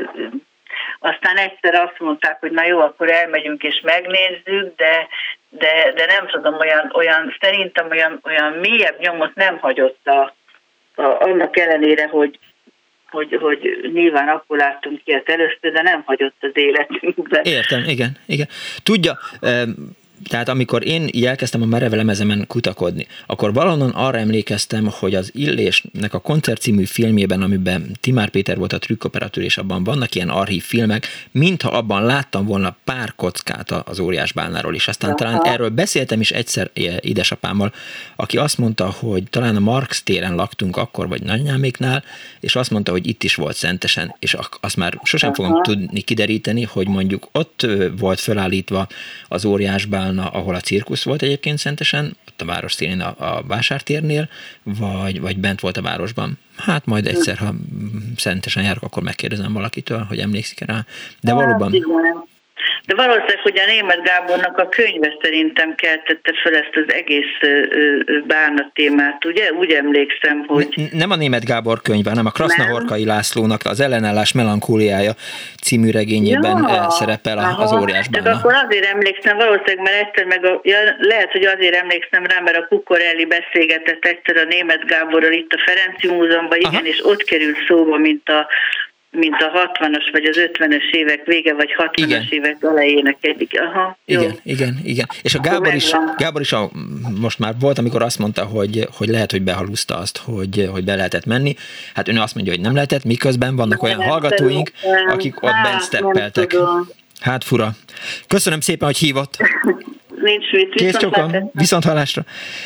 aztán egyszer azt mondták, hogy na jó, akkor elmegyünk és megnézzük, de, de, de nem tudom, olyan, olyan szerintem olyan, olyan mélyebb nyomot nem hagyott a annak ellenére, hogy, hogy, hogy nyilván akkor láttunk ilyet először, de nem hagyott az életünkben. Értem, igen, igen. Tudja, tehát amikor én elkezdtem a Merev lemezemen kutakodni, akkor valahonnan arra emlékeztem, hogy az Illésnek a Koncert című filmjében, amiben Timár Péter volt a trükkoperatőr, és abban vannak ilyen archív filmek, mintha abban láttam volna pár kockát az óriásbálnáról is. Aztán Aha. talán erről beszéltem is egyszer édesapámmal, aki azt mondta, hogy talán a Marx téren laktunk akkor, vagy nagyanyáméknál, és azt mondta, hogy itt is volt Szentesen, és azt már sosem Aha. fogom tudni kideríteni, hogy mondjuk ott volt felállítva az óriásbálna, ahol a cirkusz volt egyébként Szentesen, ott a város szélén a, a vásártérnél, vagy, vagy bent volt a városban. Hát majd egyszer, ha Szentesen járok, akkor megkérdezem valakitől, hogy emlékszik rá. De hát, valóban... Igen. De valószínűleg, hogy a Németh Gábornak a könyve szerintem keltette fel ezt az egész bálna témát, ugye? Úgy emlékszem, hogy... Ne, nem a Németh Gábor könyve, hanem a Krasznahorkai Lászlónak az Ellenállás melankóliája című regényében ja, szerepel aha, az óriásbálna. Akkor azért emlékszem, valószínűleg, mert egyszer meg a, ja, lehet, hogy azért emlékszem rá, mert a Kukorelli beszélgetett egyszer a Németh Gáborral itt a Ferenci Múzeumban, igen, és ott került szóba, mint a mint a hatvanas vagy az ötvenes évek vége, vagy hatvanas igen. évek elejének egyik. Aha, jó. Igen, igen, igen. És a Gábor is, Gábor is a, most már volt, amikor azt mondta, hogy, hogy lehet, hogy behaluszta azt, hogy, hogy be lehetett menni. Hát ön azt mondja, hogy nem lehetett, miközben vannak olyan nem hallgatóink, nem, akik ott bent steppeltek. Hát fura. Köszönöm szépen, hogy hívott. Nincs mit. Kész csokon. Viszont hallásra.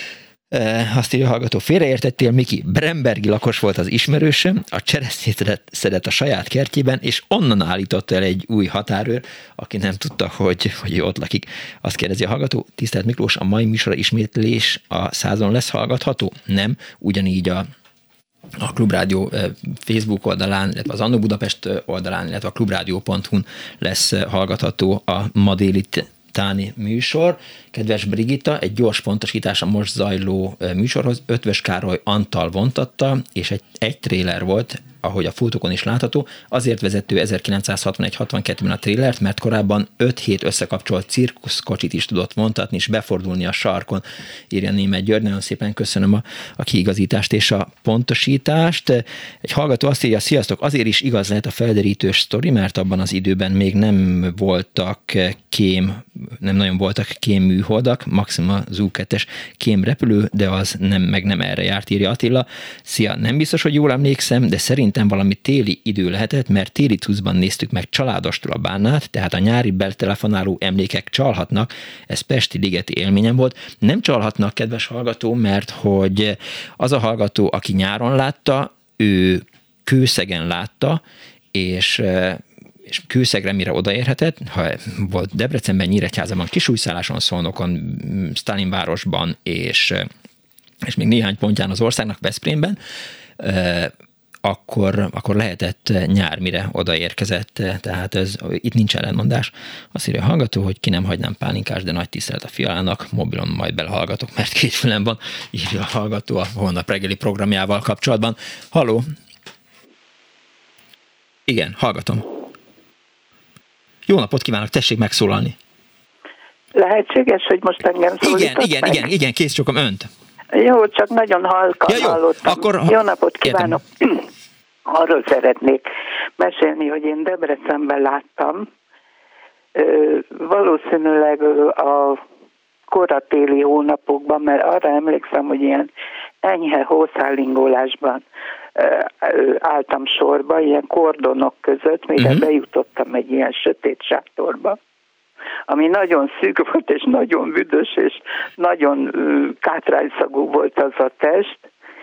Azt írja a hallgató, félreértettél, Miki, Brembergi lakos volt az ismerősöm, a cseresznyét szedett a saját kertjében, és onnan állította el egy új határőr, aki nem tudta, hogy, hogy ott lakik. Azt kérdezi a hallgató, tisztelt Miklós, a mai műsor ismétlés a százon lesz hallgatható? Nem, ugyanígy a a Klubrádió Facebook oldalán, illetve az Annó Budapest oldalán, illetve a klubrádió pont hu-n lesz hallgatható a ma déli táni műsor. Kedves Brigitta, egy gyors pontosítás a most zajló műsorhoz. Ötvös Károly Antal vontatta, és egy, egy tréler volt, ahogy a fotókon is látható, azért vezető ezerkilencszázhatvanegy hatvankettőben a trélert, mert korábban öt hét összekapcsolt cirkuszkocsit is tudott vontatni, és befordulni a sarkon, írja Németh György. Nagyon szépen köszönöm a, a kiigazítást és a pontosítást. Egy hallgató azt írja, sziasztok, azért is igaz lehet a felderítős sztori, mert abban az időben még nem voltak kém, nem nagyon voltak kém műholdak, maximum a Zú kettes kém repülő, de az nem, meg nem erre járt, írja Attila. Szia, nem biztos, hogy jól emlékszem, de szerintem valami téli idő lehetett, mert téli cuccban néztük meg családostól a bálnát, tehát a nyári beltelefonáló emlékek csalhatnak, ez pesti ligeti élményem volt. Nem csalhatnak, kedves hallgató, mert hogy az a hallgató, aki nyáron látta, ő Kőszegen látta, és és Kőszegre mire odaérhetett, ha volt Debrecenben, Nyíregyházában, Kisújszálláson, Szolnokon, Sztálinvárosban, és, és még néhány pontján az országnak, Veszprémben, akkor, akkor lehetett nyár, mire odaérkezett, tehát ez, itt nincs ellenmondás. Azt írja a hallgató, hogy ki nem hagynám pálinkás, de nagy tisztelet a fialának, mobilon majd belehallgatok, mert két fülem van, írja a hallgató a holnap reggeli programjával kapcsolatban. Halló? Igen, hallgatom. Jó napot kívánok, tessék megszólalni. Lehetséges, hogy most engem szólított Igen, igen, igen, igen, kész csokom önt. Jó, csak nagyon halkan ja, hallottam. Akkor, jó napot kívánok! Értem. Arról szeretnék mesélni, hogy én Debrecenben láttam. Valószínűleg a koratéli hónapokban, mert arra emlékszem, hogy ilyen enyhe hószálingolásban álltam sorba, ilyen kordonok között, mire uh-huh. bejutottam egy ilyen sötét sátorba, ami nagyon szűk volt, és nagyon büdös, és nagyon kátrányszagú volt az a test.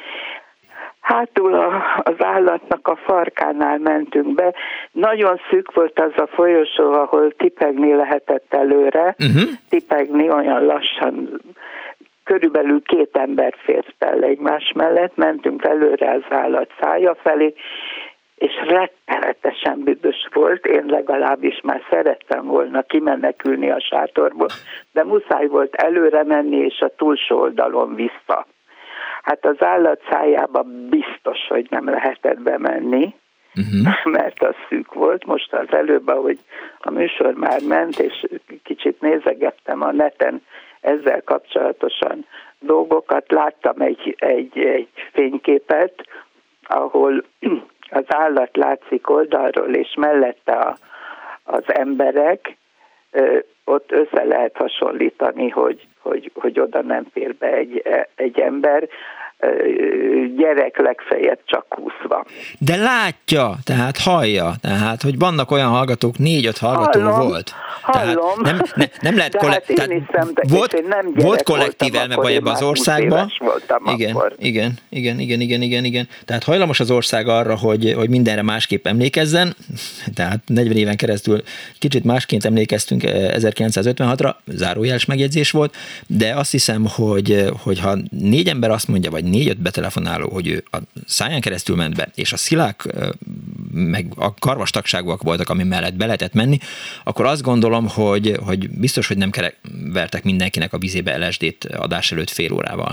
Hátul a, az állatnak a farkánál mentünk be. Nagyon szűk volt az a folyosó, ahol tipegni lehetett előre. Uh-huh. Tipegni olyan lassan, körülbelül két ember fért el egymás mellett. Mentünk előre az állat szája felé, és rettenetesen büdös volt, én legalábbis már szerettem volna kimenekülni a sátorból, de muszáj volt előre menni, és a túlsó oldalon vissza. Hát az állat szájába biztos, hogy nem lehetett bemenni, uh-huh. mert az szűk volt. Most az előbb, ahogy a műsor már ment, és kicsit nézegettem a neten ezzel kapcsolatosan dolgokat, láttam egy, egy, egy fényképet, ahol az állat látszik oldalról, és mellette a, az emberek, ö, ott össze lehet hasonlítani, hogy, hogy, hogy oda nem fér be egy, egy ember, ö, gyerek legfeljebb csak húszva. De látja, tehát hallja, tehát, hogy vannak olyan hallgatók, négy-öt hallgató hallom, volt. Hallom, tehát nem, ne, nem lehet kollek- hát én is szemtek, volt, nem volt kollektív elmebaj ebbe az országban. Igen, igen, igen, igen, igen, igen, igen. Tehát hajlamos az ország arra, hogy, hogy mindenre másképp emlékezzen, tehát negyven éven keresztül kicsit másként emlékeztünk ezerkilencszázötvenhatra, zárójeles megjegyzés volt, de azt hiszem, hogy, hogy ha négy ember azt mondja, vagy négy-öt betelefonáló, hogy ő a száján keresztül ment be, és a szilák meg a karvastagságúak voltak, ami mellett be lehetett menni, akkor azt gondolom, hogy, hogy biztos, hogy nem vertek mindenkinek a vizébe el es dét adás előtt fél órával.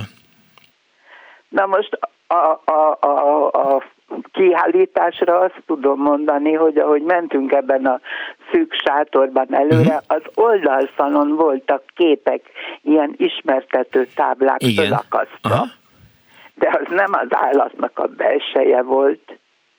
Na most a, a, a, a kiállításra azt tudom mondani, hogy ahogy mentünk ebben a szűk sátorban előre, az oldalszalon voltak képek, ilyen ismertető táblák fölakasztva. De az nem az állatnak a belseje volt.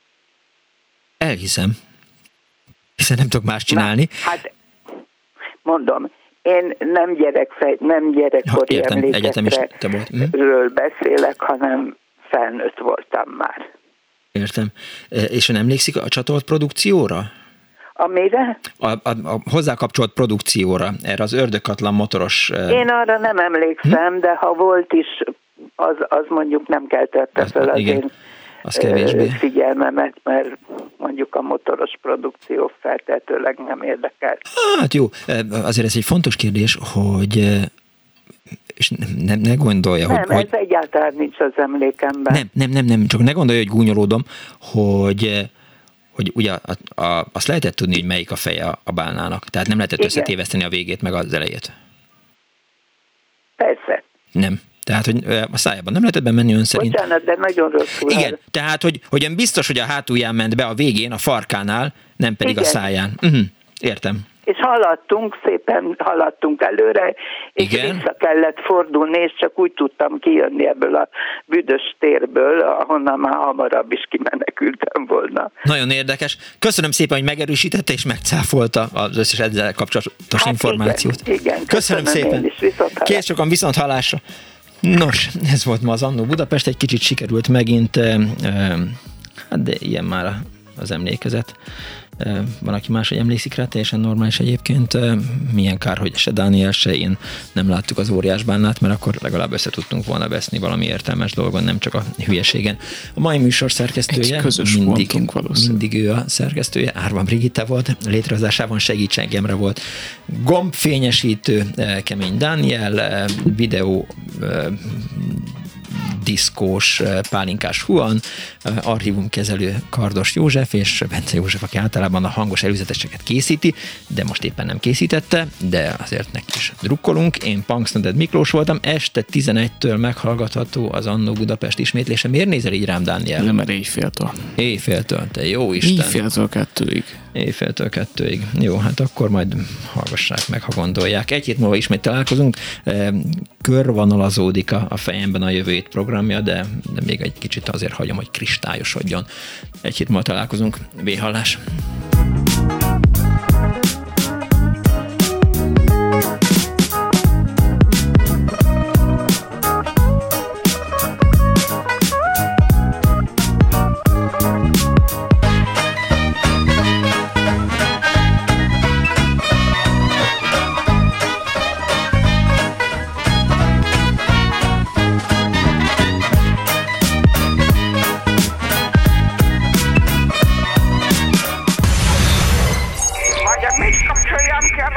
Elhiszem. Hiszen nem tudok más csinálni. Na, hát mondom, én nem gyerekfej, nem gyerekkori ha, emlékekről beszélek, hanem felnőtt voltam már. Értem. És ön emlékszik a csatolt produkcióra? Amire? A, a, a hozzá kapcsolt produkcióra, erre az Ördögkatlan motoros... Én arra nem emlékszem, hm? de ha volt is, az, az mondjuk nem keltette az, fel az igen. én az kevésbé. figyelmemet, mert mondjuk a motoros produkció feltétlenül nem érdekel. Hát jó, azért ez egy fontos kérdés, hogy és ne, ne gondolja, nem, hogy... Nem, ez hogy, egyáltalán nincs az emlékemben. Nem, nem, nem, nem, csak ne gondolja, hogy gúnyolódom, hogy, hogy ugye a, a, azt lehetett tudni, hogy melyik a feje a bálnának, tehát nem lehetett igen. összetéveszteni a végét meg az elejét. Persze. Nem. Tehát, hogy a szájában nem lehetett bemenni ön szerint. Bocsánat, de nagyon rosszul. Igen, el. tehát, hogy, hogy ön biztos, hogy a hátulján ment be a végén, a farkánál, nem pedig igen. a száján. Uh-huh. Értem. És haladtunk, szépen haladtunk előre, és igen. vissza kellett fordulni, és csak úgy tudtam kijönni ebből a büdös térből, ahonnan már hamarabb is kimenekültem volna. Nagyon érdekes. Köszönöm szépen, hogy megerősítette és megcáfolta az összes ezzel kapcsolatos hát információt. Igen, igen, köszönöm, köszönöm szépen. Kész sokan, viszont hallásra. Nos, ez volt ma az Annó Budapest, egy kicsit sikerült megint, hát de ilyen már az emlékezet. Van, aki máshogy emlékszik rá, teljesen normális egyébként. Milyen kár, hogy se Dániel, se én nem láttuk az Óriásbálnát, mert akkor legalább össze tudtunk volna veszni valami értelmes dolgon, nem csak a hülyeségen. A mai műsor szerkesztője, mindig, mindig ő a szerkesztője, Árvan Brigitta volt, létrehozásában segítségemre volt gombfényesítő, Kemény Dániel, videó diszkós Pálinkás Huan, archívumkezelő Kardos József és Bence József, aki általában a hangos előzeteseket készíti, de most éppen nem készítette, de azért neki is drukkolunk. Én Punksnoded Miklós voltam, este tizenegytől meghallgatható az Annó Budapest ismétlése. Miért nézel így rám, Dániel? Nem, mert éjféltől. Éjféltől, te jó Isten. Éjféltől kettőig. Éjféltől kettőig. Jó, hát akkor majd hallgassák meg, ha gondolják. Egy hét múlva ismét találkozunk. Körvonalazódik a fejemben a jövő hét programja, de, de még egy kicsit azért hagyom, hogy kristályosodjon. Egy hét múlva találkozunk. Véhallás!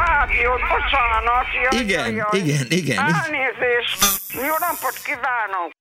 Bocsánat, igen, igen, igen, igen. Elnézést! Jó napot kívánok!